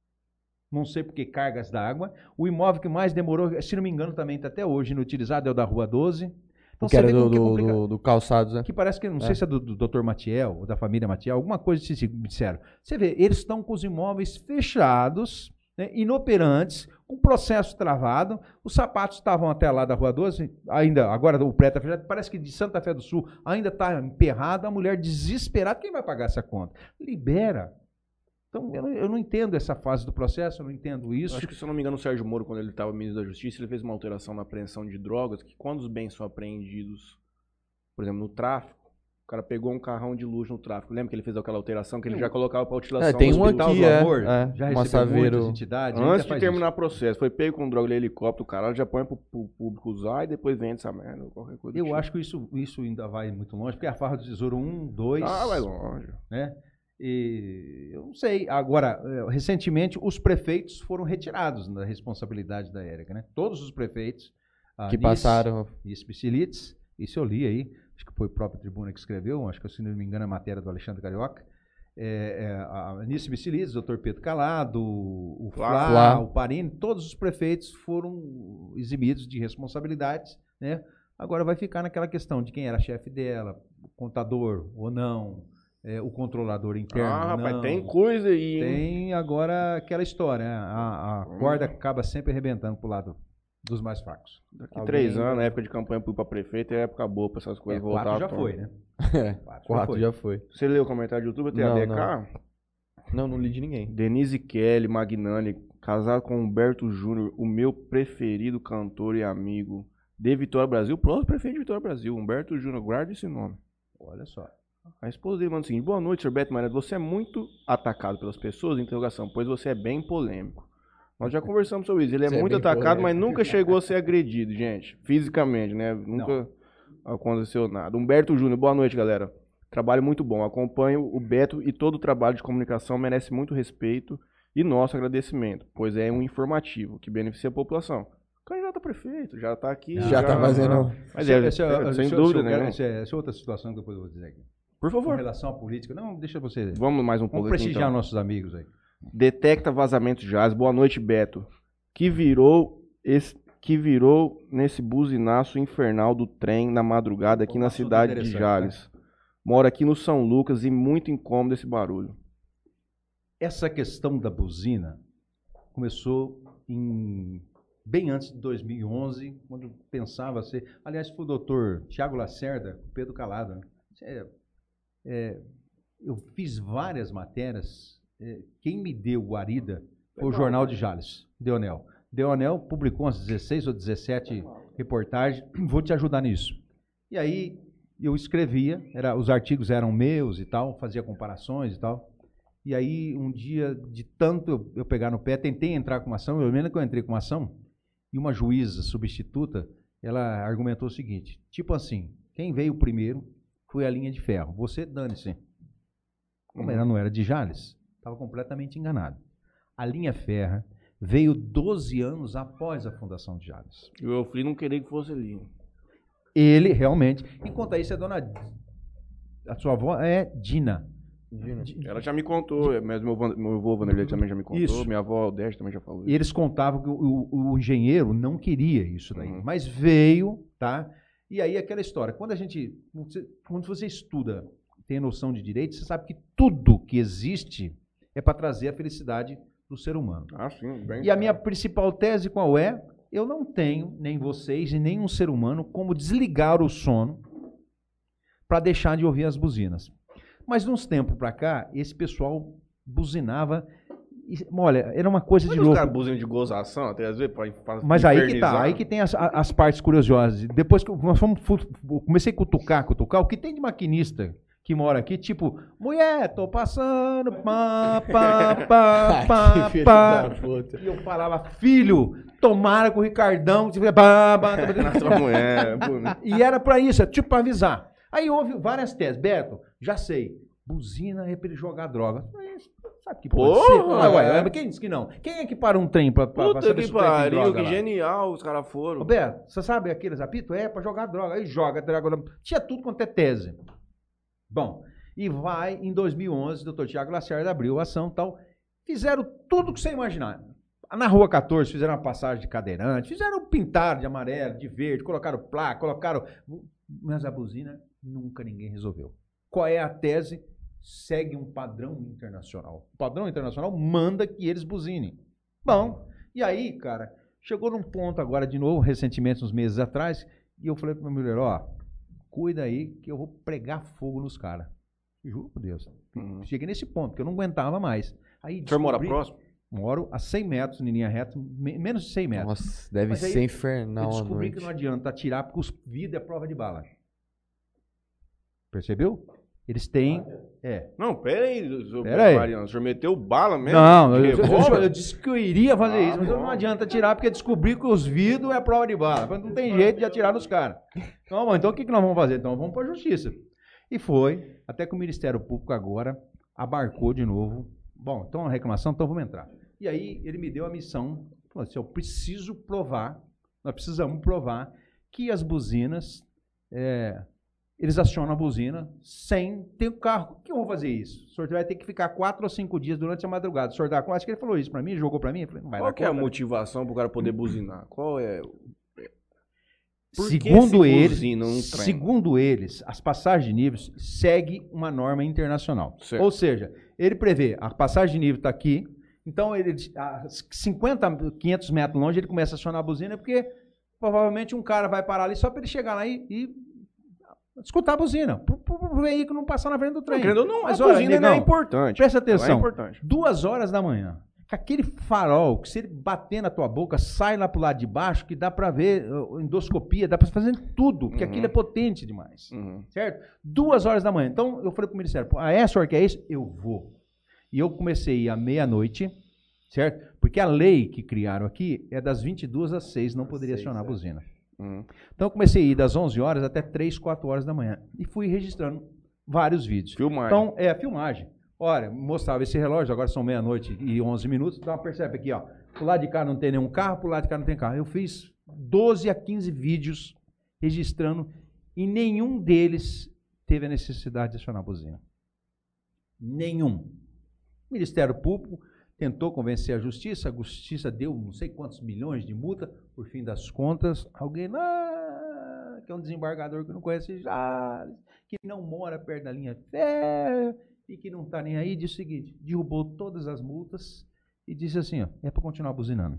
não sei por que cargas d'água. O imóvel que mais demorou, se não me engano, também está até hoje inutilizado, é o da Rua doze. Então, que era vê do, como que é do, complicado. do, do calçados, né? Que parece que, não É. sei se é do, do doutor Matiel, ou da família Matiel, alguma coisa que me disseram. Você vê, eles estão com os imóveis fechados, né, inoperantes, com processo travado, os sapatos estavam até lá da Rua doze, ainda, agora o prédio está fechado, parece que de Santa Fé do Sul ainda está emperrado, a mulher desesperada, quem vai pagar essa conta? Libera. Então, eu não, eu não entendo essa fase do processo, eu não entendo isso. Acho que, se eu não me engano, o Sérgio Moro, quando ele estava ministro da Justiça, ele fez uma alteração na apreensão de drogas, que quando os bens são apreendidos, por exemplo, no tráfico, o cara pegou um carrão de luxo no tráfico. Lembra que ele fez aquela alteração que ele já colocava para utilização? É, tem no um hospital aqui, do é, amor? é, Já uma recebeu muitas Saveiro. entidades, ainda Antes de faz terminar o processo, foi pego com droga de helicóptero, o cara já põe pro, pro público usar e depois vende essa merda, qualquer coisa. do Eu tipo. acho que isso, isso ainda vai muito longe, porque a farra do tesouro um, dois... Ah, vai longe. Né? E eu não sei. Agora, eh, recentemente, os prefeitos foram retirados da responsabilidade da Érica, né? Todos os prefeitos. a Que Nis- passaram... Nis Piscilites, isso eu li aí, acho que foi o próprio Tribuna que escreveu, acho que, se não me engano, a matéria do Alexandre Carioca. É, é, a Nis Piscilites, o doutor Pedro Calado, o Flá, Flá. o Parini, todos os prefeitos foram eximidos de responsabilidades, né? Agora vai ficar naquela questão de quem era chefe dela, o contador ou não, é, o controlador interno. Ah, rapaz, não. tem coisa aí, hein? Tem agora aquela história, né? a, a corda acaba sempre arrebentando pro lado dos mais fracos. Daqui Alguém- três anos, na época de campanha para prefeito, é época boa para essas É, coisas quatro voltar. já à tona. foi, né? É, Quatro, quatro já já foi. Você leu o comentário do YouTube? Tem Não, a D K? Não, não li de ninguém. Denise Kelly Magnani, casado com Humberto Júnior, o meu preferido cantor e amigo de Vitória Brasil, próximo prefeito de Vitória Brasil, Humberto Júnior, guarda esse nome. Olha só. A esposa dele manda o seguinte: boa noite, senhor Beto Maria. Você é muito atacado pelas pessoas, interrogação, pois você é bem polêmico. Nós já conversamos sobre isso. Ele é Você é muito bem atacado, polêmico. mas nunca chegou a ser agredido, gente. Fisicamente, né? Nunca aconteceu nada. Humberto Júnior, boa noite, galera. Trabalho muito bom. Acompanho o Beto e todo o trabalho de comunicação merece muito respeito e nosso agradecimento, pois é um informativo que beneficia a população. O candidato a prefeito, já tá aqui. Já tá fazendo- Mas é, Essa- essa- sem essa- dúvida, essa- né? Essa, essa é outra situação que depois eu vou dizer aqui. Por Com favor, relação à política. Não, deixa você. vamos mais um pouco Vamos aqui, prestigiar então. nossos amigos aí. Detecta vazamentos de gás. Boa noite, Beto. Que virou esse, que virou nesse buzinaço infernal do trem na madrugada aqui na Assunto cidade de interessante, Jales. Moro aqui no São Lucas e muito incômodo esse barulho. Essa questão da buzina começou em, bem antes de dois mil e onze, quando pensava ser... Aliás, foi o doutor Tiago Lacerda, Pedro Calado. Né? É, é, eu fiz várias matérias. É, quem me deu guarida foi o Jornal de Jales, Deonel. Deonel publicou umas dezesseis ou dezessete reportagens. Vou te ajudar nisso. E aí eu escrevia, era, os artigos eram meus e tal, fazia comparações e tal. E aí, um dia, de tanto eu, eu pegar no pé, tentei entrar com uma ação, eu lembro que eu entrei com uma ação, e uma juíza substituta, ela argumentou o seguinte, tipo assim, quem veio primeiro foi a linha de ferro, você dane-se. Como ela não era de Jales, estava completamente enganado. A linha ferro veio doze anos após a fundação de Jales. E o Eufli não queria que fosse ali. Ele, realmente, enquanto isso, a dona, a sua avó é Dina. Ela já me contou, mas meu, avô- meu avô Vanderlei também já me contou, Isso. minha avó Odete também já falou E isso. eles contavam que o, o- o engenheiro não queria isso daí, Uhum. mas veio, tá? E aí aquela história, quando a gente, você- quando você estuda, tem noção de direito, você sabe que tudo que existe é para trazer a felicidade do ser humano. Ah, sim, bem. E a minha principal tese qual é? Eu não tenho, nem vocês, e nenhum ser humano, como desligar o sono para deixar de ouvir as buzinas. Mas, de uns tempos para cá, esse pessoal buzinava E, olha, era uma coisa Mas de os louco. caras buzinam de gozação, até às vezes, pra, pra Mas aí que tá, infernizar. aí que tem as, as partes curiosas. Depois que nós fomos, fu- comecei a cutucar, cutucar, o que tem de maquinista que mora aqui, tipo, mulher, tô passando, pá, pá, pá, pá, filho pá. da puta. E eu falava, filho, tomara que o Ricardão, tipo, pá, pá, tá Na sua mulher, pô, né? e era pra isso, é tipo pra avisar. Aí houve várias teses. Beto, já sei, buzina é pra ele jogar droga. Mas, sabe que pode Porra, ser? Ué, ué, é. quem disse que não? Quem é que para um trem pra, pra, pra Puta saber que se o trem tem pariu, droga que lá? genial os caras foram. Ô, Beto, você sabe aqueles apitos? É pra jogar droga. Aí joga droga. Tinha tudo quanto é tese. Bom, e vai, em dois mil e onze, doutor Tiago Lacerda abriu a ação e tal. Fizeram tudo que você imaginar. Na Rua quatorze fizeram uma passagem de cadeirante, fizeram pintar de amarelo, de verde, colocaram placa, colocaram... Mas a buzina nunca ninguém resolveu. Qual é a tese? Segue um padrão internacional. O padrão internacional manda que eles buzinem. Bom, e aí, cara, chegou num ponto agora, de novo, recentemente, uns meses atrás, e eu falei pra minha mulher, ó, cuida aí que eu vou pregar fogo nos caras. Juro por Deus. Uhum. Cheguei nesse ponto, porque eu não aguentava mais. Aí O senhor mora descobri- próximo? Moro a cem metros, em linha reta, me- menos de cem metros. Nossa, deve Mas aí ser eu infernal a descobri noite. que não adianta atirar, porque os vidros é prova de bala. Percebeu? Eles têm... É. Não, pera aí, senhor Pera aí. Mariano. O senhor meteu bala mesmo? Não, De eu, eu, revólver? eu, eu disse que eu iria fazer Ah, isso, mas bom. não adianta atirar, porque descobri que os vidros é prova de bala. Não tem jeito de atirar nos caras. Então, bom, então o que, que nós vamos fazer? Então vamos para a justiça. E foi, até que o Ministério Público agora abarcou de novo. Bom, então a reclamação, então vamos entrar. E aí ele me deu a missão, falou assim, eu preciso provar, nós precisamos provar que as buzinas, é, eles acionam a buzina sem ter o carro. Por que eu vou fazer isso? O senhor vai ter que ficar quatro ou cinco dias durante a madrugada. O senhor dá conta? Acho que ele falou isso para mim, jogou para mim. Eu falei, não vai Qual dar que é a conta. motivação pro cara poder buzinar? Qual é? Por que Segundo se eles, buzina num trem? segundo eles, as passagens de níveis seguem uma norma internacional. Certo. Ou seja, ele prevê, a passagem de nível está aqui, então ele, a cinquenta, quinhentos metros longe ele começa a acionar a buzina, porque provavelmente um cara vai parar ali só para ele chegar lá e, e escutar a buzina, para o veículo não passar na frente do trem. Não, querendo ou não, Mas a olha, buzina negão, é importante. presta Ela é atenção, importante. duas horas da manhã, com aquele farol, que se ele bater na tua boca, sai lá pro lado de baixo, que dá para ver uh, endoscopia, dá para fazer tudo, porque Uhum. aquilo é potente demais. Uhum. Certo? Duas horas da manhã. Então, eu falei pro Ministério, ah, é, senhor, que é isso? Eu vou. E eu comecei a ir à meia-noite, certo? Porque a lei que criaram aqui é das vinte e duas às seis, não poderia seis, acionar a é. buzina. Uhum. Então, eu comecei a ir das onze horas até três, quatro horas da manhã. E fui registrando vários vídeos. Filmagem. Então, é, filmagem. Olha, mostrava esse relógio, agora são meia-noite e onze minutos, então percebe aqui, ó, pro lado de cá não tem nenhum carro, pro lado de cá não tem carro. Eu fiz doze a quinze vídeos registrando e nenhum deles teve a necessidade de acionar a buzina. Nenhum. O Ministério Público tentou convencer a Justiça, a Justiça deu não sei quantos milhões de multa, por fim das contas, alguém lá, que é um desembargador que não conhece Jales, que não mora perto da linha férrea, e que não está nem aí, disse o seguinte, derrubou todas as multas e disse assim, ó, é para continuar buzinando.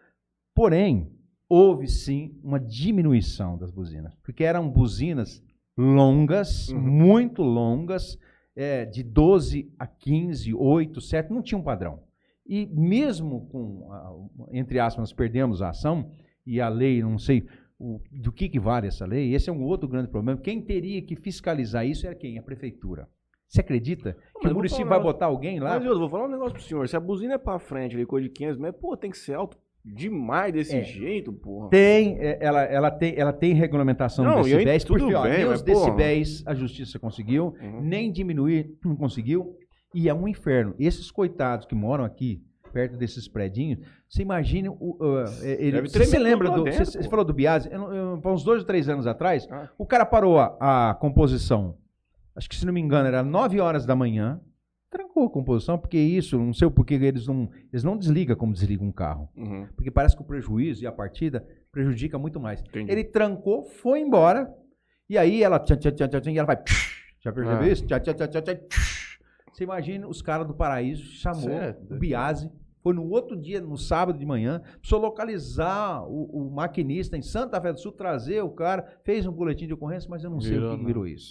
Porém, houve sim uma diminuição das buzinas, porque eram buzinas longas, Uhum. muito longas, é, de doze a quinze, oito, sete, não tinha um padrão. E mesmo com, a- entre aspas, nós perdemos a ação, e a lei, não sei o, do que, que vale essa lei, esse é um outro grande problema. Quem teria que fiscalizar isso era quem? A prefeitura. Você acredita que Mas o eu vou município falar vai um botar alguém lá? Mas eu vou falar um negócio pro senhor. Se a buzina é pra frente ali, coisa de quinhentos metros, pô, tem que ser alto demais desse É. jeito, porra. Tem, é, ela, ela, tem, ela tem regulamentação Não, de e aí decibéis, tudo porque ó, bem, nem mas, os porra. decibéis a justiça conseguiu, Uhum. nem diminuir não conseguiu, e é um inferno. Esses coitados que moram aqui, perto desses predinhos, você imagina, o, uh, ele, Deve você, tremer você lembra tudo lá do, dentro, você, você pô. falou do Biase, eu, não- eu, há uns dois ou três anos atrás, Ah. o cara parou a, a composição, acho que se não me engano era nove horas da manhã, trancou a composição, porque isso, não sei o porquê, eles não, eles não desligam como desliga um carro. Uhum. Porque parece que o prejuízo e a partida prejudica muito mais. Entendi. Ele trancou, foi embora, e aí ela tchan, tchan, tchan, tchan, tchan, e ela vai. Já percebeu Ah. isso? Tchan, tchan, tchan, tchan, tchan. Você imagina os caras do Paraíso, chamou Certo. o Biase, foi no outro dia, no sábado de manhã, precisou localizar o, o maquinista em Santa Fé do Sul, trazer o cara, fez um boletim de ocorrência, mas eu não sei Virou o que que não. virou isso.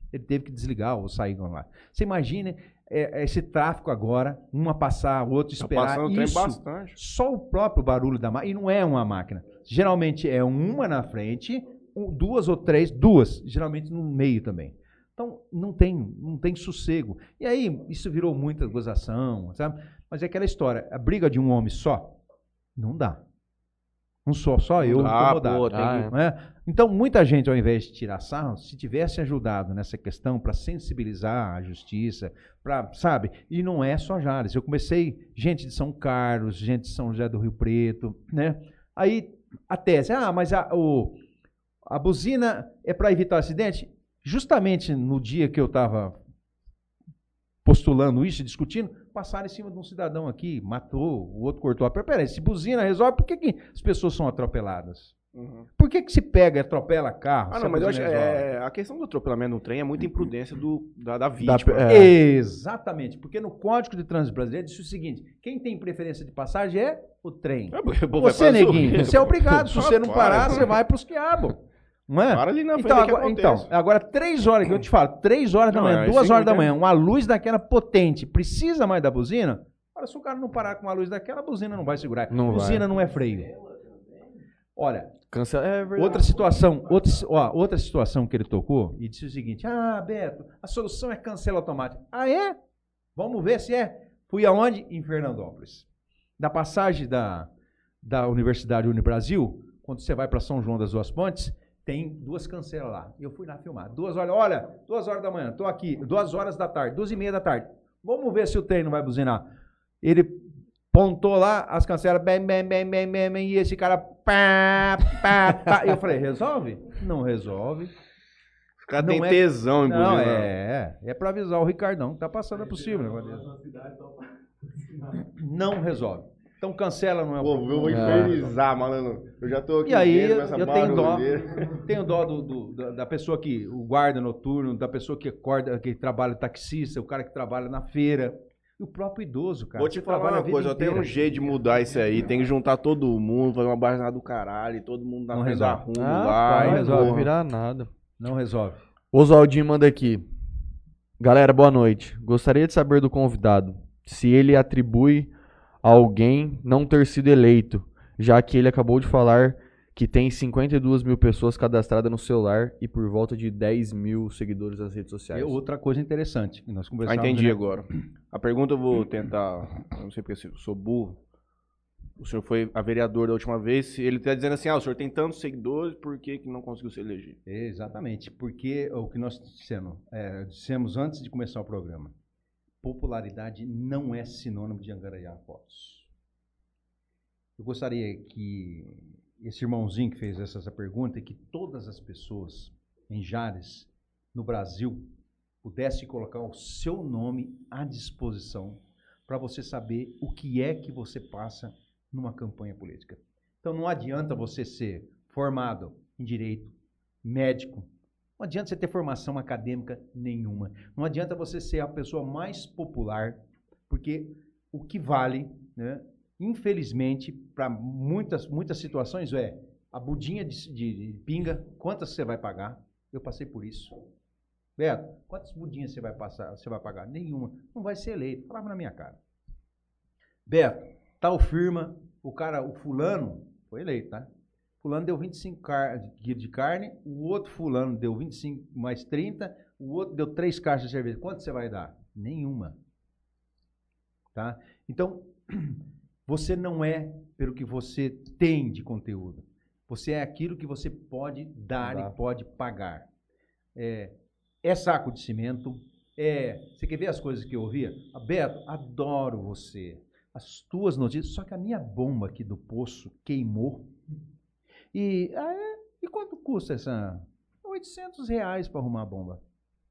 Ele teve que desligar ou sair lá. Você imagina é, esse tráfego agora, uma passar, o outro esperar. Tá passando o trem isso, bastante. só o próprio barulho da máquina. E não é uma máquina. Geralmente é uma na frente, duas ou três, duas, geralmente no meio também. Então, não tem, não tem sossego. E aí, isso virou muita gozação, sabe? Mas é aquela história, a briga de um homem só, não dá. Um só, só eu Ah, incomodado. pô, tem Ah, que- Não é? Então, muita gente, ao invés de tirar sarro, se tivesse ajudado nessa questão para sensibilizar a justiça, para, sabe? E não é só Jales. Eu comecei, gente de São Carlos, gente de São José do Rio Preto, né? Aí, a tese, ah, mas a, o, a buzina é para evitar acidente? Justamente no dia que eu estava postulando isso, discutindo, passaram em cima de um cidadão aqui, matou, o outro cortou a perna. Peraí, se buzina resolve, por que, que as pessoas são atropeladas? Uhum. Por que, que se pega e atropela carro? Ah, se não, a mas eu acho buzina resolve? é, a questão do atropelamento no trem é muita imprudência do, da, da Da- vítima. é. Exatamente, porque no Código de Trânsito Brasileiro diz o seguinte: quem tem preferência de passagem é o trem. É, pô, vai Você, fazer neguinho, o quê? você é obrigado. Se você não Ah, parar, para. você vai pros quiabos. Não é? Para ali na frente Então, que agora, acontece. então, agora, três horas, que eu te falo, três horas da Não, manhã, é duas assim, horas da eu manhã, entendo. uma luz daquela potente, precisa mais da buzina? Olha, se o cara não parar com uma luz daquela, a buzina não vai segurar. Não buzina vai. não é freio. Olha, Cancela. É verdade. outra situação, outra, ó, outra situação que ele tocou e disse o seguinte: ah, Beto, a solução é cancela automático. Ah, é? Vamos ver se é. Fui aonde? Em Fernandópolis. Da passagem da, da Universidade Unibrasil, quando você vai para São João das Duas Pontes, tem duas cancelas lá. Eu fui lá filmar. Duas horas, olha, duas horas da manhã, tô aqui, duas horas da tarde, duas e meia da tarde. Vamos ver se o trem não vai buzinar. Ele pontou lá as cancelas, bem, bem, bem, bem, bem, bem, e esse cara, pá, pá, pá. Eu falei, resolve? Não resolve. Os caras Não têm é- tesão em Não, buzinar. é, é para avisar o Ricardão que tá passando, é possível. um negócio desse. Não resolve. Então cancela, não é o Pô, eu vou É. infernizar, malandro. Eu já tô aqui E aí, vendo essa eu tenho dó, barulheira. tenho dó do, do- da, da pessoa que, o guarda noturno, da pessoa que acorda, que trabalha taxista, o cara que trabalha na feira, e o próprio idoso, cara. Vou te que falar trabalha a uma vida coisa, eu tenho um inteira. jeito de mudar isso aí. Tem que juntar todo mundo, fazer uma barra do caralho, e todo mundo na Não frente da resolve. rumo Ah, lá. vai, não e resolve. não porra. virar nada. Não resolve. Oswaldinho manda aqui. Galera, boa noite. Gostaria de saber do convidado se ele atribui a alguém não ter sido eleito, já que ele acabou de falar que tem cinquenta e duas mil pessoas cadastradas no celular e por volta de dez mil seguidores nas redes sociais. E outra coisa interessante, que nós Ah, conversamos... entendi né? agora. A pergunta eu vou tentar. Eu não sei porque eu sou burro. O senhor foi a vereador da última vez. Ele está dizendo assim: ah, o senhor tem tantos seguidores, por que, que não conseguiu se eleger? Exatamente, porque o que nós dissemos, é, dissemos antes de começar o programa, popularidade não é sinônimo de angariar votos. Eu gostaria que esse irmãozinho que fez essa, essa pergunta e que todas as pessoas em Jales, no Brasil, pudessem colocar o seu nome à disposição para você saber o que é que você passa numa campanha política. Então não adianta você ser formado em direito, médico, não adianta você ter formação acadêmica nenhuma, não adianta você ser a pessoa mais popular, porque o que vale, né, infelizmente, para muitas, muitas situações é a budinha de, de, de pinga, quantas você vai pagar? Eu passei por isso. Beto, quantas budinhas você vai, passar, você vai pagar? Nenhuma. Não vai ser eleito. Falava na minha cara. Beto, tal firma, o cara, o fulano, foi eleito, tá? Fulano deu vinte e cinco quilos de carne, o outro fulano deu vinte e cinco mais trinta, o outro deu três caixas de cerveja. Quanto você vai dar? Nenhuma. Tá? Então, você não é pelo que você tem de conteúdo. Você é aquilo que você pode dar Dá. e pode pagar. É, é saco de cimento, é... Você quer ver as coisas que eu ouvia? Ah, Beto, adoro você. As tuas notícias, só que a minha bomba aqui do poço queimou. E, ah, é? E quanto custa essa? oitocentos reais para arrumar a bomba.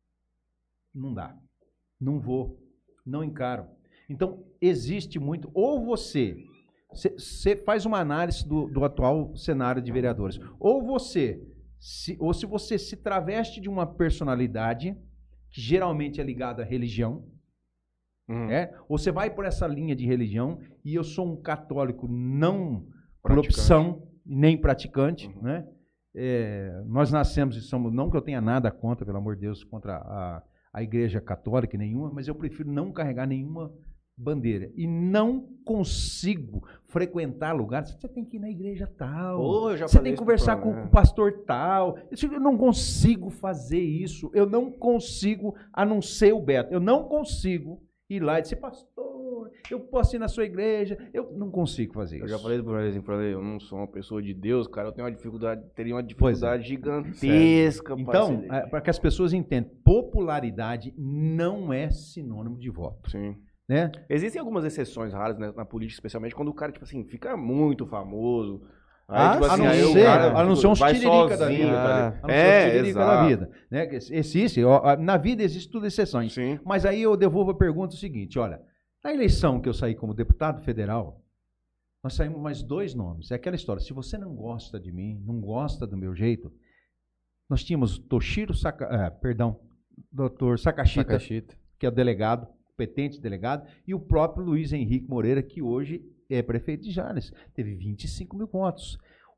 Não dá. Não vou. Não encaro. Então, existe muito. Ou você, você faz uma análise do, do atual cenário de vereadores. Ou você, se, ou se você se traveste de uma personalidade, que geralmente é ligada à religião, Uhum. é? Ou você vai por essa linha de religião, e eu sou um católico não por Praticante. opção, nem praticante, Uhum. né? é, nós nascemos e somos, não que eu tenha nada contra, pelo amor de Deus, contra a, a Igreja Católica nenhuma, mas eu prefiro não carregar nenhuma bandeira. E não consigo frequentar lugares. Você tem que ir na igreja tal. Porra, eu já você falei tem que isso conversar pro com, Flávio, com né? o pastor tal. Isso, eu não consigo fazer isso. Eu não consigo, a não ser o Beto. Eu não consigo ir lá e dizer, pastor, eu posso ir na sua igreja. Eu não consigo fazer isso. Eu já falei por exemplo, falei, eu não sou uma pessoa de Deus, cara, eu tenho uma dificuldade, teria uma Pois é. dificuldade gigantesca. pra Então, ser- é, para que as pessoas entendam, popularidade não é sinônimo de voto. Sim. Né? Existem algumas exceções raras, né, na política, especialmente quando o cara, tipo assim, fica muito famoso. Aí, Ah, tipo sim. assim, A não aí o ser, cara a não tipo, ser uns vai tiririca da sozinho, vida. tá ligado? A não ser uns É, tiririca da exato. vida. Né? Existe, ó, na vida existe tudo exceções. Sim. Mas aí eu devolvo a pergunta o seguinte, olha, na eleição que eu saí como deputado federal, nós saímos mais dois nomes. É aquela história, se você não gosta de mim, não gosta do meu jeito, nós tínhamos Toshiro Saka, ah, perdão, doutor Sakashita, Sakashita. que é o delegado, competente delegado, e o próprio Luiz Henrique Moreira, que hoje é prefeito de Jales. Teve vinte e cinco mil votos.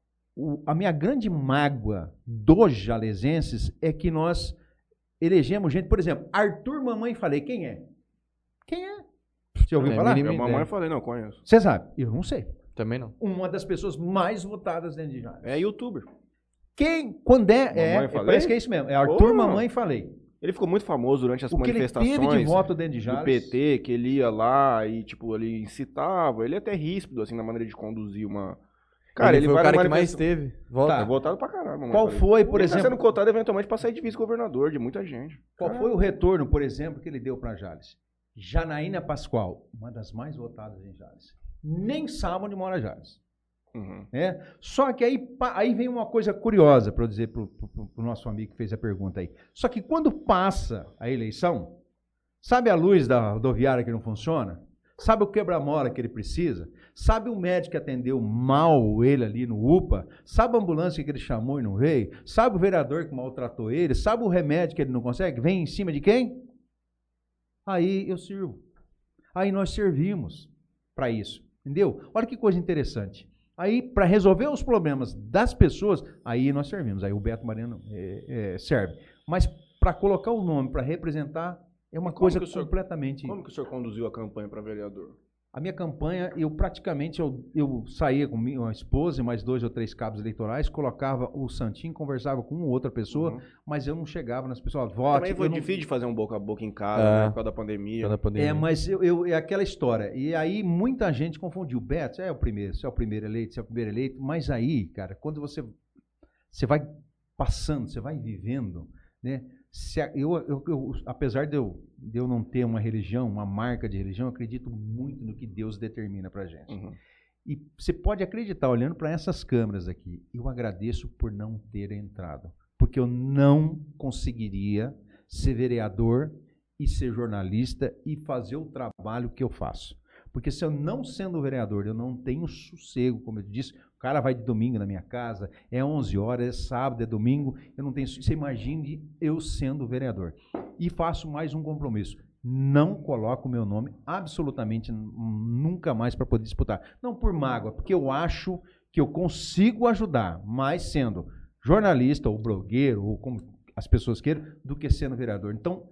O, a minha grande mágoa dos jalesenses é que nós elegemos gente, por exemplo, Arthur Mamãe Falei, quem é? Quem é? Você ouviu É, falar? mínimo- Minha mamãe ideia. eu falei, não, conheço. Você sabe? Eu não sei. Também não. Uma das pessoas mais votadas dentro de Jales. É youtuber. Quem? Quando é? Mamãe É, Falei? parece que é isso mesmo. É Arthur Porra. Mamãe Falei. Ele ficou muito famoso durante as O que ele manifestações teve de voto dentro de do Jales. P T, que ele ia lá e, tipo, ele incitava. Ele é até ríspido, assim, na maneira de conduzir uma... Cara, ele, foi o vai cara na que mais manifestação- teve. Volta. É votado pra caralho, mamãe. Qual Falei. foi, por Ele tá exemplo- sendo cotado eventualmente pra sair de vice-governador de muita gente. Qual foi o retorno, por exemplo, que ele deu para Jales? Janaína Pascoal, uma das mais votadas em Jales. Nem sabe onde mora Jales. Uhum. Né? Só que aí, pa- aí vem uma coisa curiosa para eu dizer para o nosso amigo que fez a pergunta aí. Só que quando passa a eleição, sabe a luz da rodoviária que não funciona? Sabe o quebra-mola que ele precisa? Sabe o médico que atendeu mal ele ali no U P A? Sabe a ambulância que ele chamou e não veio? Sabe o vereador que maltratou ele? Sabe o remédio que ele não consegue? Vem em cima de quem? Aí eu sirvo. Aí nós servimos para isso. Entendeu? Olha que coisa interessante. Aí, para resolver os problemas das pessoas, aí nós servimos. Aí o Beto Mariano é, é, serve. Mas para colocar o nome, para representar, é uma Como coisa que o senhor- completamente... Como que o senhor conduziu a campanha pra vereador? A minha campanha, eu praticamente, eu, eu saía com minha esposa e mais dois ou três cabos eleitorais, colocava o santinho, conversava com uma outra pessoa, Uhum. mas eu não chegava nas pessoas, vote. Também foi eu não- difícil de fazer um boca a boca em casa, É. né, por causa da pandemia. Quando a pandemia. É, mas eu, eu- é aquela história. E aí muita gente confundiu. Beto, você é o primeiro, você é o primeiro eleito, você é o primeiro eleito. Mas aí, cara, quando você, você vai passando, você vai vivendo, né? Se a- eu, eu- eu- apesar de eu, de eu não ter uma religião, uma marca de religião, eu acredito muito no que Deus determina pra gente. Uhum. E você pode acreditar, olhando para essas câmeras aqui, eu agradeço por não ter entrado. Porque eu não conseguiria ser vereador e ser jornalista e fazer o trabalho que eu faço. Porque se eu não sendo vereador, eu não tenho sossego, como eu disse, o cara vai de domingo na minha casa, é onze horas, é sábado, é domingo, eu não tenho... Você imagine eu sendo vereador. E faço mais um compromisso. Não coloco o meu nome absolutamente nunca mais para poder disputar. Não por mágoa, porque eu acho que eu consigo ajudar, mais sendo jornalista ou blogueiro, ou como as pessoas queiram, do que sendo vereador. Então,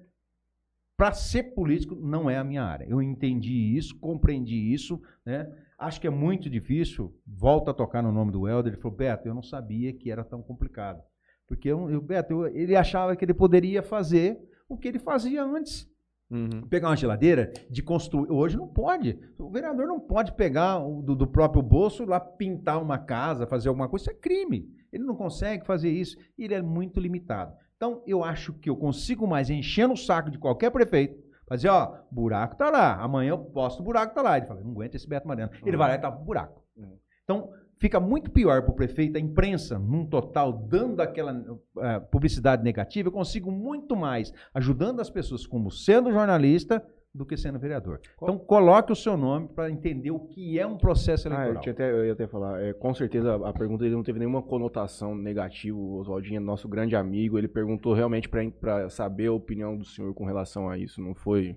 para ser político não é a minha área. Eu entendi isso, compreendi isso, né? Acho que é muito difícil. Volto a tocar no nome do Helder. Ele falou, Beto, eu não sabia que era tão complicado. Porque eu, eu, Beto, eu, ele achava que ele poderia fazer o que ele fazia antes. Uhum. Pegar uma geladeira, de construir. Hoje não pode. O vereador não pode pegar o, do, do próprio bolso lá pintar uma casa, fazer alguma coisa. Isso é crime. Ele não consegue fazer isso. E ele é muito limitado. Então, eu acho que eu consigo mais enchendo o saco de qualquer prefeito. Fazer, ó, buraco tá lá. Amanhã eu posto o buraco tá lá. Ele fala, não aguenta esse Beto Mariano. Ele vai lá e tá pro buraco. Uhum. Então, fica muito pior para o prefeito, a imprensa, num total, dando aquela uh, publicidade negativa. Eu consigo muito mais ajudando as pessoas como sendo jornalista do que sendo vereador. Então, coloque o seu nome para entender o que é um processo Ah, eleitoral. eu, tinha até, eu ia até falar, é, com certeza a, a pergunta dele não teve nenhuma conotação negativa. O Oswaldinho é nosso grande amigo, ele perguntou realmente para saber a opinião do senhor com relação a isso, não foi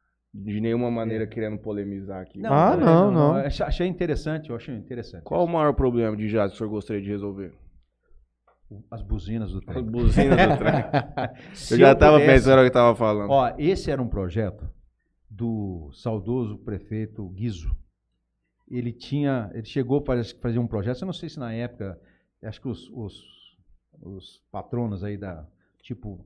de nenhuma maneira querendo polemizar aqui. Não, Ah, também não, não. Achei achei interessante, eu achei interessante. Qual o maior problema de Jales que o senhor gostaria de resolver? o- as buzinas do As trem. buzinas do trem. Se Eu já tava pudesse- pensando o que tava falando. Ó, esse era um projeto do saudoso prefeito Guizo. Ele tinha, ele chegou para fazer um projeto, eu não sei se na época, acho que os, os, os patronos aí da, tipo,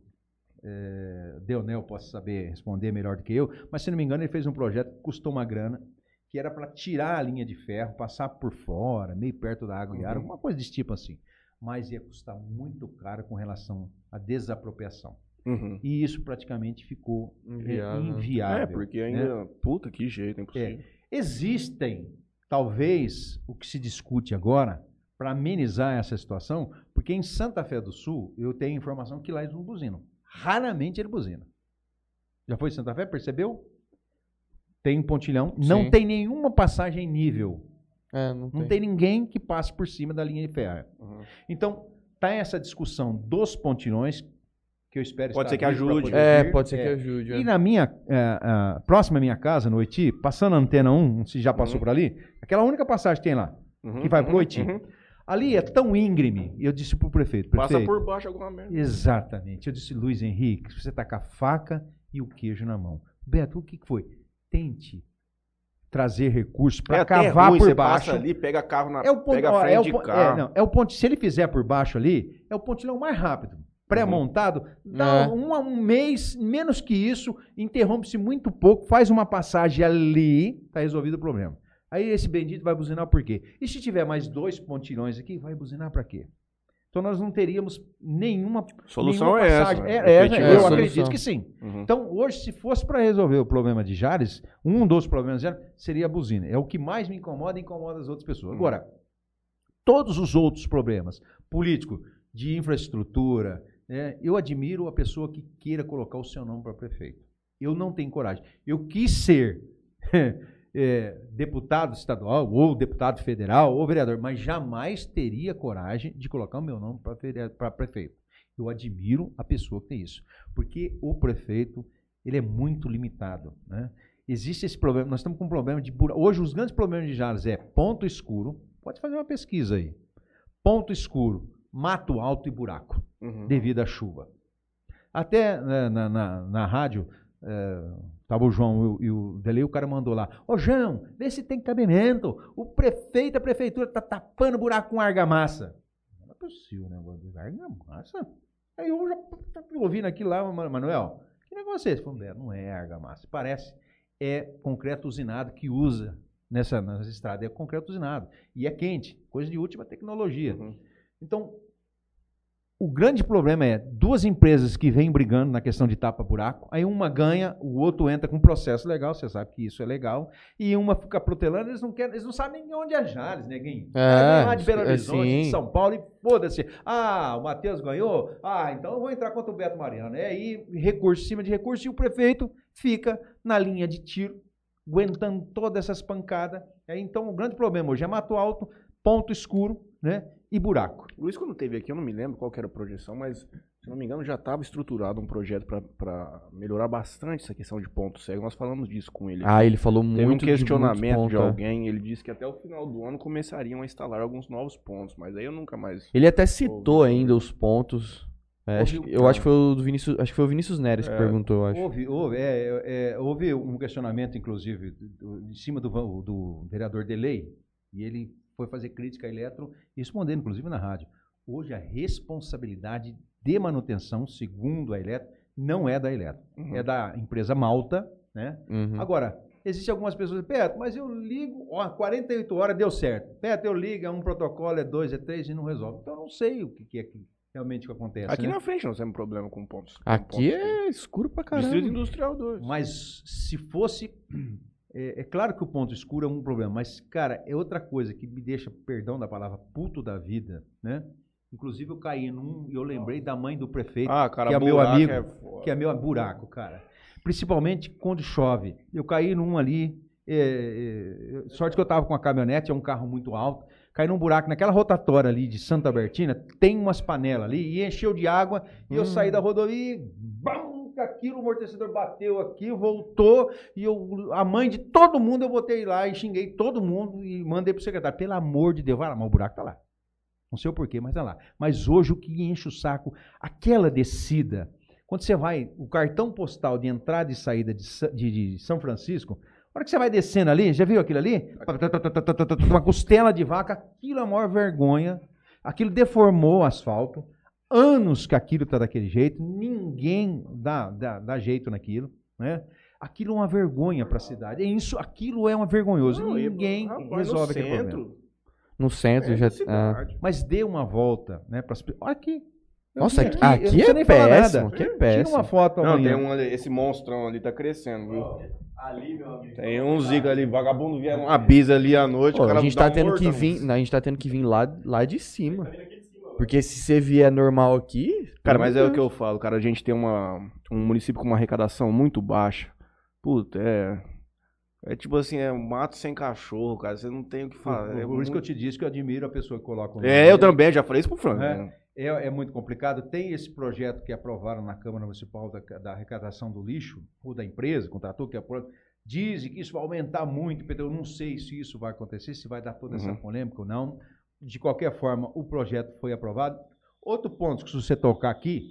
é, Deonel possa saber responder melhor do que eu, mas se não me engano ele fez um projeto que custou uma grana, que era para tirar a linha de ferro, passar por fora, meio perto da água e ar, Uhum. alguma coisa desse tipo assim. Mas ia custar muito caro com relação à desapropriação. Uhum. E isso praticamente ficou é, Inviável. inviável. É, porque né? ainda. Puta, que jeito, impossível. Existem, talvez, o que se discute agora, para amenizar essa situação, porque em Santa Fé do Sul, eu tenho informação que lá eles não buzinam. Raramente ele buzina. Já foi em Santa Fé? Percebeu? Tem um pontilhão, não Sim. tem nenhuma passagem nível. É, não tem. Não tem ninguém que passe por cima da linha de ferro. Uhum. Então, tá essa discussão dos pontilhões, que eu espero Pode estar ser que vivo pra ajude. poder É, vir. pode ser que É. ajude. é. E na minha, é, é, próxima à minha casa, no Oiti, passando a antena um, se já passou Uhum. por ali, aquela única passagem que tem lá, Uhum, que vai pro uhum, Oiti. uhum. Ali é tão íngreme, eu disse pro prefeito, Passa prefeito, por baixo alguma merda. exatamente, eu disse, Luiz Henrique, você tá com a faca e o queijo na mão. Beto, o que que foi? Tente trazer recursos É para até cavar ruim, por você baixo. passa ali, pega carro na. É o ponto, pega a ó, frente é o, de pon- é, carro. não, é o ponto, se ele fizer por baixo ali, é o pontilhão mais rápido. Pré-montado, dá É. um, um mês, menos que isso, interrompe-se muito pouco, faz uma passagem ali, tá resolvido o problema. Aí esse bendito vai buzinar por quê? E se tiver mais dois pontilhões aqui, vai buzinar para quê? Então nós não teríamos nenhuma, Solução nenhuma é essa. passagem. né? É, é, Efetiva eu é a acredito solução. que sim. Uhum. Então, hoje, se fosse para resolver o problema de Jales, um dos problemas de Jales seria a buzina. É o que mais me incomoda e incomoda as outras pessoas. Uhum. Agora, todos os outros problemas, político, de infraestrutura, né, eu admiro a pessoa que queira colocar o seu nome para prefeito. Eu não tenho coragem. Eu quis ser é, deputado estadual, ou deputado federal, ou vereador, mas jamais teria coragem de colocar o meu nome para prefeito. Eu admiro a pessoa que tem isso, porque o prefeito ele é muito limitado, né? Existe esse problema, nós estamos com um problema de buraco. Hoje os grandes problemas de Jales é ponto escuro, pode fazer uma pesquisa aí, ponto escuro, mato alto e buraco, Uhum. devido à chuva. Até né, na, na, na rádio, estava o João e o Delei, o cara mandou lá, ô João, vê se tem cabimento, o prefeito, a prefeitura está tapando buraco com argamassa. Não é possível, né? Argamassa? Aí eu já tô ouvindo aqui lá, Manuel, que negócio é esse? Falei, não é argamassa, parece, é concreto usinado que usa nessa, nessa estrada, é concreto usinado, e é quente, coisa de última tecnologia. Uhum. Então, o grande problema é duas empresas que vêm brigando na questão de tapa-buraco, aí uma ganha, o outro entra com um processo legal, você sabe que isso é legal, e uma fica protelando, eles não querem, eles não sabem nem onde é Jales, neguinho. O cara É, vem lá de Belo é, Horizonte, de sim. São Paulo, e foda-se. Ah, o Matheus ganhou? Ah, então eu vou entrar contra o Beto Mariano. É aí, recurso em cima de recurso, e o prefeito fica na linha de tiro, aguentando todas essas pancadas. Aí, então, o grande problema hoje é mato alto, ponto escuro, né, e buraco. Luiz, quando teve aqui, eu não me lembro qual que era a projeção, mas, se não me engano, já estava estruturado um projeto para melhorar bastante essa questão de ponto cego. Nós falamos disso com ele. Ah, ele falou muito Teve um de questionamento de, muitos pontos, é. alguém, ele disse que até o final do ano começariam a instalar alguns novos pontos, mas aí eu nunca mais... Ele até citou Ouvi. ainda os pontos. É, acho Ouvi, que- eu cara. acho que foi o do Vinícius, acho que foi o Vinícius Neres que É. perguntou, eu acho. Houve, houve, é, é, houve um questionamento, inclusive, do, do, em cima do, do vereador Delei, e ele foi fazer crítica à Eletro, e respondendo, inclusive, na rádio. Hoje, a responsabilidade de manutenção, segundo a Eletro, não é da Eletro, Uhum. é da empresa Malta, né? Uhum. Agora, existem algumas pessoas, Beto, mas eu ligo, ó, quarenta e oito horas deu certo. Beto, eu ligo, é um protocolo, é dois, é três e não resolve. Então, eu não sei o que, que é que realmente que acontece. Aqui né? na frente nós temos problema com pontos. com Aqui pontos é escuro pra escuros. Distrito caramba. Industrial dois. Mas se fosse. É, é claro que o ponto escuro é um problema, mas, cara, é outra coisa que me deixa, perdão da palavra, puto da vida, né? Inclusive, eu caí num e eu lembrei da mãe do prefeito, Ah, cara, que é meu buraco amigo, é foda. que é meu buraco, cara. Principalmente quando chove. Eu caí num ali, é, é, sorte que eu tava com a caminhonete, é um carro muito alto, caí num buraco, naquela rotatória ali de Santa Bertina, tem umas panelas ali, e encheu de água, e eu Hum. saí da rodovia e bam, aquilo, o amortecedor bateu aqui, voltou, e eu, a mãe de todo mundo, eu botei lá e xinguei todo mundo e mandei pro secretário, pelo amor de Deus, vai lá, mas o buraco tá lá. Não sei o porquê, mas tá lá. Mas hoje o que enche o saco, aquela descida, quando você vai, o cartão postal de entrada e saída de, de, de São Francisco, a hora que você vai descendo ali, já viu aquilo ali? Uma costela de vaca, aquilo é a maior vergonha. Aquilo deformou o asfalto. Anos que aquilo está daquele jeito, ninguém dá, dá, dá jeito naquilo, né? Aquilo é uma vergonha para a cidade. É isso, aquilo é uma vergonhoso. Não, ninguém rapaz, resolve no aquele centro, problema. No centro é já. de cidade. Mas dê uma volta, né? Pras... Olha aqui. Eu Nossa, vim aqui, eu não aqui preciso é nem falar péssimo. nada. Aqui é Tira péssimo. uma foto Não, amanhã. tem um ali, esse monstrão ali tá crescendo, viu? Ali, meu amigo. Tem um ziga ali, vagabundo vieram uma bisa ali à noite, Pô, o cara a gente dá tá um tendo morto, que não. vir, a gente tá tendo que vir lá, lá de cima. Porque se você vier normal aqui, Cara, mas é o que eu falo, cara, a gente tem uma, um município com uma arrecadação muito baixa. Puta, é... É tipo assim, é um mato sem cachorro, cara, você não tem o que fazer. Por, É, por muito... isso que eu te disse que eu admiro a pessoa que coloca o é eu também, já falei isso pro Franco. É, né? é, é muito complicado. Tem esse projeto que aprovaram na Câmara Municipal da, da arrecadação do lixo, ou da empresa, contratou, que aprova. Dizem que isso vai aumentar muito, Pedro. Eu não sei se isso vai acontecer, se vai dar toda essa Uhum. polêmica ou não. De qualquer forma, o projeto foi aprovado. Outro ponto que se você tocar aqui,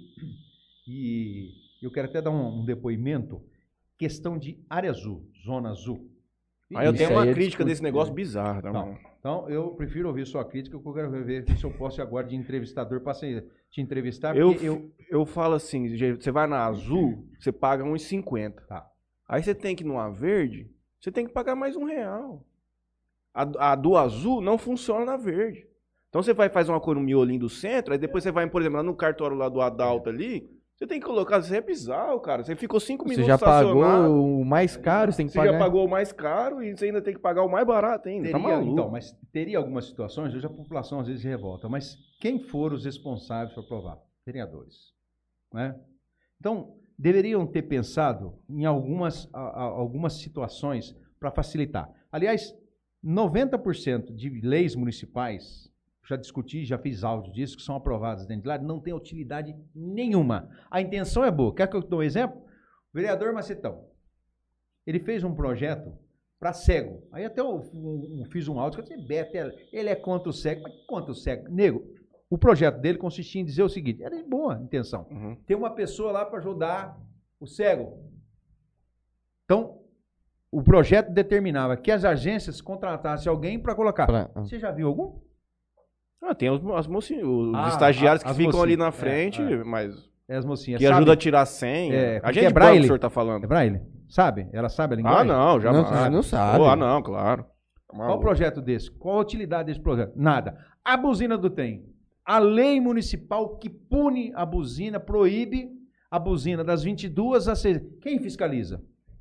e eu quero até dar um, um depoimento, questão de área azul, zona azul. Aí eu Isso tenho aí uma é crítica discutir. desse negócio bizarro, tá, Não. mano? Então, eu prefiro ouvir sua crítica, porque eu quero ver se eu posso agora de entrevistador para te entrevistar, Eu, porque eu... eu falo assim, gente, você vai na azul, você paga uns cinquenta. Tá. Aí você tem que ir numa verde, você tem que pagar mais um real. A, a do azul não funciona na verde. Então você vai fazer uma cor no miolinho do centro, aí depois você vai, por exemplo, lá no cartório lá do Adalto ali, você tem que colocar, isso é bizarro, cara. Você ficou cinco você minutos já estacionado, pagou o mais caro, você tem que você pagar. já pagou o mais caro e você ainda tem que pagar o mais barato ainda. Teria, Tá maluco. então, mas teria algumas situações, hoje a população às vezes revolta, mas quem foram os responsáveis para aprovar? Vereadores. Né? Então, deveriam ter pensado em algumas, a, a, algumas situações para facilitar. Aliás, noventa por cento de leis municipais, já discuti, já fiz áudio disso, que são aprovadas dentro de lá, não tem utilidade nenhuma. A intenção é boa. Quer que eu dê um exemplo? O vereador Macetão, ele fez um projeto para cego. Aí até eu, eu, eu fiz um áudio que eu disse, Beto, ele é contra o cego. Mas contra o cego? Nego, o projeto dele consistia em dizer o seguinte, era de boa intenção. Uhum. Tem uma pessoa lá para ajudar o cego. Então, o projeto determinava que as agências contratassem alguém para colocar. Pra- Você já viu algum? Ah, tem os, as mocinhas, os Ah, estagiários a- que as ficam ali mocinhas. na É, frente, é. mas É as mocinhas. que sabe? ajuda a tirar a senha. É, a porque gente é de banco braille. que o senhor tá falando. É Braille? Sabe? Ela sabe a Ah, linguagem? não, jamais. Não, não sabe. Oh, ah, não, claro. Tá Qual o maluco. projeto desse? Qual a utilidade desse projeto? Nada. A buzina do trem. A lei municipal que pune a buzina, proíbe a buzina das vinte e duas às seis. Quem fiscaliza?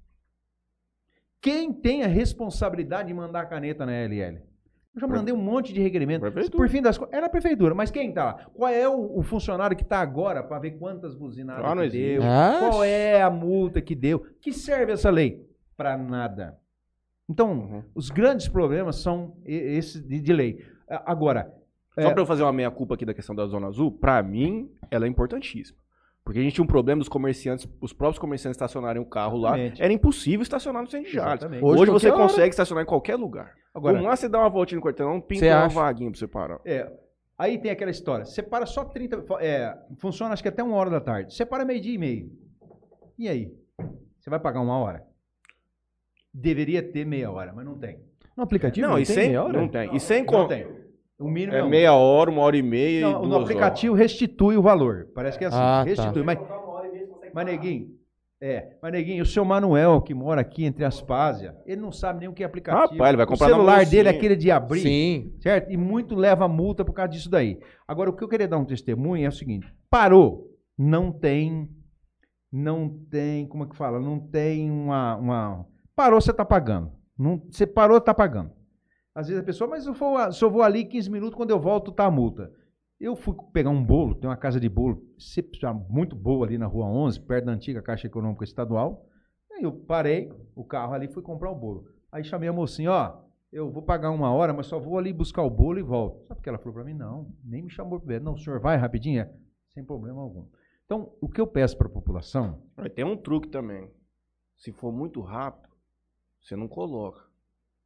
Quem tem a responsabilidade de mandar a caneta na L L? Eu já mandei um monte de requerimento. Prefeitura. Por fim das contas, era a prefeitura, mas quem está lá? Qual é o, o funcionário que está agora para ver quantas buzinadas Ah, não que existe. deu? Ah, Qual é a multa que deu? Que serve essa lei? Para nada. Então, Uhum. os grandes problemas são e- esses de, de lei. A- Agora, Só é, pra eu fazer uma meia-culpa aqui da questão da Zona Azul, pra mim, ela é importantíssima. Porque a gente tinha um problema dos comerciantes, os próprios comerciantes estacionarem o carro lá. Exatamente. Era impossível estacionar no centro de Jales. Exatamente. Hoje, Hoje, você qualquer hora. consegue estacionar em qualquer lugar. agora Vamos lá, você dá uma voltinha no quarteirão, pinta Você uma acha? vaguinha pra você parar. é, aí tem aquela história. Você para só trinta. É, funciona acho que até uma hora da tarde. Você para meio-dia e meio. E aí? Você vai pagar uma hora? Deveria ter meia hora, mas não tem. No aplicativo Não, não e tem sem. meia hora? Não tem. E sem Não con- tem. O mínimo É é, um. meia hora, uma hora e meia Não, e no duas aplicativo restitui o valor. Parece que é assim. Ah, tá. restitui. Mas, mas, neguinho, é, mas, neguinho, o seu Manuel, que mora aqui entre Aspásia, ele não sabe nem o que é aplicativo. Rapaz, ele vai comprar o na celular mocinha. dele é aquele de abrir. Sim. Certo? E muito leva multa por causa disso daí. Agora, o que eu queria dar um testemunho é o seguinte: parou, não tem, não tem, como é que fala? Não tem uma, uma parou, você está pagando. Não, você parou, está pagando. Às vezes a pessoa, mas se eu, for, se eu vou ali quinze minutos, quando eu volto, tá a multa. Eu fui pegar um bolo, tem uma casa de bolo muito boa ali na Rua onze, perto da antiga Caixa Econômica Estadual. Aí eu parei o carro ali e fui comprar o bolo. Aí chamei a mocinha, ó, eu vou pagar uma hora, mas só vou ali buscar o bolo e volto. Sabe o que ela falou para mim? Não, nem me chamou para ver. Não, o senhor vai rapidinho? É, sem problema algum. Então, o que eu peço para a população... Tem um truque também. Se for muito rápido, você não coloca.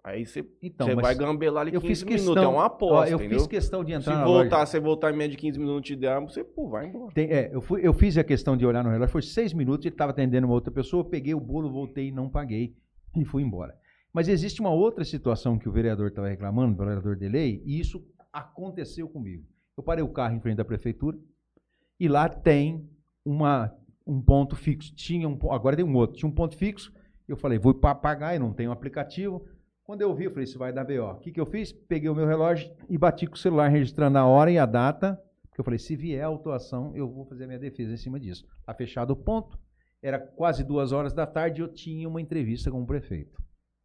Aí você Então, você mas vai gambelar ali eu quinze fiz minutos, questão, é uma aposta, ó, eu entendeu? fiz questão de Se entrar na voltar, loja. você voltar em média de quinze minutos te der, você, pô, vai embora. Tem- é, eu, fui, eu fiz a questão de olhar no relógio, foi seis minutos, ele estava atendendo uma outra pessoa, eu peguei o bolo, voltei e não paguei e fui embora. Mas existe uma outra situação que o vereador estava reclamando, o vereador de lei, e isso aconteceu comigo. Eu parei o carro em frente da prefeitura e lá tem uma, um ponto fixo. Tinha um, agora tem um outro, tinha um ponto fixo. Eu falei, vou para pagar, eu não tenho aplicativo. Quando eu vi, eu falei, isso vai dar B O. O que, que eu fiz? Peguei o meu relógio e bati com o celular registrando a hora e a data. Porque eu falei, se vier a autuação, eu vou fazer a minha defesa em cima disso. Está fechado o ponto. Era quase duas horas da tarde e eu tinha uma entrevista com o prefeito.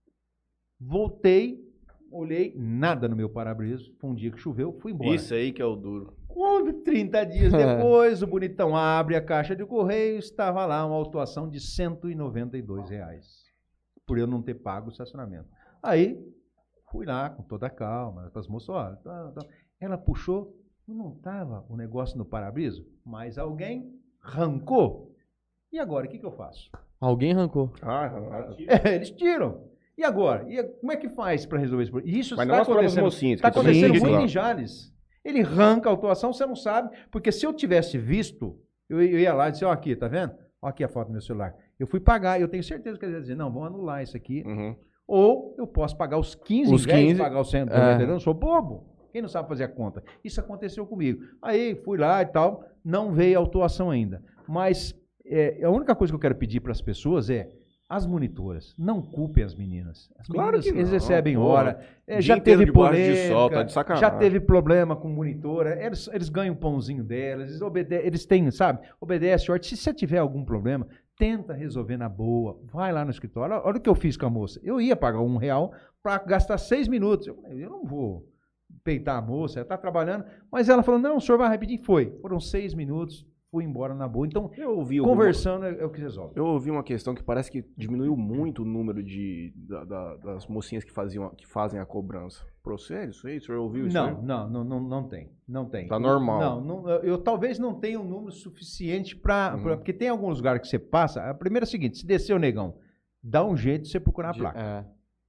Voltei, olhei, nada no meu para-brisa. Foi um dia que choveu, fui embora. Isso aí que é o duro. Quando, trinta dias depois, o bonitão abre a caixa de correio, estava lá uma autuação de cento e noventa e dois reais. Por eu não ter pago o estacionamento. Aí, fui lá com toda a calma, para as moças, ó, tá, tá. Ela puxou, não estava o negócio no para-brisa, mas alguém arrancou. E agora, o que, que eu faço? Alguém arrancou. Ah, ah, É, eles tiram. E agora? E como é que faz para resolver isso? Isso mas está não as próprias acontecendo, mocinhas. está que também acontecendo tem muito lá. em Jales. Ele arranca a autuação, você não sabe, porque se eu tivesse visto, eu ia lá e disse, ó, aqui, tá vendo? Ó, aqui a foto do meu celular. Eu fui pagar, eu tenho certeza que eles iam dizer, não, vamos anular isso aqui. Uhum. Ou eu posso pagar os quinze, Os em vez de quinze, pagar os cem, é. eu não sou bobo. Quem não sabe fazer a conta? Isso aconteceu comigo. Aí fui lá e tal, não veio a autuação ainda. Mas é, a única coisa que eu quero pedir para as pessoas é, as monitoras, não culpem as meninas. As Claro meninas, que não, eles recebem porra. hora. É, Dia já inteiro teve debaixo de polêmica, sol, tá de sacanagem. já teve problema com monitora. Eles, eles ganham o pãozinho delas, eles, obede eles têm, sabe, obedece. Se você tiver algum problema, tenta resolver na boa. Vai lá no escritório. Olha, olha o que eu fiz com a moça. Eu ia pagar um real para gastar seis minutos. Eu falei, eu não vou peitar a moça, ela está trabalhando. Mas ela falou, não, o senhor vai rapidinho. Foi. Foram seis minutos. Fui embora na boa. Então, Eu ouvi conversando alguma... é o que resolve. Eu ouvi uma questão que parece que diminuiu muito o número de, da, da, das mocinhas que, faziam, que fazem a cobrança. Procede isso aí? O senhor ouviu isso não, aí? Não, não, não, não tem. Não tem. Tá normal. Não, não eu, eu talvez não tenha um número suficiente para... Uhum. Porque tem alguns lugares que você passa... A primeira é a seguinte, se descer o negão, dá um jeito de você procurar a placa. É.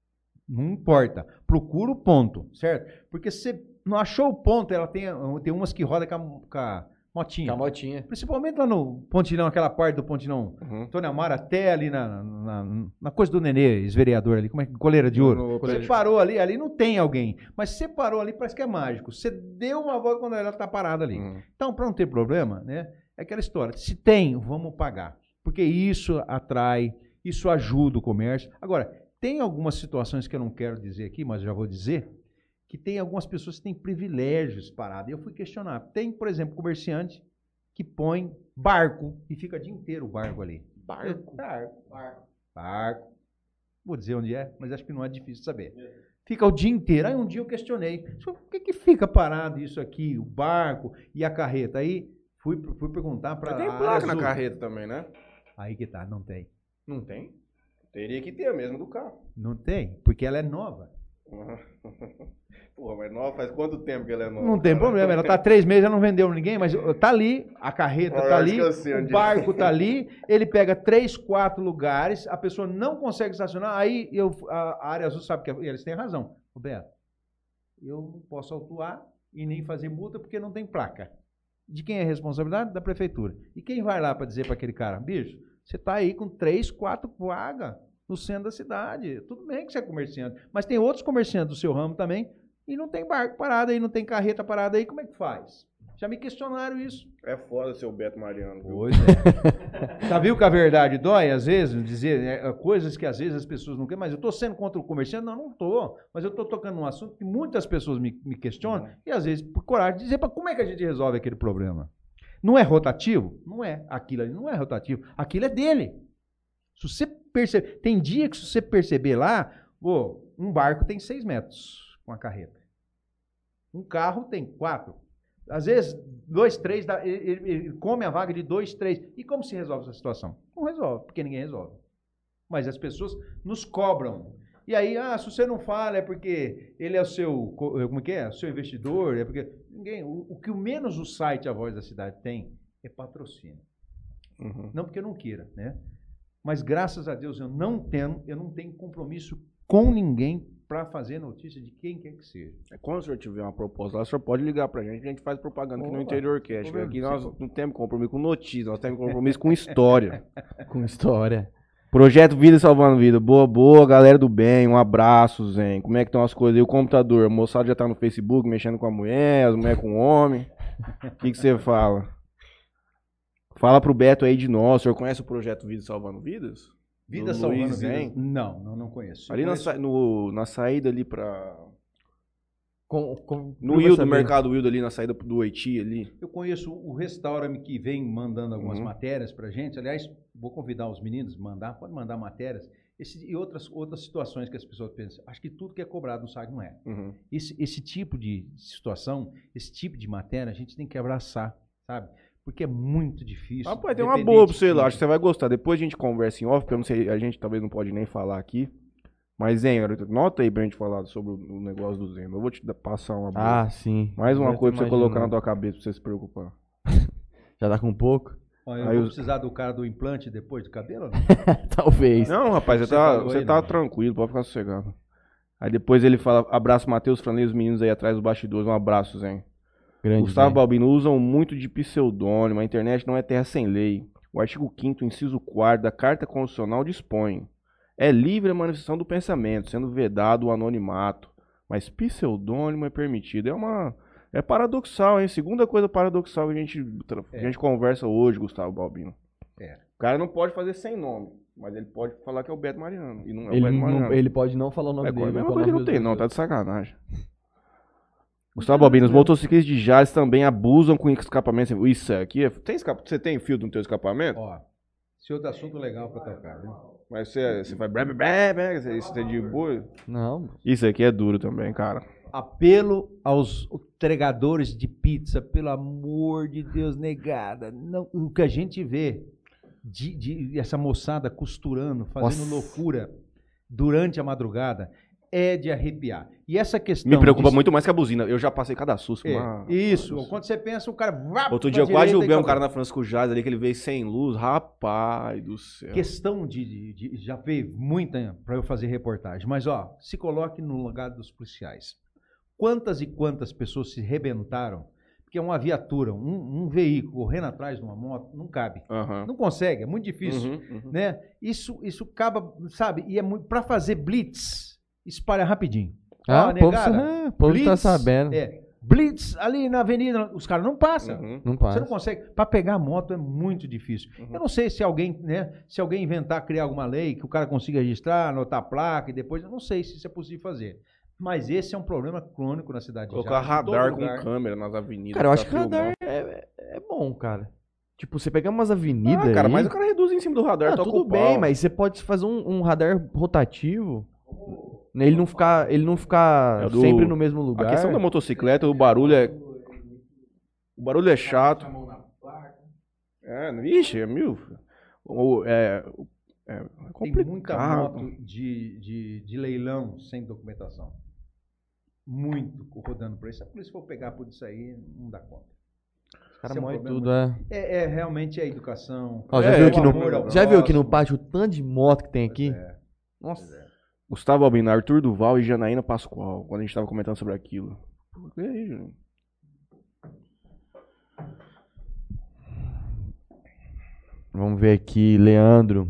Não importa. Procura o ponto, certo? Porque se você não achou o ponto, ela tem, tem umas que rodam com a, com a motinha. Com a motinha. Principalmente lá no Pontilhão, aquela parte do Pontilhão. Uhum. Antônio Amaro, até ali na, na, na coisa do Nenê, ex-vereador ali, como é que coleira de ouro. No- no- Você parou ali, ali não tem alguém. Mas você parou ali, parece que é mágico. Você deu uma volta quando ela está parada ali. Uhum. Então, para não ter problema, né? É aquela história. Se tem, vamos pagar. Porque isso atrai, isso ajuda o comércio. Agora, tem algumas situações que eu não quero dizer aqui, mas já vou dizer, que tem algumas pessoas que têm privilégios parados. Eu fui questionar. Tem, por exemplo, comerciante que põe barco e fica o dia inteiro o barco ali. Barco? Barco. Barco. Barco. Vou dizer onde é, mas acho que não é difícil saber. Fica o dia inteiro. Aí um dia eu questionei, por que, que fica parado isso aqui, o barco e a carreta? Aí fui, fui perguntar para Tem placa na carreta também, né? Aí que tá, não tem. Não tem? Teria que ter a mesma do carro. Não tem, porque ela é nova. Porra, mas nova, faz quanto tempo que ela é nova? Não tem cara? problema, ela tá há três meses, ela não vendeu ninguém, mas tá ali, a carreta Ah, tá eu ali, esqueci onde o barco tá ali, ele pega três, quatro lugares, a pessoa não consegue estacionar, aí eu, a, a área azul sabe que é, e eles têm razão. Roberto, eu não posso autuar e nem fazer multa porque não tem placa. De quem é a responsabilidade? Da prefeitura. E quem vai lá para dizer para aquele cara, bicho, você tá aí com três, quatro vagas no centro da cidade. Tudo bem que você é comerciante, mas tem outros comerciantes do seu ramo também e não tem barco parado aí, não tem carreta parada aí, como é que faz? Já me questionaram isso. É foda seu Beto Mariano, viu? Pois é. Já viu que a verdade dói, às vezes, dizer é, coisas que às vezes as pessoas não querem, mas eu estou sendo contra o comerciante? Não, não estou. Mas eu estou tocando num assunto que muitas pessoas me, me questionam Uhum. e às vezes por coragem de dizer para como é que a gente resolve aquele problema. Não é rotativo? Não é. Aquilo ali não é rotativo. Aquilo é dele. Se você perceber, tem dia que se você perceber lá, pô, um barco tem seis metros com a carreta. Um carro tem quatro. Às vezes, dois, três, dá, ele, ele, ele come a vaga de dois, três. E como se resolve essa situação? Não resolve, porque ninguém resolve. Mas as pessoas nos cobram. E aí, ah, se você não fala é porque ele é o seu, como é que é? O seu investidor, é porque ninguém, o, o que menos o site A Voz da Cidade tem é patrocínio. Uhum. Não porque eu não queira, né? Mas graças a Deus eu não tenho, eu não tenho compromisso com ninguém para fazer notícia de quem quer que seja. Quando o senhor tiver uma proposta lá, o senhor pode ligar pra gente, a gente faz propaganda aqui no Interior Cast. Aqui nós não temos compromisso com notícia, nós temos compromisso com história. Com história. Projeto Vida Salvando Vida. Boa, boa, galera do bem. Um abraço, Zen. Como é que estão as coisas aí? O computador, o moçado já tá no Facebook mexendo com a mulher, as mulheres com o homem. O que que você fala? Fala pro Beto aí de nós. O senhor conhece o projeto Vida Salvando Vidas? Vida Do Salvando Luiz Vidas? Zen? Não, não, não conheço. Ali na, Conheço- sa- no- na saída ali pra... Com, com, No eu vou Wildo, saber. Mercado Wildo ali, na saída do Oiti ali. Eu conheço o Restaurame que vem mandando algumas Uhum. matérias pra gente. Aliás, vou convidar os meninos a mandar, pode mandar matérias. Esse, e outras, outras situações que as pessoas pensam. Acho que tudo que é cobrado no site não é. Uhum. Esse, esse tipo de situação, esse tipo de matéria, a gente tem que abraçar, sabe? Porque é muito difícil. Ah, pô, tem uma dependente boa pra você de- lá, acho que você vai gostar. Depois a gente conversa em off, porque eu não sei, a gente talvez não pode nem falar aqui. Mas, Zen, nota aí pra gente falar sobre o negócio do Zen. Eu vou te dar- passar uma boa. Ah, sim. Mais uma Eu tô coisa pra você colocar na imaginando. tua cabeça pra você se preocupar. Já tá com pouco? Ó, eu Aí vou os- precisar do cara do implante depois do cabelo? ou não? Talvez. Não, rapaz, você, Você tá, falou você aí, tá não. tranquilo, pode ficar sossegado. Aí depois ele fala, abraço Matheus Franley, os meninos aí atrás dos bastidores, um abraço, Zen. Grande Gustavo Zen. Balbino, usam muito de pseudônimo, a internet não é terra sem lei. O artigo quinto, inciso quarto da Carta Constitucional dispõe: é livre a manifestação do pensamento, sendo vedado o anonimato, mas pseudônimo é permitido. É uma... É paradoxal, hein? Segunda coisa paradoxal que a gente, tra- É. a gente conversa hoje, Gustavo Balbino. É. O cara não pode fazer sem nome, mas ele pode falar que é o Beto Mariano. E não é o Ele, Beto não- Mariano. ele pode não falar o nome É, dele. a mesma mas coisa que falar não o tem, nome não, tá dos de sacanagem. Gustavo Balbino, os motociclistas de Jales também abusam com escapamento. Isso aqui, é... tem escapa... você tem fio no teu escapamento? Ó, esse outro assunto legal pra tocar, viu? Mas você, você vai bré, bré, bré, bré, você- isso é de boa? outros. Não. Isso aqui é duro também, cara. Apelo aos entregadores de pizza, pelo amor de Deus, negada. Não, o que a gente vê de, de essa moçada costurando, fazendo Nossa. loucura durante a madrugada é de arrepiar. E essa questão. Me preocupa de- muito mais que a buzina. Eu já passei cada susto. É, mas- isso. Quando você pensa, o cara. vá Outro pra dia eu quase direita e julguei um acabou. cara na Francisco Jales ali que ele veio sem luz. Rapaz do céu. Questão de, de- de- já veio muita para eu fazer reportagem, mas ó, se coloque no lugar dos policiais. Quantas e quantas pessoas se rebentaram porque é uma viatura, um, um veículo correndo atrás de uma moto, não cabe. Aham. Não consegue, é muito difícil, Uhum, uhum. né? Isso, isso acaba, sabe? E é muito para fazer blitz, espalha rapidinho. Ah, Ó, o povo, negada, sa- o povo tá blitz, sabendo. É, blitz ali na avenida, os caras não passam. Uhum. Não Você passa. não consegue. Para pegar a moto é muito difícil. Uhum. Eu não sei se alguém, né? Se alguém inventar, criar alguma lei que o cara consiga registrar, anotar a placa e depois, eu não sei se isso é possível fazer. Mas esse é um problema crônico na cidade de Colocar Jales, em todo radar com lugar. câmera nas avenidas. Cara, eu acho pra que radar filmar. é, é bom, cara. Tipo, você pegar umas avenidas Ah, cara, aí... mas o cara reduz em cima do radar, Ah, toca tudo o bem, pau. mas você pode fazer um, um radar rotativo, né, ele não ficar, ele não ficar É do- sempre no mesmo lugar. A questão da motocicleta, o barulho é... O barulho é chato. É, vixe, é mil... O- É, é Tem muita complicado. moto de, de, de leilão sem documentação. Muito rodando por isso. Se a polícia for pegar por isso aí, não dá conta. Os caras Esse é um moem problema tudo, é. É, é realmente a educação. Ó, já É, viu o aqui no, amor ao já viu aqui no próximo. pátio o tanto de moto que tem aqui? É. Nossa. Gustavo Albino, Arthur Duval e Janaína Pascoal, quando a gente tava comentando sobre aquilo. E aí, gente? Vamos ver aqui, Leandro.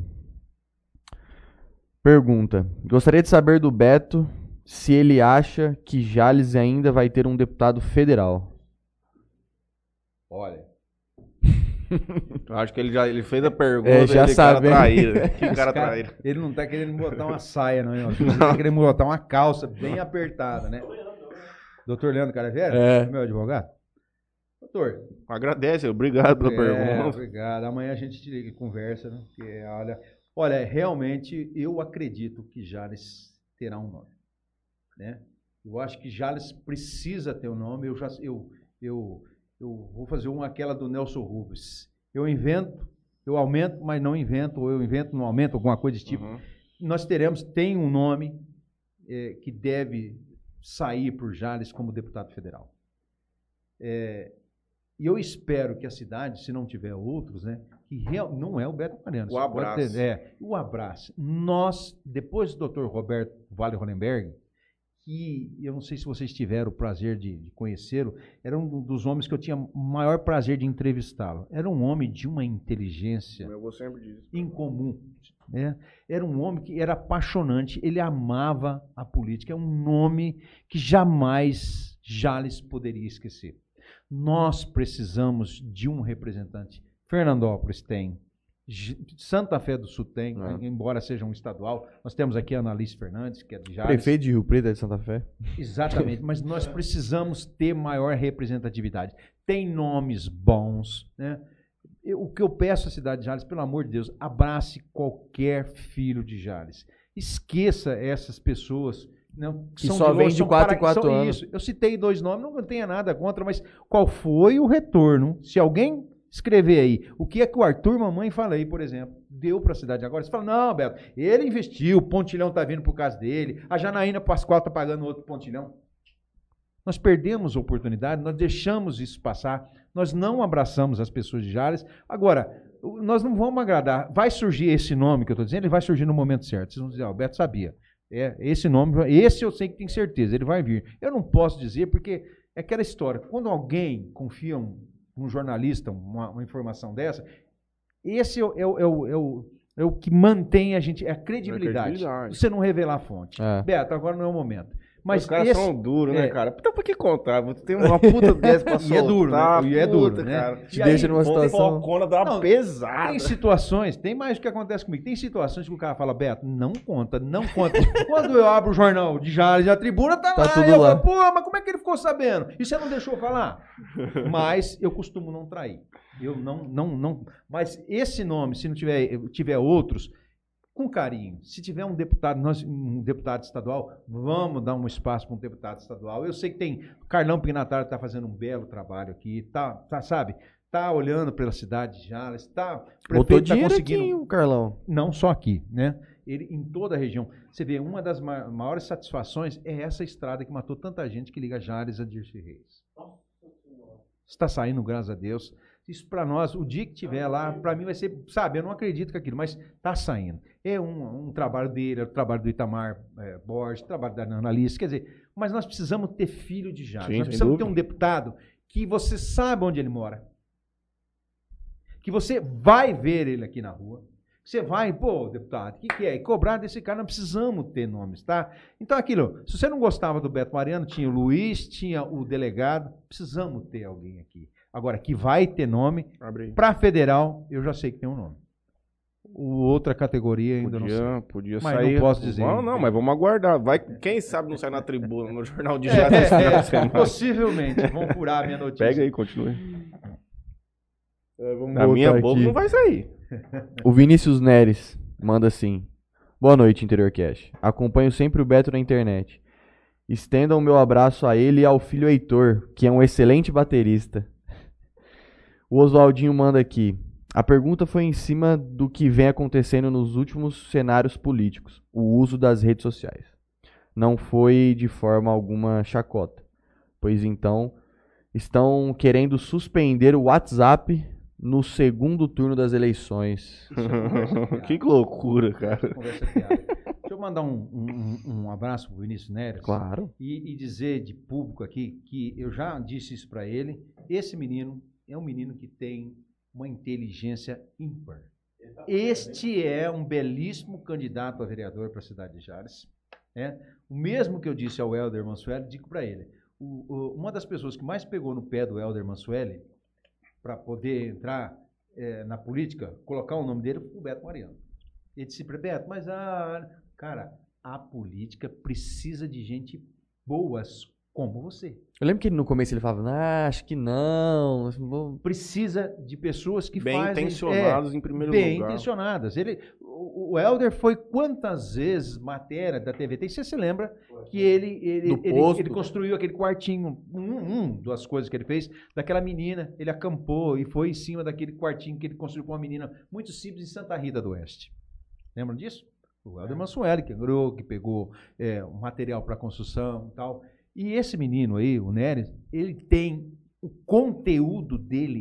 Pergunta: gostaria de saber do Beto se ele acha que Jales ainda vai ter um deputado federal. Olha, Eu acho que ele já ele fez a pergunta. É, já ele, sabe, Cara hein? traíra. Que esse cara cara, traíra. ele não tá querendo botar uma saia, não. Ele tá querendo botar uma calça bem apertada, né? Doutor Leandro Caravera? É. Meu advogado? Doutor, Agradece, obrigado pela é, pergunta. obrigado. Amanhã a gente te liga e conversa, né? Porque, olha, olha, realmente eu acredito que Jales terá um nome, né? Eu acho que Jales precisa ter um nome. Eu já, eu, eu, eu vou fazer uma aquela do Nelson Rubens. Eu invento, eu aumento, mas não invento, ou eu invento, não aumento, alguma coisa desse tipo. Uhum. Nós teremos, tem um nome é, que deve sair por Jales como deputado federal. É, e eu espero que a cidade, se não tiver outros, né, que real, não é o Beto Mariano. O abraço. Ter, é, o abraço. Nós, depois do doutor Roberto Vale Hollenberg, que eu não sei se vocês tiveram o prazer de, de conhecê-lo, era um dos homens que eu tinha o maior prazer de entrevistá-lo. Era um homem de uma inteligência Eu vou sempre dizer. incomum. Né? Era um homem que era apaixonante, ele amava a política. É um nome que jamais Jales poderia esquecer. Nós precisamos de um representante. Fernandópolis tem, Santa Fé do Sul tem, é. embora seja um estadual. Nós temos aqui a Analice Fernandes, que é de Jales. Prefeito de Rio Preto é de Santa Fé. Exatamente, mas nós precisamos ter maior representatividade. Tem nomes bons, né? Eu, o que eu peço à cidade de Jales, pelo amor de Deus, abrace qualquer filho de Jales. Esqueça essas pessoas, não, que são só vem de quatro em quatro são anos. Isso. Eu citei dois nomes, não tenho nada contra, mas qual foi o retorno? Se alguém escrever aí, o que é que o Arthur Mamãe fala aí, por exemplo, deu para a cidade agora? Você fala, não, Beto, ele investiu, o pontilhão está vindo por causa dele, a Janaína Pascoal está pagando outro pontilhão. Nós perdemos a oportunidade, nós deixamos isso passar, nós não abraçamos as pessoas de Jales. Agora, nós não vamos agradar. Vai surgir esse nome que eu estou dizendo, ele vai surgir no momento certo. Vocês vão dizer, ah, o Beto sabia. É, esse nome, esse eu sei que tem certeza, ele vai vir. Eu não posso dizer, porque é aquela história. Quando alguém confia um, um jornalista uma, uma informação dessa, esse é o, é, o, é, o, é, o, é o que mantém a gente, é a credibilidade. É credibilidade. Você não revelar a fonte. É. Beto, agora não é o momento. Mas os caras esse, são duros, né, é, cara? Então por que contar? Você tem uma puta dessa pra soltar. E é duro, né? E é duro, puta, né? Cara. Te e deixa aí, numa situação... Focona dá uma não, pesada. Tem situações, tem mais o que acontece comigo. Tem situações que o cara fala, Beto, não conta, não conta. Quando eu abro o jornal de Jales, a tribuna tá, tá lá. Tudo eu lá. falo, pô, mas como é que ele ficou sabendo? E você não deixou falar? Mas eu costumo não trair. Eu não, não, não. Mas esse nome, se não tiver, tiver outros... Com carinho. Se tiver um deputado, nós, um deputado estadual, vamos dar um espaço para um deputado estadual. Eu sei que tem. Carlão Pignatário está fazendo um belo trabalho aqui, tá, tá, sabe? Tá olhando pela cidade de Jales, tá. Botou dinheiro tá conseguindo. Aqui, o Carlão. Não só aqui, né? Ele em toda a região. Você vê, uma das maiores satisfações é essa estrada que matou tanta gente que liga Jales a Dirceu Reis. Está saindo, graças a Deus. Isso para nós, o dia que tiver lá, para mim vai ser, sabe, eu não acredito que aquilo, mas está saindo. É um, um trabalho dele, é o trabalho do Itamar é, Borges, o trabalho da Analice, quer dizer, mas nós precisamos ter filho de Jales. Nós precisamos ter um deputado que você sabe onde ele mora. Que você vai ver ele aqui na rua. Você vai, pô, deputado, o que, que é? E cobrar desse cara, nós precisamos ter nomes, tá? Então aquilo, se você não gostava do Beto Mariano, tinha o Luiz, tinha o delegado, precisamos ter alguém aqui. Agora, que vai ter nome, para federal, eu já sei que tem um nome. O outra categoria ainda podia, não sei. Podia mas sair. Não posso dizer. Não, não, mas vamos aguardar. Vai, quem sabe não sai na tribuna, no jornal de é, Jales. É, é, possivelmente. Vamos furar a minha notícia. Pega aí, continue. É, vamos a minha aqui. boca não vai sair. O Vinícius Neres manda assim. Boa noite, Interior Cast. Acompanho sempre o Beto na internet. Estendam o meu abraço a ele e ao filho Heitor, que é um excelente baterista. O Oswaldinho manda aqui. A pergunta foi em cima do que vem acontecendo nos últimos cenários políticos, o uso das redes sociais. Não foi de forma alguma chacota, pois então estão querendo suspender o WhatsApp no segundo turno das eleições. Que loucura, cara. Deixa eu mandar um, um, um abraço para o Vinícius Neres. Claro. E, e dizer de público aqui que eu já disse isso para ele. Esse menino é um menino que tem uma inteligência ímpar. Este é um belíssimo candidato a vereador para a cidade de Jales. É. O mesmo que eu disse ao Helder Mansueli, digo para ele. O, o, uma das pessoas que mais pegou no pé do Helder Mansueli para poder entrar é, na política, colocar o nome dele, foi o Beto Mariano. Ele disse para Beto, mas a... Cara, a política precisa de gente boas como você. Eu lembro que no começo ele falava, ah, acho que não. Precisa de pessoas que bem fazem... Bem intencionadas, é, em primeiro bem lugar. Bem intencionadas. Ele, o, o Helder foi quantas vezes matéria da T V T, você se lembra que ele, ele, ele, ele construiu aquele quartinho, um, um das coisas que ele fez, daquela menina, ele acampou e foi em cima daquele quartinho que ele construiu com uma menina muito simples em Santa Rita do Oeste. Lembram disso? O Helder Mansueli, que agrou, que pegou é, um material para construção e tal. E esse menino aí, o Neres, ele tem, o conteúdo dele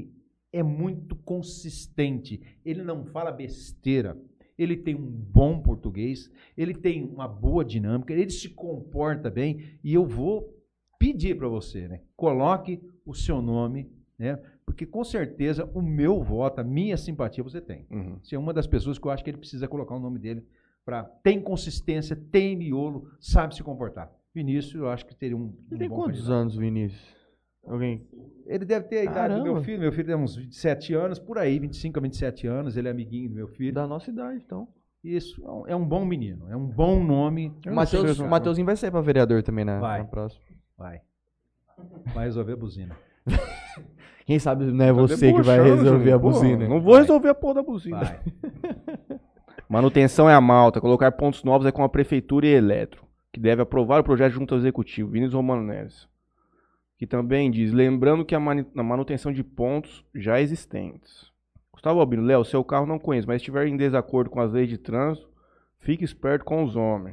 é muito consistente. Ele não fala besteira. Ele tem um bom português, ele tem uma boa dinâmica, ele se comporta bem. E eu vou pedir para você, né? Coloque o seu nome, né? Porque com certeza o meu voto, a minha simpatia você tem. Uhum. Você é uma das pessoas que eu acho que ele precisa colocar o nome dele para tem consistência, tem miolo, sabe se comportar. Vinícius, eu acho que teria um, um Ele tem bom quantos candidato. anos, Vinícius? Alguém? Ele deve ter a idade do meu Caramba. filho. Meu filho tem uns vinte e sete anos, por aí, vinte e cinco a vinte e sete anos. Ele é amiguinho do meu filho. Da nossa idade, então. Isso, é um, é um bom menino, é um bom nome. O Matheus, o Mateuzinho vai sair pra vereador também na, Vai. na próxima. Vai. Vai resolver a buzina. Quem sabe não é Tá você que vai debochando, resolver a Juninho. Pô, buzina. Não vou Vai. resolver a porra da buzina. Vai. Manutenção é a malta. Colocar pontos novos é com a prefeitura e a Eletro, que deve aprovar o projeto junto ao executivo. Vinícius Romano Neves. Que também diz, lembrando que a mani- a manutenção de pontos já existentes. Gustavo Albino, Léo, seu carro não conheço, mas se estiver em desacordo com as leis de trânsito, fique esperto com os homens.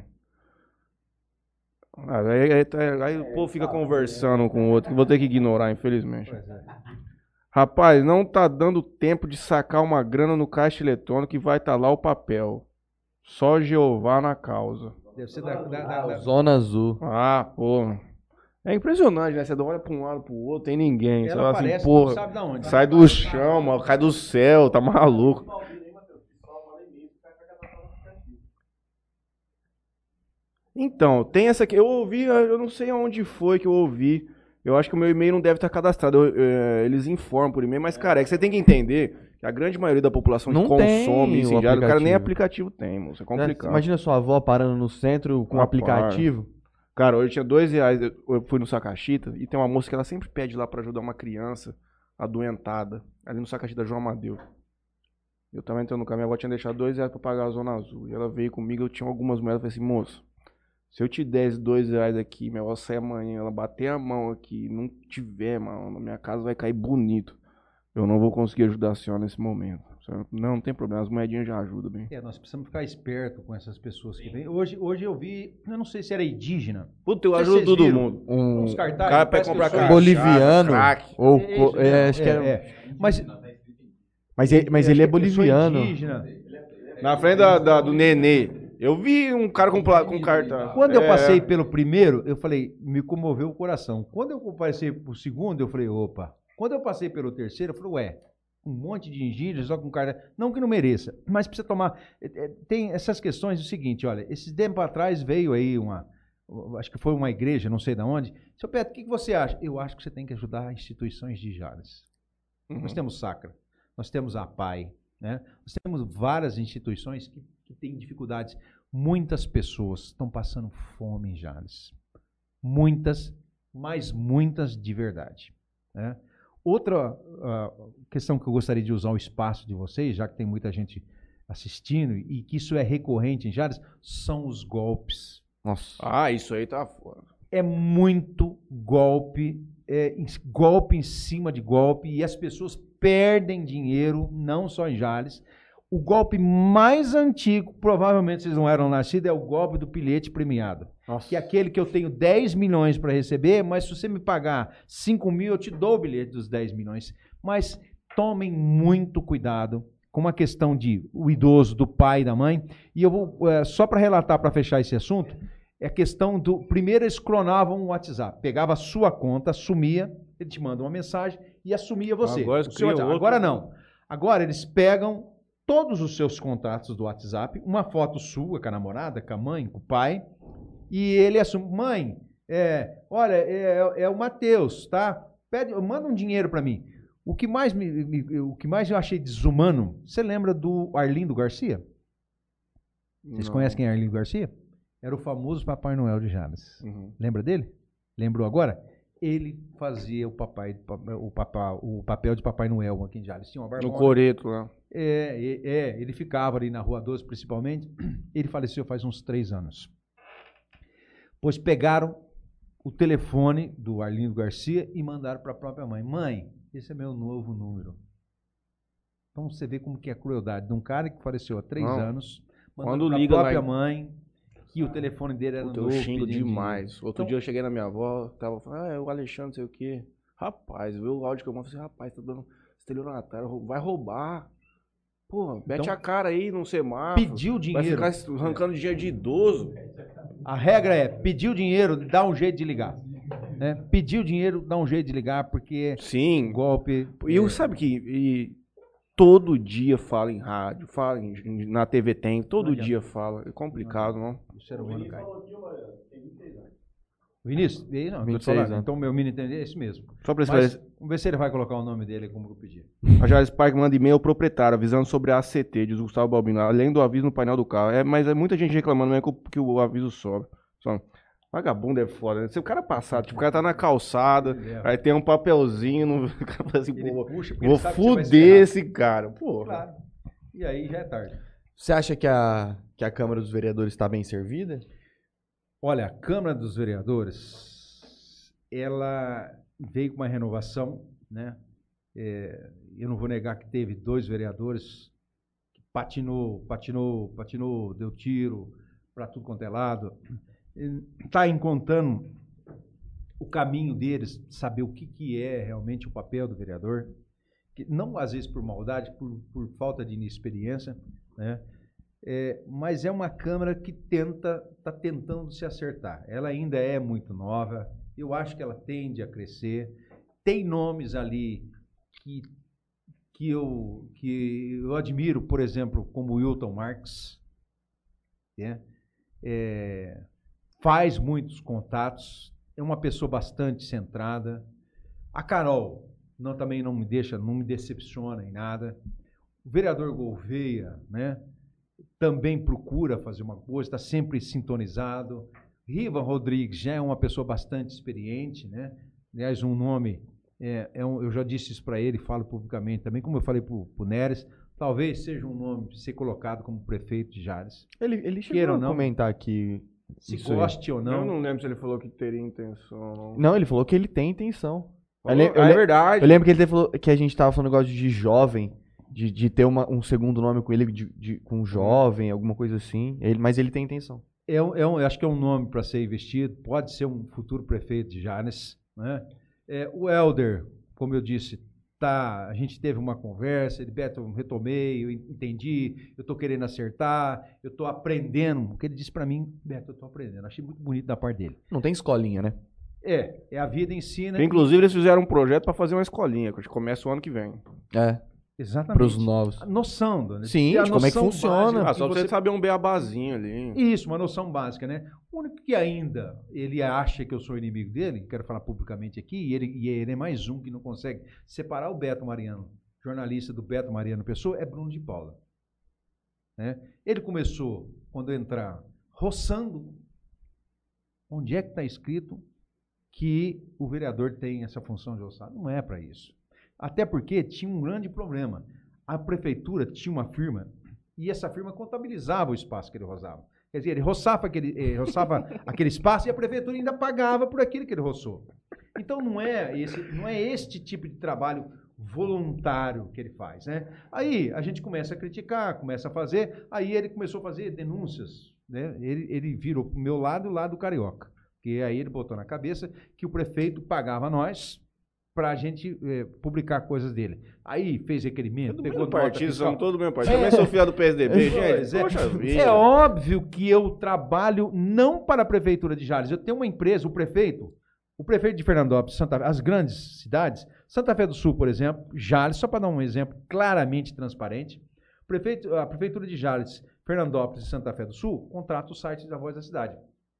Ah, aí, aí- aí- aí o povo fica conversando um com o outro, que vou ter que ignorar, infelizmente. Rapaz, não tá dando tempo de sacar uma grana no caixa eletrônico e vai estar lá o papel. Só Jeová na causa. Deve ser da, da, da, da- Zona Azul. Ah, pô. É impressionante, né? Você olha pra um lado pro outro, tem ninguém. Você Ela fala assim, aparece, porra, não sabe de onde. sai do chão, mano, cai do céu, tá maluco. Então, tem essa aqui. Eu ouvi, eu não sei aonde foi que eu ouvi. Eu acho que o meu e-mail não deve estar cadastrado. Eu, eh, eles informam por e-mail, mas, cara, é que você tem que entender que a grande maioria da população que Não tem consome o esse diário, o cara nem aplicativo. aplicativo tem, mano. Isso é complicado. Imagina sua avó parando no centro com um Ah, aplicativo. Cara, hoje tinha dois reais, eu eu fui no Sacachita e tem uma moça que ela sempre pede lá pra ajudar uma criança adoentada, ali no Sacachita João Amadeu. Eu tava entrando no carro, minha avó tinha deixado dois reais pra pagar a Zona Azul. E ela veio comigo, eu tinha algumas moedas, eu falei assim, moça, se eu te desse dois reais aqui, minha avó sai amanhã, ela bater a mão aqui, não tiver, mano, na minha casa vai cair bonito. Eu não vou conseguir ajudar a senhora nesse momento. Não, não tem problema, as moedinhas já ajudam bem. É, nós precisamos ficar esperto com essas pessoas que vêm. Hoje, hoje eu vi, eu não sei se era indígena. Puta, eu Não sei se ajudo vocês todo viram. mundo. Um Uns O cartazes. cara pede parece que comprar eu sou- cachaça, boliviano. crack. Ou, É co- isso, é, é, acho que era. é. Mas, Mas, ele, mas eu ele é acho que eu sou boliviano. indígena. Na frente da, da- do Nenê. Eu vi um cara com, pla- com cartaz. Quando eu É. passei pelo primeiro, eu falei, me comoveu o coração. Quando eu passei pro segundo, eu falei, opa. Quando eu passei pelo terceiro, eu falei, ué, um monte de indígenas, só com cartaz. Não que não mereça, mas precisa tomar. é, é, Tem essas questões, é o seguinte, olha, esses tempos atrás veio aí uma. Acho que foi uma igreja, não sei de onde. Seu Pedro, o que que você acha? Eu acho que você tem que ajudar instituições de Jales. Uhum. Nós temos Sacra, nós temos a P A I, né? Nós temos várias instituições que, que têm dificuldades. Muitas pessoas estão passando fome em Jales. Muitas, mas muitas de verdade, né? Outra uh, questão que eu gostaria de usar o espaço de vocês, já que tem muita gente assistindo e que isso é recorrente em Jales, são os golpes. Nossa. Ah, isso aí tá foda. É muito golpe, é, em- golpe em cima de golpe, e as pessoas perdem dinheiro, não só em Jales. O golpe mais antigo, provavelmente vocês não eram nascidos, é o golpe do bilhete premiado. Nossa. Que é aquele que eu tenho dez milhões para receber, mas se você me pagar cinco mil, eu te dou o bilhete dos dez milhões. Mas tomem muito cuidado com a questão de o idoso, do pai e da mãe. E eu vou, é, só para relatar, para fechar esse assunto, é a questão do... Primeiro eles clonavam o WhatsApp. Pegava a sua conta, assumia, ele te manda uma mensagem e assumia você. Agora o seu cria WhatsApp. outro. Agora não. Agora eles pegam todos os seus contatos do WhatsApp, uma foto sua com a namorada, com a mãe, com o pai, e ele assume, mãe, é, olha, é, é o Matheus, tá? Pede, manda um dinheiro para mim. O que mais me, me- o que mais eu achei desumano, você lembra do Arlindo Garcia? Vocês Não. conhecem quem é Arlindo Garcia? Era o famoso Papai Noel de Jales. Uhum. Lembra dele? Lembrou agora? Ele fazia o, papai, o, papá, o papel de Papai Noel aqui em Jales. Tinha uma No barbona. coreto lá. É, é, é, ele ficava ali na Rua doze, principalmente. Ele faleceu faz uns três anos. Pois pegaram o telefone do Arlindo Garcia e mandaram para a própria mãe. Mãe, esse é meu novo número. Então você vê como que é a crueldade de um cara que faleceu há três Não. anos, Quando mandando para a liga lá própria em- mãe que o telefone dele era Puta, eu novo. xingo pedindo demais. dinheiro. Outro Então, dia eu cheguei na minha avó, tava falando, ah, é o Alexandre, não sei o quê. Rapaz, viu o áudio que eu mando, eu falei, rapaz, tá dando, você estelionatário, vai roubar. Porra, mete Então, a cara aí num semáforo. Pediu dinheiro. Vai ficar arrancando dinheiro de idoso. A regra é, pediu dinheiro, dá um jeito de ligar. Né? Pediu dinheiro, dá um jeito de ligar, porque Sim. golpe... E eu sabe que e todo dia fala em rádio, fala em, na T V tem, todo dia fala. É complicado, não? O ser humano cai. Falou aqui, Mariano, tem vinte e seis anos. Vinícius, e aí, não, tô te vinte e seis falando, anos. então meu mini entender é esse mesmo. Só pra Mas, esclarecer. vamos ver se ele vai colocar o nome dele como eu pedi. A Jales Park manda e-mail ao proprietário avisando sobre a A C T, diz o Gustavo Balbino, além do aviso no painel do carro. É, mas é muita gente reclamando mesmo que o, que o aviso sobe. Só. Vagabundo é foda, né? Se o cara passar, tipo, o cara tá na calçada, É. aí tem um papelzinho, no... o cara fala assim, Ele pô, puxa, porque vou ele sabe que você vai se fuder ferrar. esse cara. Pô, Claro. E aí já é tarde. Você acha que a, que a Câmara dos Vereadores está bem servida? Olha, a Câmara dos Vereadores, ela veio com uma renovação, né? É, eu não vou negar que teve dois vereadores que patinou, patinou, patinou, deu tiro para tudo quanto é lado. Está encontrando o caminho deles, saber o que, que é realmente o papel do vereador, que não às vezes por maldade, por, por falta de inexperiência, né? É, mas é uma Câmara que tenta, está tentando se acertar. Ela ainda é muito nova, eu acho que ela tende a crescer. Tem nomes ali que, que, eu, que eu admiro, por exemplo, como o Wilton Marques, né? É, faz muitos contatos, é uma pessoa bastante centrada. A Carol não, também não me deixa, não me decepciona em nada. O vereador Gouveia, né? Também procura fazer uma coisa, está sempre sintonizado. Riva Rodrigues já é uma pessoa bastante experiente, né? Aliás, um nome, é, é um, eu já disse isso para ele, falo publicamente também, como eu falei para o Neres, talvez seja um nome ser colocado como prefeito de Jales. Ele, ele chegou Queira a ou não, comentar aqui. se isso aí. goste ou eu não. não lembro se ele falou que teria intenção. Não, ele falou que ele tem intenção. Eu, Falou? le- eu Ah, le- é verdade. eu lembro que ele falou que a gente tava falando negócio de jovem, de, de ter uma, um segundo nome com ele, de, de- com jovem, alguma coisa assim. Ele, mas ele tem intenção. É um, é um, eu acho que é um nome para ser investido, pode ser um futuro prefeito de Jales, né? É, o Helder, como eu disse, tá, a gente teve uma conversa, ele, Beto, eu retomei, eu entendi, eu estou querendo acertar, eu estou aprendendo. O que ele disse para mim, Beto, eu estou aprendendo. Achei muito bonito da parte dele. Não tem escolinha, né? É, é a vida ensina. Inclusive, eles fizeram um projeto pra fazer uma escolinha, que começa o ano que vem. É, Exatamente. pros novos. A noção, né? Sim, Ter a de como é que noção funciona. básica Ah, só que pra você saber um beabazinho ali. Isso, uma noção básica, né? O único que ainda ele acha que eu sou inimigo dele, quero falar publicamente aqui, e ele, e ele é mais um que não consegue separar o Beto Mariano, jornalista do Beto Mariano Pessoa, é Bruno de Paula. Né? Ele começou, quando eu entrar, roçando onde é que está escrito que o vereador tem essa função de roçar. Não é para isso. Até porque tinha um grande problema. A prefeitura tinha uma firma e essa firma contabilizava o espaço que ele roçava. Quer dizer, ele roçava aquele, eh, roçava aquele espaço e a prefeitura ainda pagava por aquilo que ele roçou. Então não é, esse, não é este tipo de trabalho voluntário que ele faz, né? Aí a gente começa a criticar, começa a fazer, aí ele começou a fazer denúncias, né? Ele, ele virou pro meu lado e o lado do carioca. Porque aí ele botou na cabeça que o prefeito pagava nós para a gente eh, publicar coisas dele. Aí fez requerimento, Todo pegou mesmo nota partido, fiscal. somos todo o mesmo partido. É. Também sou filha do P S D B, Pois gente. é. Poxa vida. É óbvio que eu trabalho não para a prefeitura de Jales. Eu tenho uma empresa, o prefeito, o prefeito de Fernandópolis, Santa, as grandes cidades, Santa Fé do Sul, por exemplo, Jales, só para dar um exemplo claramente transparente, o prefeito, a prefeitura de Jales, Fernandópolis e Santa Fé do Sul contrata o site da Voz da Cidade.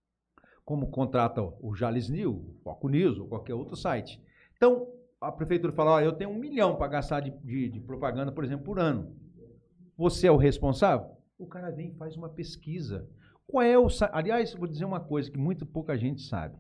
Como contrata o Jales News, o Foco News ou qualquer outro site. Então, a prefeitura fala, ó, eu tenho um milhão para gastar de, de, de propaganda, por exemplo, por ano. Você é o responsável? O cara vem e faz uma pesquisa. Qual é o... Aliás, vou dizer uma coisa que muito pouca gente sabe.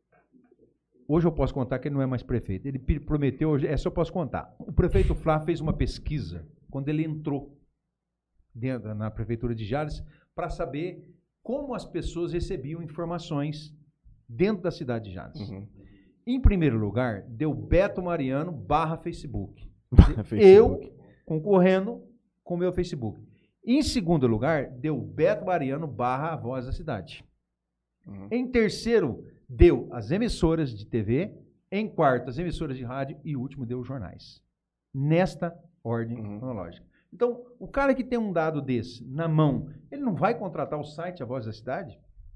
Hoje eu posso contar que ele não é mais prefeito. Ele prometeu, hoje, essa eu posso contar. O prefeito Flá fez uma pesquisa quando ele entrou dentro, na prefeitura de Jales para saber como as pessoas recebiam informações dentro da cidade de Jales. Uhum. Em primeiro lugar, deu Beto Mariano barra Facebook. Facebook. Eu concorrendo com o meu Facebook. Em segundo lugar, deu Beto Mariano barra a Voz da Cidade. Uhum. Em terceiro, deu as emissoras de T V. Em quarto, as emissoras de rádio. E o último, deu os jornais. nesta ordem Uhum. cronológica. Então, o cara que tem um dado desse na mão, ele não vai contratar o site A Voz da Cidade?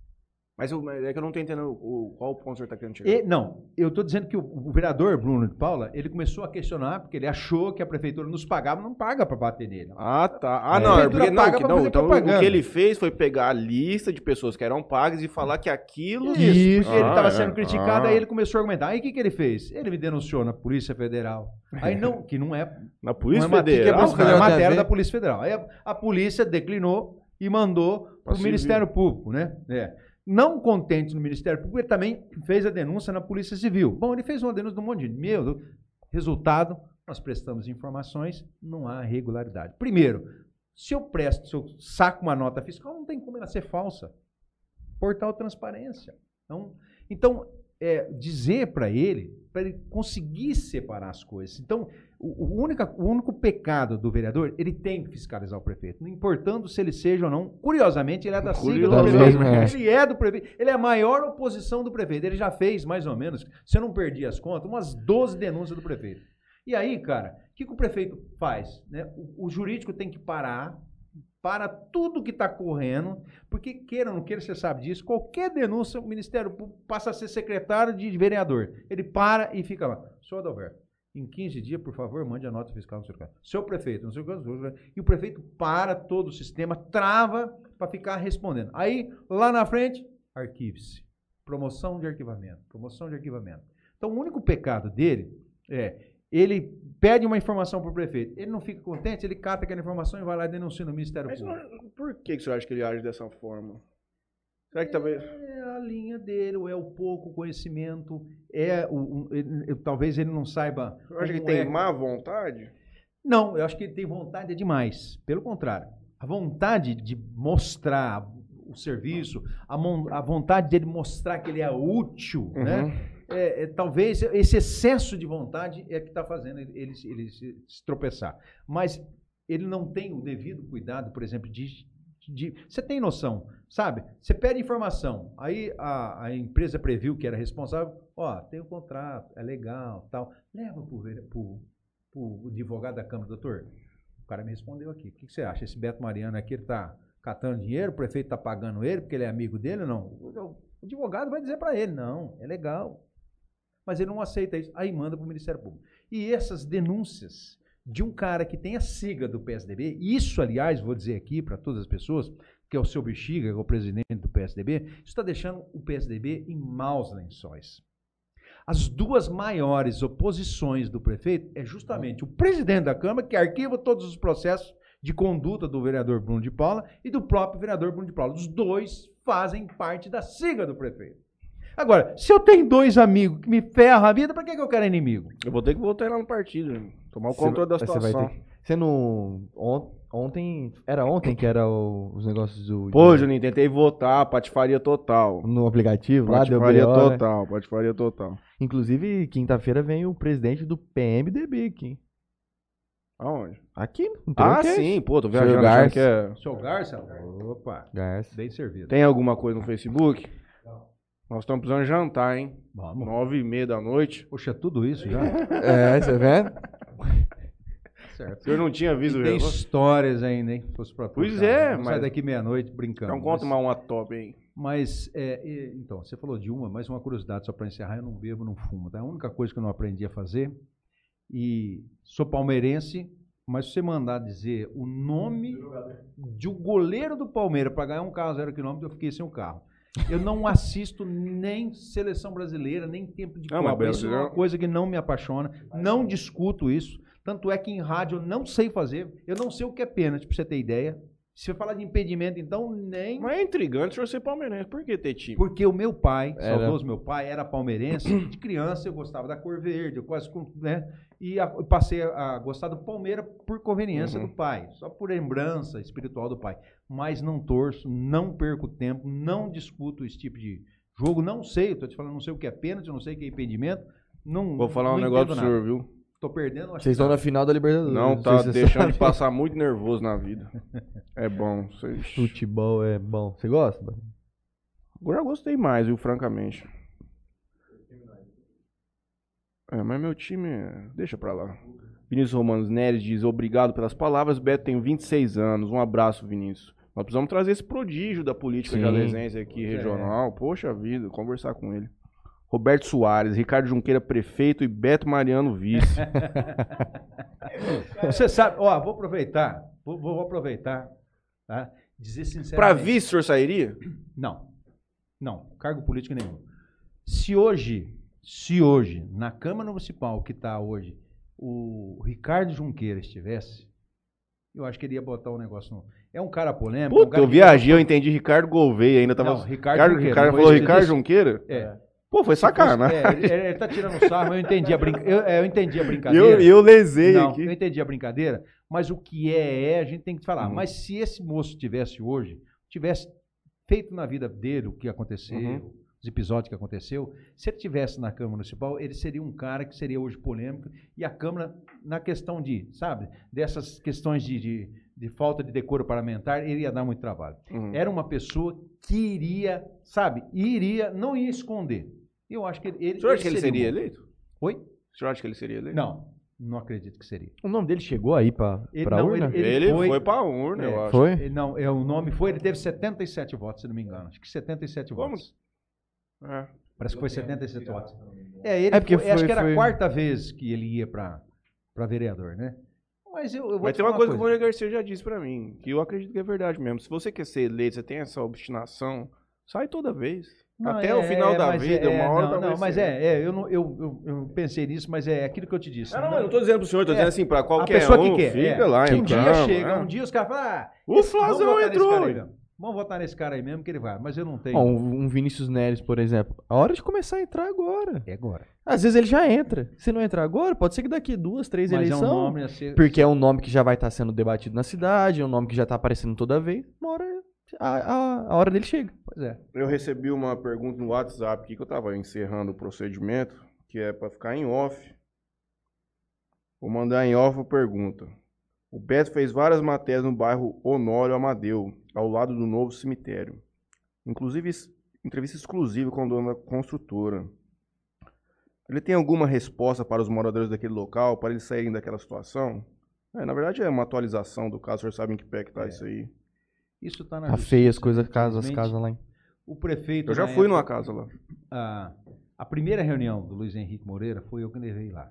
Mas eu, é que eu não tô entendendo o, qual o ponto que o senhor está querendo chegar. E, não, eu estou dizendo que o, o vereador Bruno de Paula, ele começou a questionar, porque ele achou que a prefeitura nos pagava, não paga para bater nele. Ah, tá. Ah, A não, é prefeitura porque não, paga que, pra não fazer então o propaganda. que ele fez foi pegar a lista de pessoas que eram pagas e falar que aquilo... Isso, porque ele Ah, estava é. sendo criticado, Ah. aí ele começou a argumentar. Aí o que, que ele fez? Ele me denunciou na Polícia Federal. Aí não, que não é, Na Polícia não é matéria, Federal, é cara? matéria Tem a da ver? Polícia Federal. Aí a, a polícia declinou e mandou para o civil. Ministério Público, né? É. Não contente no Ministério Público, ele também fez a denúncia na Polícia Civil. Bom, ele fez uma denúncia de um monte de gente. Meu, resultado, nós prestamos informações, não há irregularidade. Primeiro, se eu presto, se eu saco uma nota fiscal, não tem como ela ser falsa. Portal Transparência. Então, então é, dizer para ele, para ele conseguir separar as coisas. Então, o, o, única, o único pecado do vereador, ele tem que fiscalizar o prefeito, não importando se ele seja ou não. Curiosamente, ele é da sigla do Curiosamente, prefeito. é. Ele é do prefeito. Ele é a maior oposição do prefeito. Ele já fez, mais ou menos, se eu não perdi as contas, umas doze denúncias do prefeito. E aí, cara, o que, que o prefeito faz? Né? O, o jurídico tem que parar, para tudo que está correndo, porque queira ou não queira, você sabe disso, qualquer denúncia, o Ministério Público passa a ser secretário de vereador. Ele para e fica lá. Senhor Adalberto, em quinze dias, por favor, mande a nota fiscal no seu caso. Seu prefeito, não sei o que, e o prefeito para todo o sistema, trava para ficar respondendo. Aí, lá na frente, arquive-se. Promoção de arquivamento, promoção de arquivamento. Então, o único pecado dele é... Ele pede uma informação para o prefeito. Ele não fica contente, ele cata aquela informação e vai lá e denuncia no Ministério Mas Público. não- por que que você acha que ele age dessa forma? Será que talvez... É a linha dele, ou é o pouco conhecimento, é o, o- ele- ele- talvez ele não saiba. Eu acho que ele como tem é- má vontade? Não, eu acho que ele tem vontade é demais. Pelo contrário, a vontade de mostrar o serviço, a, mon- a vontade dele mostrar que ele é útil, né? Uhum. É, é, talvez esse excesso de vontade é que está fazendo ele, ele, se- ele se se tropeçar. Mas ele não tem o devido cuidado, por exemplo, de... de você tem noção, sabe? Você pede informação, aí a, a empresa previu que era responsável, ó, tem o contrato, é legal, tal. Leva para o advogado da Câmara, doutor, o cara me respondeu aqui, o que, que você acha? Esse Beto Mariano aqui, ele está catando dinheiro, o prefeito está pagando ele porque ele é amigo dele ou não? O, o advogado vai dizer para ele, não, é legal. Mas ele não aceita isso, aí manda para o Ministério Público. E essas denúncias de um cara que tem a sigla do P S D B, isso, aliás, vou dizer aqui para todas as pessoas, que é o seu Bexiga, que é o presidente do P S D B, isso está deixando o P S D B em maus lençóis. As duas maiores oposições do prefeito é justamente o presidente da Câmara, que arquiva todos os processos de conduta do vereador Bruno de Paula e do próprio vereador Bruno de Paula. Os dois fazem parte da sigla do prefeito. Agora, se eu tenho dois amigos que me ferram a vida, para que, que eu quero inimigo? Eu vou ter que voltar lá no partido, né? Tomar o Você controle da vai- você vai situação. ter que- Você não... on- Ontem... Era ontem que era o- os negócios do... Pô, de- Juninho, tentei votar, patifaria total. No aplicativo lá, deu Patifaria B O, né? total, patifaria total. Inclusive, quinta-feira vem o presidente do P M D B aqui. Aonde? Aqui, não tem Ah, o que é sim, isso? pô, tô Senhor viajando achando Garça. que é... Seu Garça? Opa, Garça. bem servido. Tem alguma coisa no Facebook? Nós estamos precisando jantar, hein? Vamos. Nove e meia da noite. Poxa, tudo isso já? É, você vendo? Certo. O senhor não tinha visto o Tem relógio? histórias ainda, hein? Fosse pra Pois puxar. é, Vamos mas- sair daqui meia-noite brincando. Então conta mas, mais uma top aí. Mas, é, e- então, você falou de uma, mas uma curiosidade só para encerrar, eu não bebo, não fumo. Tá? A única coisa que eu não aprendi a fazer, e sou palmeirense, mas se você mandar dizer o nome de um goleiro do Palmeiras para ganhar um carro zero quilômetro, eu fiquei sem o carro. Eu não assisto nem seleção brasileira, nem tempo de Ah, mas Copa. Isso é uma brasileiro- coisa que não me apaixona. Não discuto isso. Tanto é que em rádio eu não sei fazer. Eu não sei o que é pênalti, para você ter ideia. Se eu falar de impedimento, então, nem... Mas é intrigante o senhor ser palmeirense. Por que ter time? Porque o meu pai, Era- saudoso meu pai, era palmeirense. De criança eu gostava da cor verde, eu quase, com- né? E a- eu passei a gostar do Palmeiras por conveniência Uhum. do pai, só por lembrança espiritual do pai. Mas não torço, não perco tempo, não discuto esse tipo de jogo, não sei, eu tô te falando, não sei o que é pênalti, não sei o que é impedimento. Não, Vou falar um não negócio entendo pro senhor, nada. viu? Tô perdendo, acho Vocês estão que na final da Libertadores. Não, sei tá se você deixando sabe. de passar muito nervoso na vida. É bom. Vocês... Futebol é bom. Você gosta? Bruno? Agora eu gostei mais, viu, francamente. É, mas meu time, é- deixa pra lá. Vinícius Romanos Neres diz, obrigado pelas palavras. Beto, tenho vinte e seis anos. Um abraço, Vinícius. Nós precisamos trazer esse prodígio da política Sim. jalesense aqui, regional. Poxa vida, conversar com ele. Roberto Soares, Ricardo Junqueira, prefeito, e Beto Mariano, vice. Você sabe, ó, vou aproveitar, vou, vou aproveitar, tá? Dizer sinceramente. Pra vice, o senhor sairia? Não, não, cargo político nenhum. Se hoje, se hoje, na Câmara Municipal que está hoje, o Ricardo Junqueira estivesse, eu acho que ele ia botar o negócio no... É um cara polêmico. Puta, um cara eu viajei, eu entendi Ricardo Gouveia ainda. Tava... Não, Ricardo Ricardo, Junqueira, Ricardo não foi falou isso que eu Ricardo disse? Junqueira? É. Pô, foi sacanagem. É, ele, ele tá tirando sarro, eu entendi a, brinca... eu, é, eu entendi a E brincadeira. eu, eu lesei Não, aqui. eu entendi a brincadeira, mas o que é, é, a gente tem que falar. Uhum. Mas se esse moço tivesse hoje, tivesse feito na vida dele o que aconteceu, Uhum. os episódios que aconteceu, se ele tivesse na Câmara Municipal, ele seria um cara que seria hoje polêmico, e a Câmara, na questão de, sabe, dessas questões de, de, de falta de decoro parlamentar, ele ia dar muito trabalho. Uhum. Era uma pessoa que iria, sabe, iria, não ia esconder. Eu acho que ele... ele O senhor acha que ele seria seria um- eleito? Oi? O senhor acha que ele seria eleito? Não, não acredito que seria. O nome dele chegou aí pra, Ele pra não, urna? ele- Ele, foi- foi, pra urna, É, eu acho. Foi? Ele não, é, o nome foi, ele teve setenta e sete votos, se não me engano. Acho que setenta e sete Como? votos. É. Parece que foi setenta e sete votos. É, ele É porque foi- acho foi- que era foi- a quarta vez que ele ia para vereador, né? Mas eu, eu vou Mas te tem uma falar coisa que o Mônica Garcia já disse pra mim, que eu acredito que é verdade mesmo. Se você quer ser eleito, você tem essa obstinação, sai toda vez. Não, Até é, o final é, da mas vida, é, uma hora não, talvez não, mas seja. é, é eu, não, eu, eu, eu pensei nisso, mas é aquilo que eu te disse. Não, não, eu não tô dizendo pro senhor, tô É, dizendo assim, pra a qualquer pessoa um, que quer. fica é, lá, que um então, dia chega, é. um dia os caras falam, ah, O esse- vamos Flávio votar nesse entrou. cara aí mesmo. Vamos votar nesse cara aí mesmo que ele vai, mas eu não tenho. Ó, um, um Vinícius Neres, por exemplo. A hora de começar a entrar agora. É agora. Às vezes ele já entra. Se não entrar agora, pode ser que daqui duas, três Mas é eleições. um nome a ser... Porque é um nome que já vai estar sendo debatido na cidade, é um nome que já está aparecendo toda vez. Uma hora, a, a, a hora dele chega. Pois é. Eu recebi uma pergunta no WhatsApp aqui, que eu tava encerrando o procedimento, que é pra ficar em off. Vou mandar em off a pergunta. O Beto fez várias matérias no bairro Honório Amadeu, ao lado do novo cemitério. Inclusive, es- entrevista exclusiva com o dono da construtora. Ele tem alguma resposta para os moradores daquele local, para eles saírem daquela situação? É, na verdade, é uma atualização do caso, o senhor sabe em que pé que tá É. isso aí. Isso está na Tá justiça, feia as coisas, casas, as infelizmente. casas lá. Hein? O prefeito. Eu já na fui numa época, casa lá. A, a primeira reunião do Luiz Henrique Moreira foi eu que levei lá.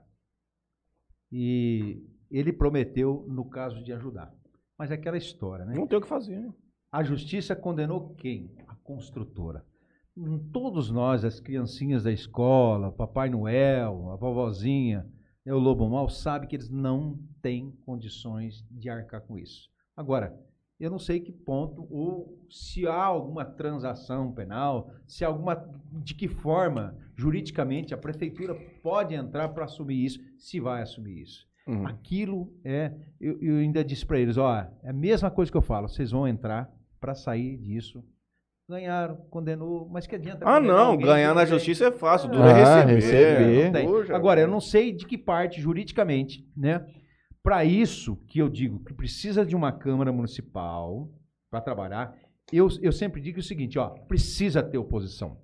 E ele prometeu, no caso, de ajudar. Mas é aquela história, né? Não tem o que fazer, né? A justiça condenou quem? A construtora. Hum, Todos nós, as criancinhas da escola, Papai Noel, a vovozinha, né, o Lobo Mal, sabe que eles não têm condições de arcar com isso. Agora, eu não sei que ponto, ou se há alguma transação penal, se há alguma, de que forma, juridicamente, a prefeitura pode entrar para assumir isso, se vai assumir isso. Uhum. Aquilo é, eu, eu ainda disse para eles, ó, é a mesma coisa que eu falo, vocês vão entrar para sair disso. Ganharam, condenou, mas que adianta Ah, condenar não, alguém ganhar que na não tem? justiça é fácil, duro Ah, é receber. receber. Não tem. Poxa. Agora, eu não sei de que parte, juridicamente, né? Para isso que eu digo que precisa de uma Câmara Municipal para trabalhar, eu, eu sempre digo o seguinte, ó, precisa ter oposição.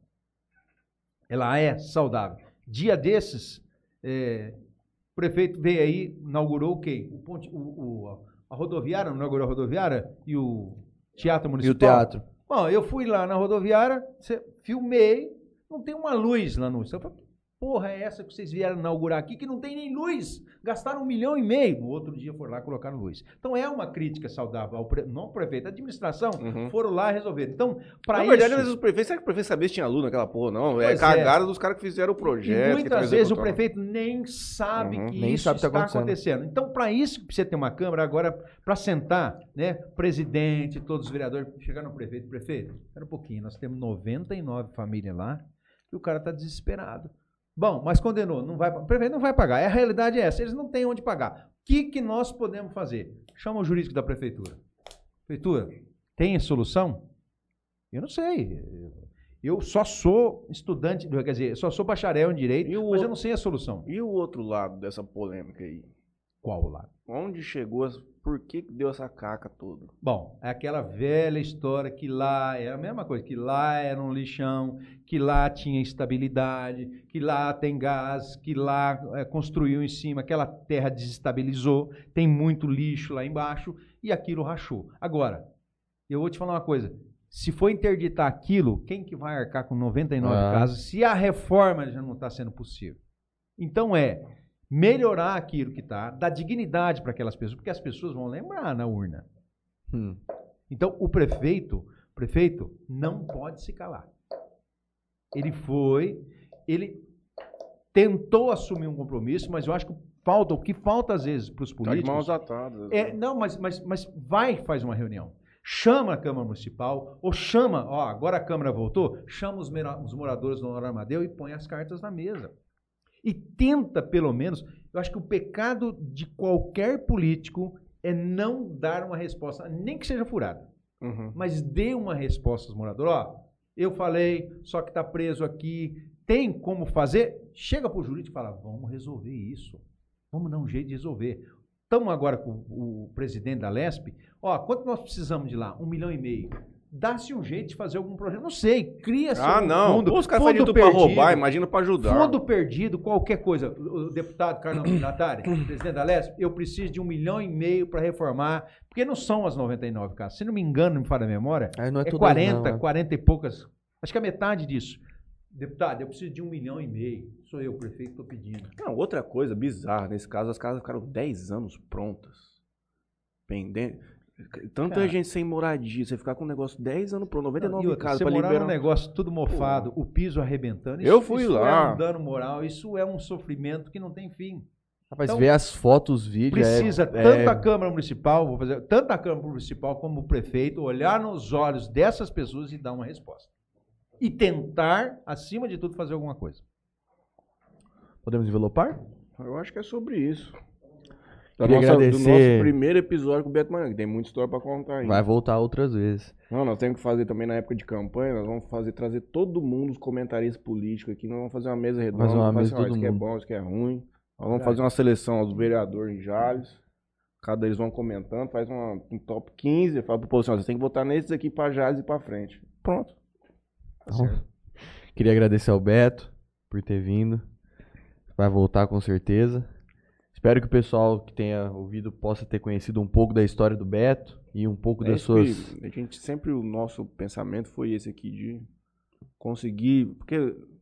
Ela é saudável. Dia desses, é, o prefeito veio aí, inaugurou o quê? O ponte, o, o- a rodoviária, não inaugurou a rodoviária? E o Teatro E Municipal? o teatro? Bom, eu fui lá na rodoviária, cê- filmei, não tem uma luz lá no... Eu falei, que porra é essa que vocês vieram inaugurar aqui, que não tem nem luz? Gastaram um milhão e meio. No outro dia foram lá e colocaram luz. Então é uma crítica saudável ao pre... não ao prefeito, a administração Uhum. foram lá e resolveram. Então, para Na isso... verdade, às vezes o prefeito, será que o prefeito sabia se tinha aluno naquela porra? Não, é Pois é. cagada dos caras que fizeram o projeto. E que muitas tão vezes o executando. prefeito nem sabe Uhum. que Nem isso sabe o que está tá acontecendo. acontecendo. Então, para isso que precisa ter uma Câmara agora, para sentar, né, presidente, todos os vereadores, chegar no prefeito, prefeito, espera um pouquinho, nós temos noventa e nove famílias lá e o cara está desesperado. Bom, mas condenou, não vai, o prefeito não vai pagar. A realidade é essa, eles não têm onde pagar. O que, que nós podemos fazer? Chama o jurídico da prefeitura. Prefeitura, tem solução? Eu não sei. Eu só sou estudante, quer dizer, eu só sou bacharel em direito, E o mas outro- eu não sei a solução. E o outro lado dessa polêmica aí? Qual lado? Onde chegou, as- por que que deu essa caca toda? Bom, é aquela velha história que lá é a mesma coisa, que lá era um lixão, que lá tinha estabilidade, que lá tem gás, que lá é, construiu em cima, aquela terra desestabilizou, tem muito lixo lá embaixo e aquilo rachou. Agora, eu vou te falar uma coisa, se for interditar aquilo, quem que vai arcar com noventa e nove Ah. casas se a reforma já não está sendo possível? Então é melhorar aquilo que está, dar dignidade para aquelas pessoas, porque as pessoas vão lembrar na urna. Hum. Então, o prefeito, o prefeito não pode se calar. Ele foi, ele tentou assumir um compromisso, mas eu acho que falta, o que falta às vezes para os Tá de políticos... mãos atadas. É, não, mas, mas, mas vai e faz uma reunião. Chama a Câmara Municipal, ou chama, ó, agora a Câmara voltou, chama os, mera- os moradores do Nora Amadeu e põe as cartas na mesa. E tenta, pelo menos, eu acho que o pecado de qualquer político é não dar uma resposta, nem que seja furada, Uhum. mas dê uma resposta aos moradores. Ó, eu falei, só que está preso aqui, tem como fazer? Chega para o jurídico e fala, vamos resolver isso, vamos dar um jeito de resolver. Estamos agora com o presidente da Lesp, ó, quanto nós precisamos de lá? Um milhão e meio. Dá-se um jeito de fazer algum projeto, não sei, cria-se Ah, um não. fundo, Pô, os caras fundo fazem tudo pra perdido. roubar, imagina pra ajudar. Fundo perdido, qualquer coisa. O o deputado Carlos Natari, presidente da Lesp, eu preciso de um milhão e meio para reformar, porque não são as noventa e nove casas. Se não me engano, não me falha a memória, Aí não é é tudo quarenta, não, é. quarenta e poucas. Acho que é metade disso. Deputado, eu preciso de um milhão e meio. Sou eu, prefeito, estou pedindo. Não, outra coisa bizarra, nesse caso, as casas ficaram dez anos prontas. Pendente. Tanta Cara. gente sem moradia, você ficar com um negócio dez anos pronto, noventa e Não, nove e outra, casas você pra morar liberar. num negócio tudo mofado, o piso arrebentando, Eu fui isso lá. é um dano moral, isso é um sofrimento que não tem fim. Rapaz, Então, ver as fotos, os vídeos. Precisa é, tanto é- a Câmara Municipal, vou fazer, tanto a Câmara Municipal como o prefeito olhar nos olhos dessas pessoas e dar uma resposta. E tentar, acima de tudo, fazer alguma coisa. Podemos envelopar? Eu acho que é sobre isso. Da Queria nossa- agradecer. Do nosso primeiro episódio com o Beto Manhã, que tem muita história pra contar ainda. Vai voltar outras vezes. Não, nós temos que fazer também na época de campanha, nós vamos fazer, trazer todo mundo, os comentaristas políticos aqui, nós vamos fazer uma mesa redonda, Fazer uma vamos mesa fazer, ó, todo isso que é mundo. bom, isso que é ruim. Nós vamos Verdade. fazer uma seleção dos vereadores em Jales, cada eles vão comentando, faz uma, um top quinze, fala pro povo assim, ó, você tem que votar nesses aqui pra Jales e pra frente. Pronto. Tá certo. Queria agradecer ao Beto por ter vindo. Vai voltar com certeza. Espero que o pessoal que tenha ouvido possa ter conhecido um pouco da história do Beto e um pouco É das isso suas. que a gente sempre, o nosso pensamento foi esse aqui, de conseguir, porque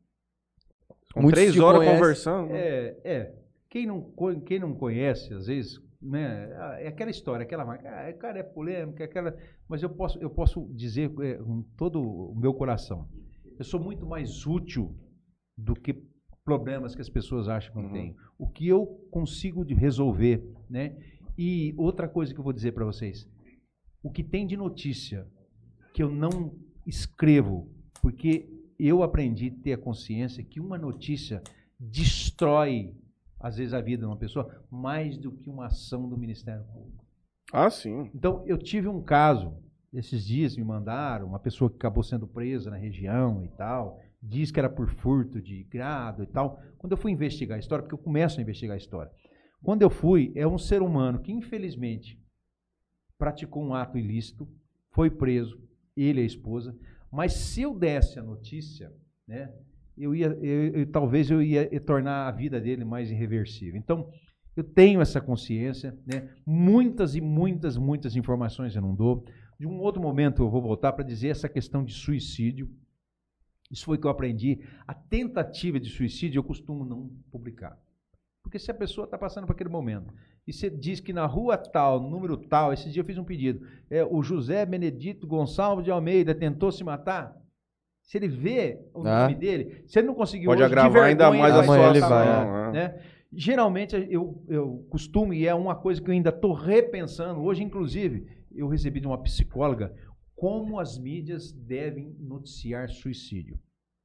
são Muitos três te horas conhecem. conversando. né? É, é. Quem não, co- quem não conhece, às vezes, né, é aquela história, aquela marca, ah, cara, é polêmica, é aquela. Mas eu posso, eu posso dizer é, com todo o meu coração, eu sou muito mais útil do que problemas que as pessoas acham que não Uhum. tem. O que eu consigo de resolver, né? E outra coisa que eu vou dizer para vocês, o que tem de notícia que eu não escrevo, porque eu aprendi a ter a consciência que uma notícia destrói, às vezes, a vida de uma pessoa mais do que uma ação do Ministério Público. Ah, sim. Então, eu tive um caso, esses dias me mandaram, uma pessoa que acabou sendo presa na região e tal, diz que era por furto de grado e tal. Quando eu fui investigar a história, porque eu começo a investigar a história, quando eu fui, é um ser humano que, infelizmente, praticou um ato ilícito, foi preso, ele e a esposa, mas se eu desse a notícia, né, eu ia, eu, eu, talvez eu ia tornar a vida dele mais irreversível. Então, eu tenho essa consciência, né, muitas e muitas, muitas informações eu não dou. De um outro momento eu vou voltar para dizer essa questão de suicídio. Isso foi que eu aprendi. A tentativa de suicídio eu costumo não publicar. Porque se a pessoa está passando por aquele momento, e você diz que na rua tal, número tal, esse dia eu fiz um pedido, é, o José Benedito Gonçalves de Almeida tentou se matar, se ele vê o Ah. nome dele, se ele não conseguiu Pode hoje, de agravar ainda vergonha, mais a amanhã ele situação. vai, né? né? Geralmente eu, eu costumo, e é uma coisa que eu ainda estou repensando, hoje inclusive eu recebi de uma psicóloga, como as mídias devem noticiar suicídio.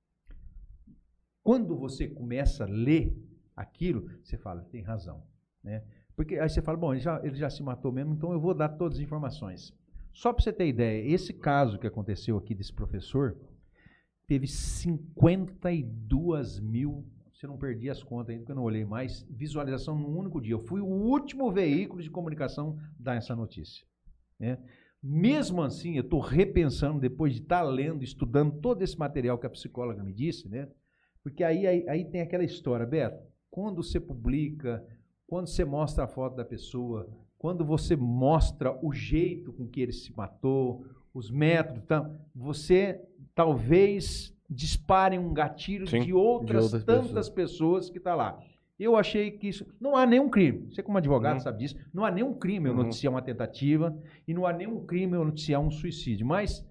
Quando você começa a ler aquilo, você fala, tem razão, né? Porque aí você fala, bom, ele já, ele já se matou mesmo, então eu vou dar todas as informações. Só para você ter ideia, esse caso que aconteceu aqui desse professor, teve cinquenta e duas mil, se eu não perdi as contas ainda, porque eu não olhei mais, visualização num único dia. Eu fui o último veículo de comunicação a dar essa notícia. Né? Mesmo assim, eu estou repensando, depois de estar tá lendo, estudando todo esse material que a psicóloga me disse, né? Porque aí, aí, aí tem aquela história, Beto, quando você publica, quando você mostra a foto da pessoa, quando você mostra o jeito com que ele se matou, os métodos, então, você talvez dispare um gatilho Sim, de, outras de outras tantas pessoas, pessoas que estão tá lá. Eu achei que isso... Não há nenhum crime. Você como advogado uhum. sabe disso. Não há nenhum crime eu noticiar uma tentativa e não há nenhum crime eu noticiar um suicídio. Mas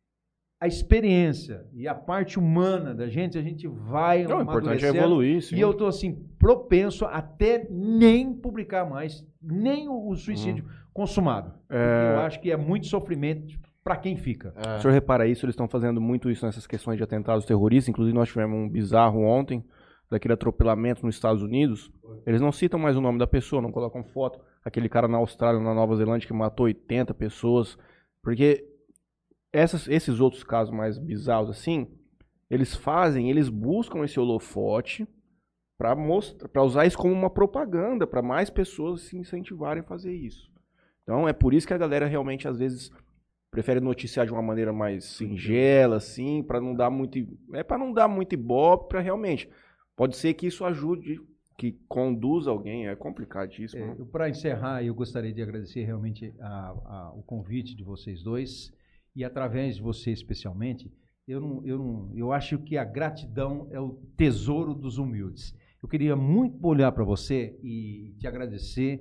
a experiência e a parte humana da gente, a gente vai não, o importante é evoluir, sim. E eu estou assim, propenso a até nem publicar mais, nem o, o suicídio uhum. consumado. É... Eu acho que é muito sofrimento para quem fica. É. O senhor repara isso, eles estão fazendo muito isso nessas questões de atentados terroristas. Inclusive nós tivemos um bizarro ontem, daquele atropelamento nos Estados Unidos, eles não citam mais o nome da pessoa, não colocam foto. Aquele cara na Austrália, na Nova Zelândia, que matou oitenta pessoas. Porque essas, esses outros casos mais bizarros assim, eles fazem, eles buscam esse holofote para mostrar, para usar isso como uma propaganda, para mais pessoas se incentivarem a fazer isso. Então é por isso que a galera realmente, às vezes, prefere noticiar de uma maneira mais singela, assim, para não dar muito... É para não dar muito ibope, para realmente... Pode ser que isso ajude, que conduza alguém, é complicadíssimo. É, para encerrar, eu gostaria de agradecer realmente a, a, o convite de vocês dois, e através de você especialmente, eu, não, eu, não, eu acho que a gratidão é o tesouro dos humildes. Eu queria muito olhar para você e te agradecer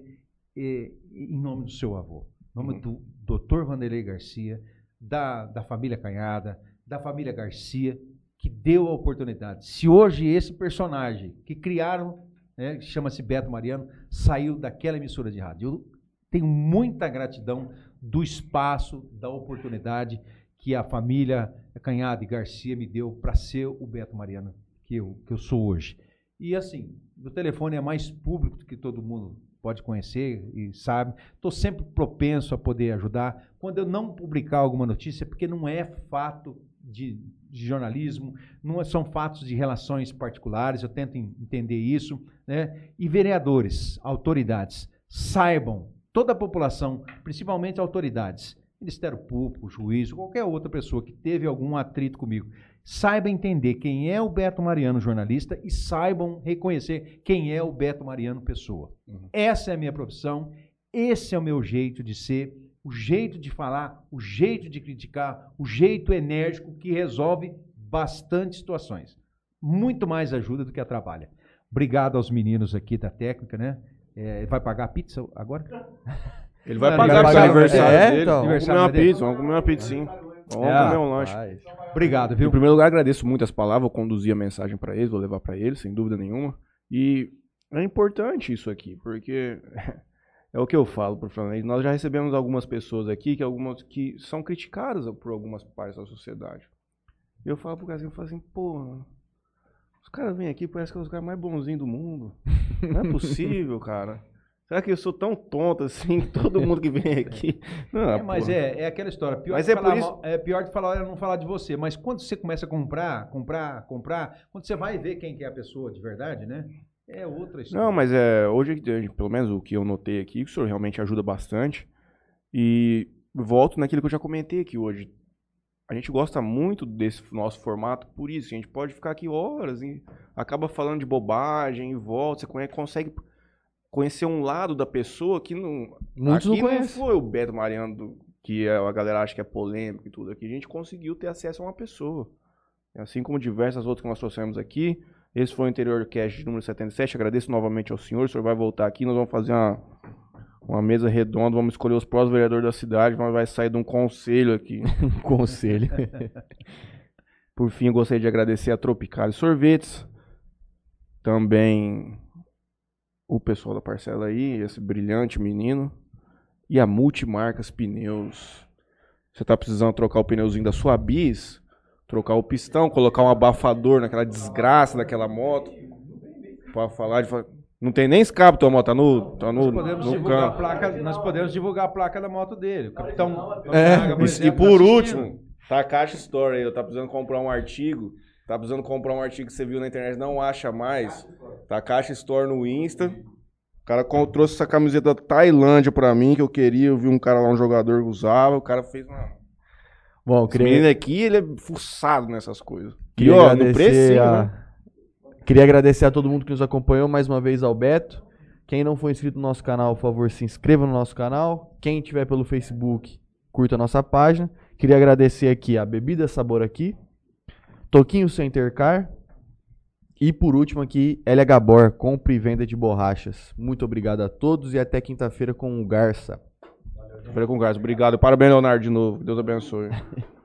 e, em nome do seu avô, em nome hum. do doutor Vanderlei Garcia, da, da família Canhada, da família Garcia, que deu a oportunidade. Se hoje esse personagem que criaram, né, que chama-se Beto Mariano, saiu daquela emissora de rádio, eu tenho muita gratidão do espaço, da oportunidade que a família Canhada e Garcia me deu para ser o Beto Mariano que eu, que eu sou hoje. E assim, o telefone é mais público do que todo mundo pode conhecer e sabe. Estou sempre propenso a poder ajudar. Quando eu não publicar alguma notícia, porque não é fato de, de jornalismo, não é, são fatos de relações particulares, eu tento entender isso, né? E vereadores, autoridades, saibam, toda a população, principalmente autoridades, Ministério Público, juiz, qualquer outra pessoa que teve algum atrito comigo, saiba entender quem é o Beto Mariano jornalista e saibam reconhecer quem é o Beto Mariano pessoa. Uhum. Essa é a minha profissão, esse é o meu jeito de ser, o jeito de falar, o jeito de criticar, o jeito enérgico que resolve bastante situações. Muito mais ajuda do que atrapalha. Obrigado aos meninos aqui da técnica, né? É, vai pagar a pizza agora? Ele vai pagar o aniversário é, dele. Então. Vamos comer uma pizza, vamos comer uma pizza sim. Vamos é, comer um lanche. Obrigado, viu? Em primeiro lugar, agradeço muito as palavras, vou conduzir a mensagem para eles, vou levar para eles, sem dúvida nenhuma. E é importante isso aqui, porque é o que eu falo pro Flamengo. Nós já recebemos algumas pessoas aqui que, algumas, que são criticadas por algumas partes da sociedade. E eu falo pro Casinho, eu falo assim, pô, os caras vêm aqui, parece que são os caras mais bonzinhos do mundo. Não é possível, cara. Será que eu sou tão tonto assim, todo mundo que vem aqui? Não, é, mas é, é aquela história. Pior, mas de é, falar, por isso... é pior de falar, não falar de você. Mas quando você começa a comprar, comprar, comprar, quando você vai ver quem que é a pessoa de verdade, né? É outra história. Não, mas é, hoje, pelo menos o que eu notei aqui, o senhor realmente ajuda bastante. E volto naquilo que eu já comentei aqui hoje. A gente gosta muito desse nosso formato, por isso. A gente pode ficar aqui horas e acaba falando de bobagem e volta. Você consegue conhecer um lado da pessoa que não... Muitos aqui não não foi o Beto Mariano, do, que a galera acha que é polêmico e tudo aqui. A gente conseguiu ter acesso a uma pessoa. Assim como diversas outras que nós trouxemos aqui. Esse foi o Interior Cast número setenta e sete. Agradeço novamente ao senhor. O senhor vai voltar aqui. Nós vamos fazer uma, uma mesa redonda. Vamos escolher os próximos vereadores da cidade. Nós vai sair de um conselho aqui. Um conselho. Por fim, eu gostaria de agradecer a Tropicale Sorvetes. Também o pessoal da parcela aí. Esse brilhante menino. E a Multimarcas Pneus. Você está precisando trocar o pneuzinho da sua bis? Trocar o pistão, colocar um abafador naquela desgraça daquela moto. Pra falar de... Não tem nem escape tua moto, tá no, tá no, nós podemos no divulgar a placa, nós podemos divulgar a placa da moto dele. O capitão... É, por e, exemplo, e por último, tá a Caixa Store aí. Eu tá precisando comprar um artigo Tá precisando comprar um artigo que você viu na internet, não acha mais. Tá Caixa Store no Insta. O cara com- trouxe essa camiseta da Tailândia pra mim, que eu queria. Eu vi um cara lá, um jogador que usava. O cara fez uma... Bom, eu Esse queria, menino aqui, ele é fuçado nessas coisas. E queria ó, no agradecer precinho, a... né? Queria agradecer a todo mundo que nos acompanhou, mais uma vez ao Beto. Quem não for inscrito no nosso canal, por favor, se inscreva no nosso canal. Quem tiver pelo Facebook, curta a nossa página. Queria agradecer aqui a Bebida Sabor aqui, Toquinho Center Car e por último aqui, L H Gabor, compra e venda de borrachas. Muito obrigado a todos e até quinta-feira com o Garça. Falei com o Garça. Obrigado. Parabéns, Leonardo, de novo. Deus abençoe.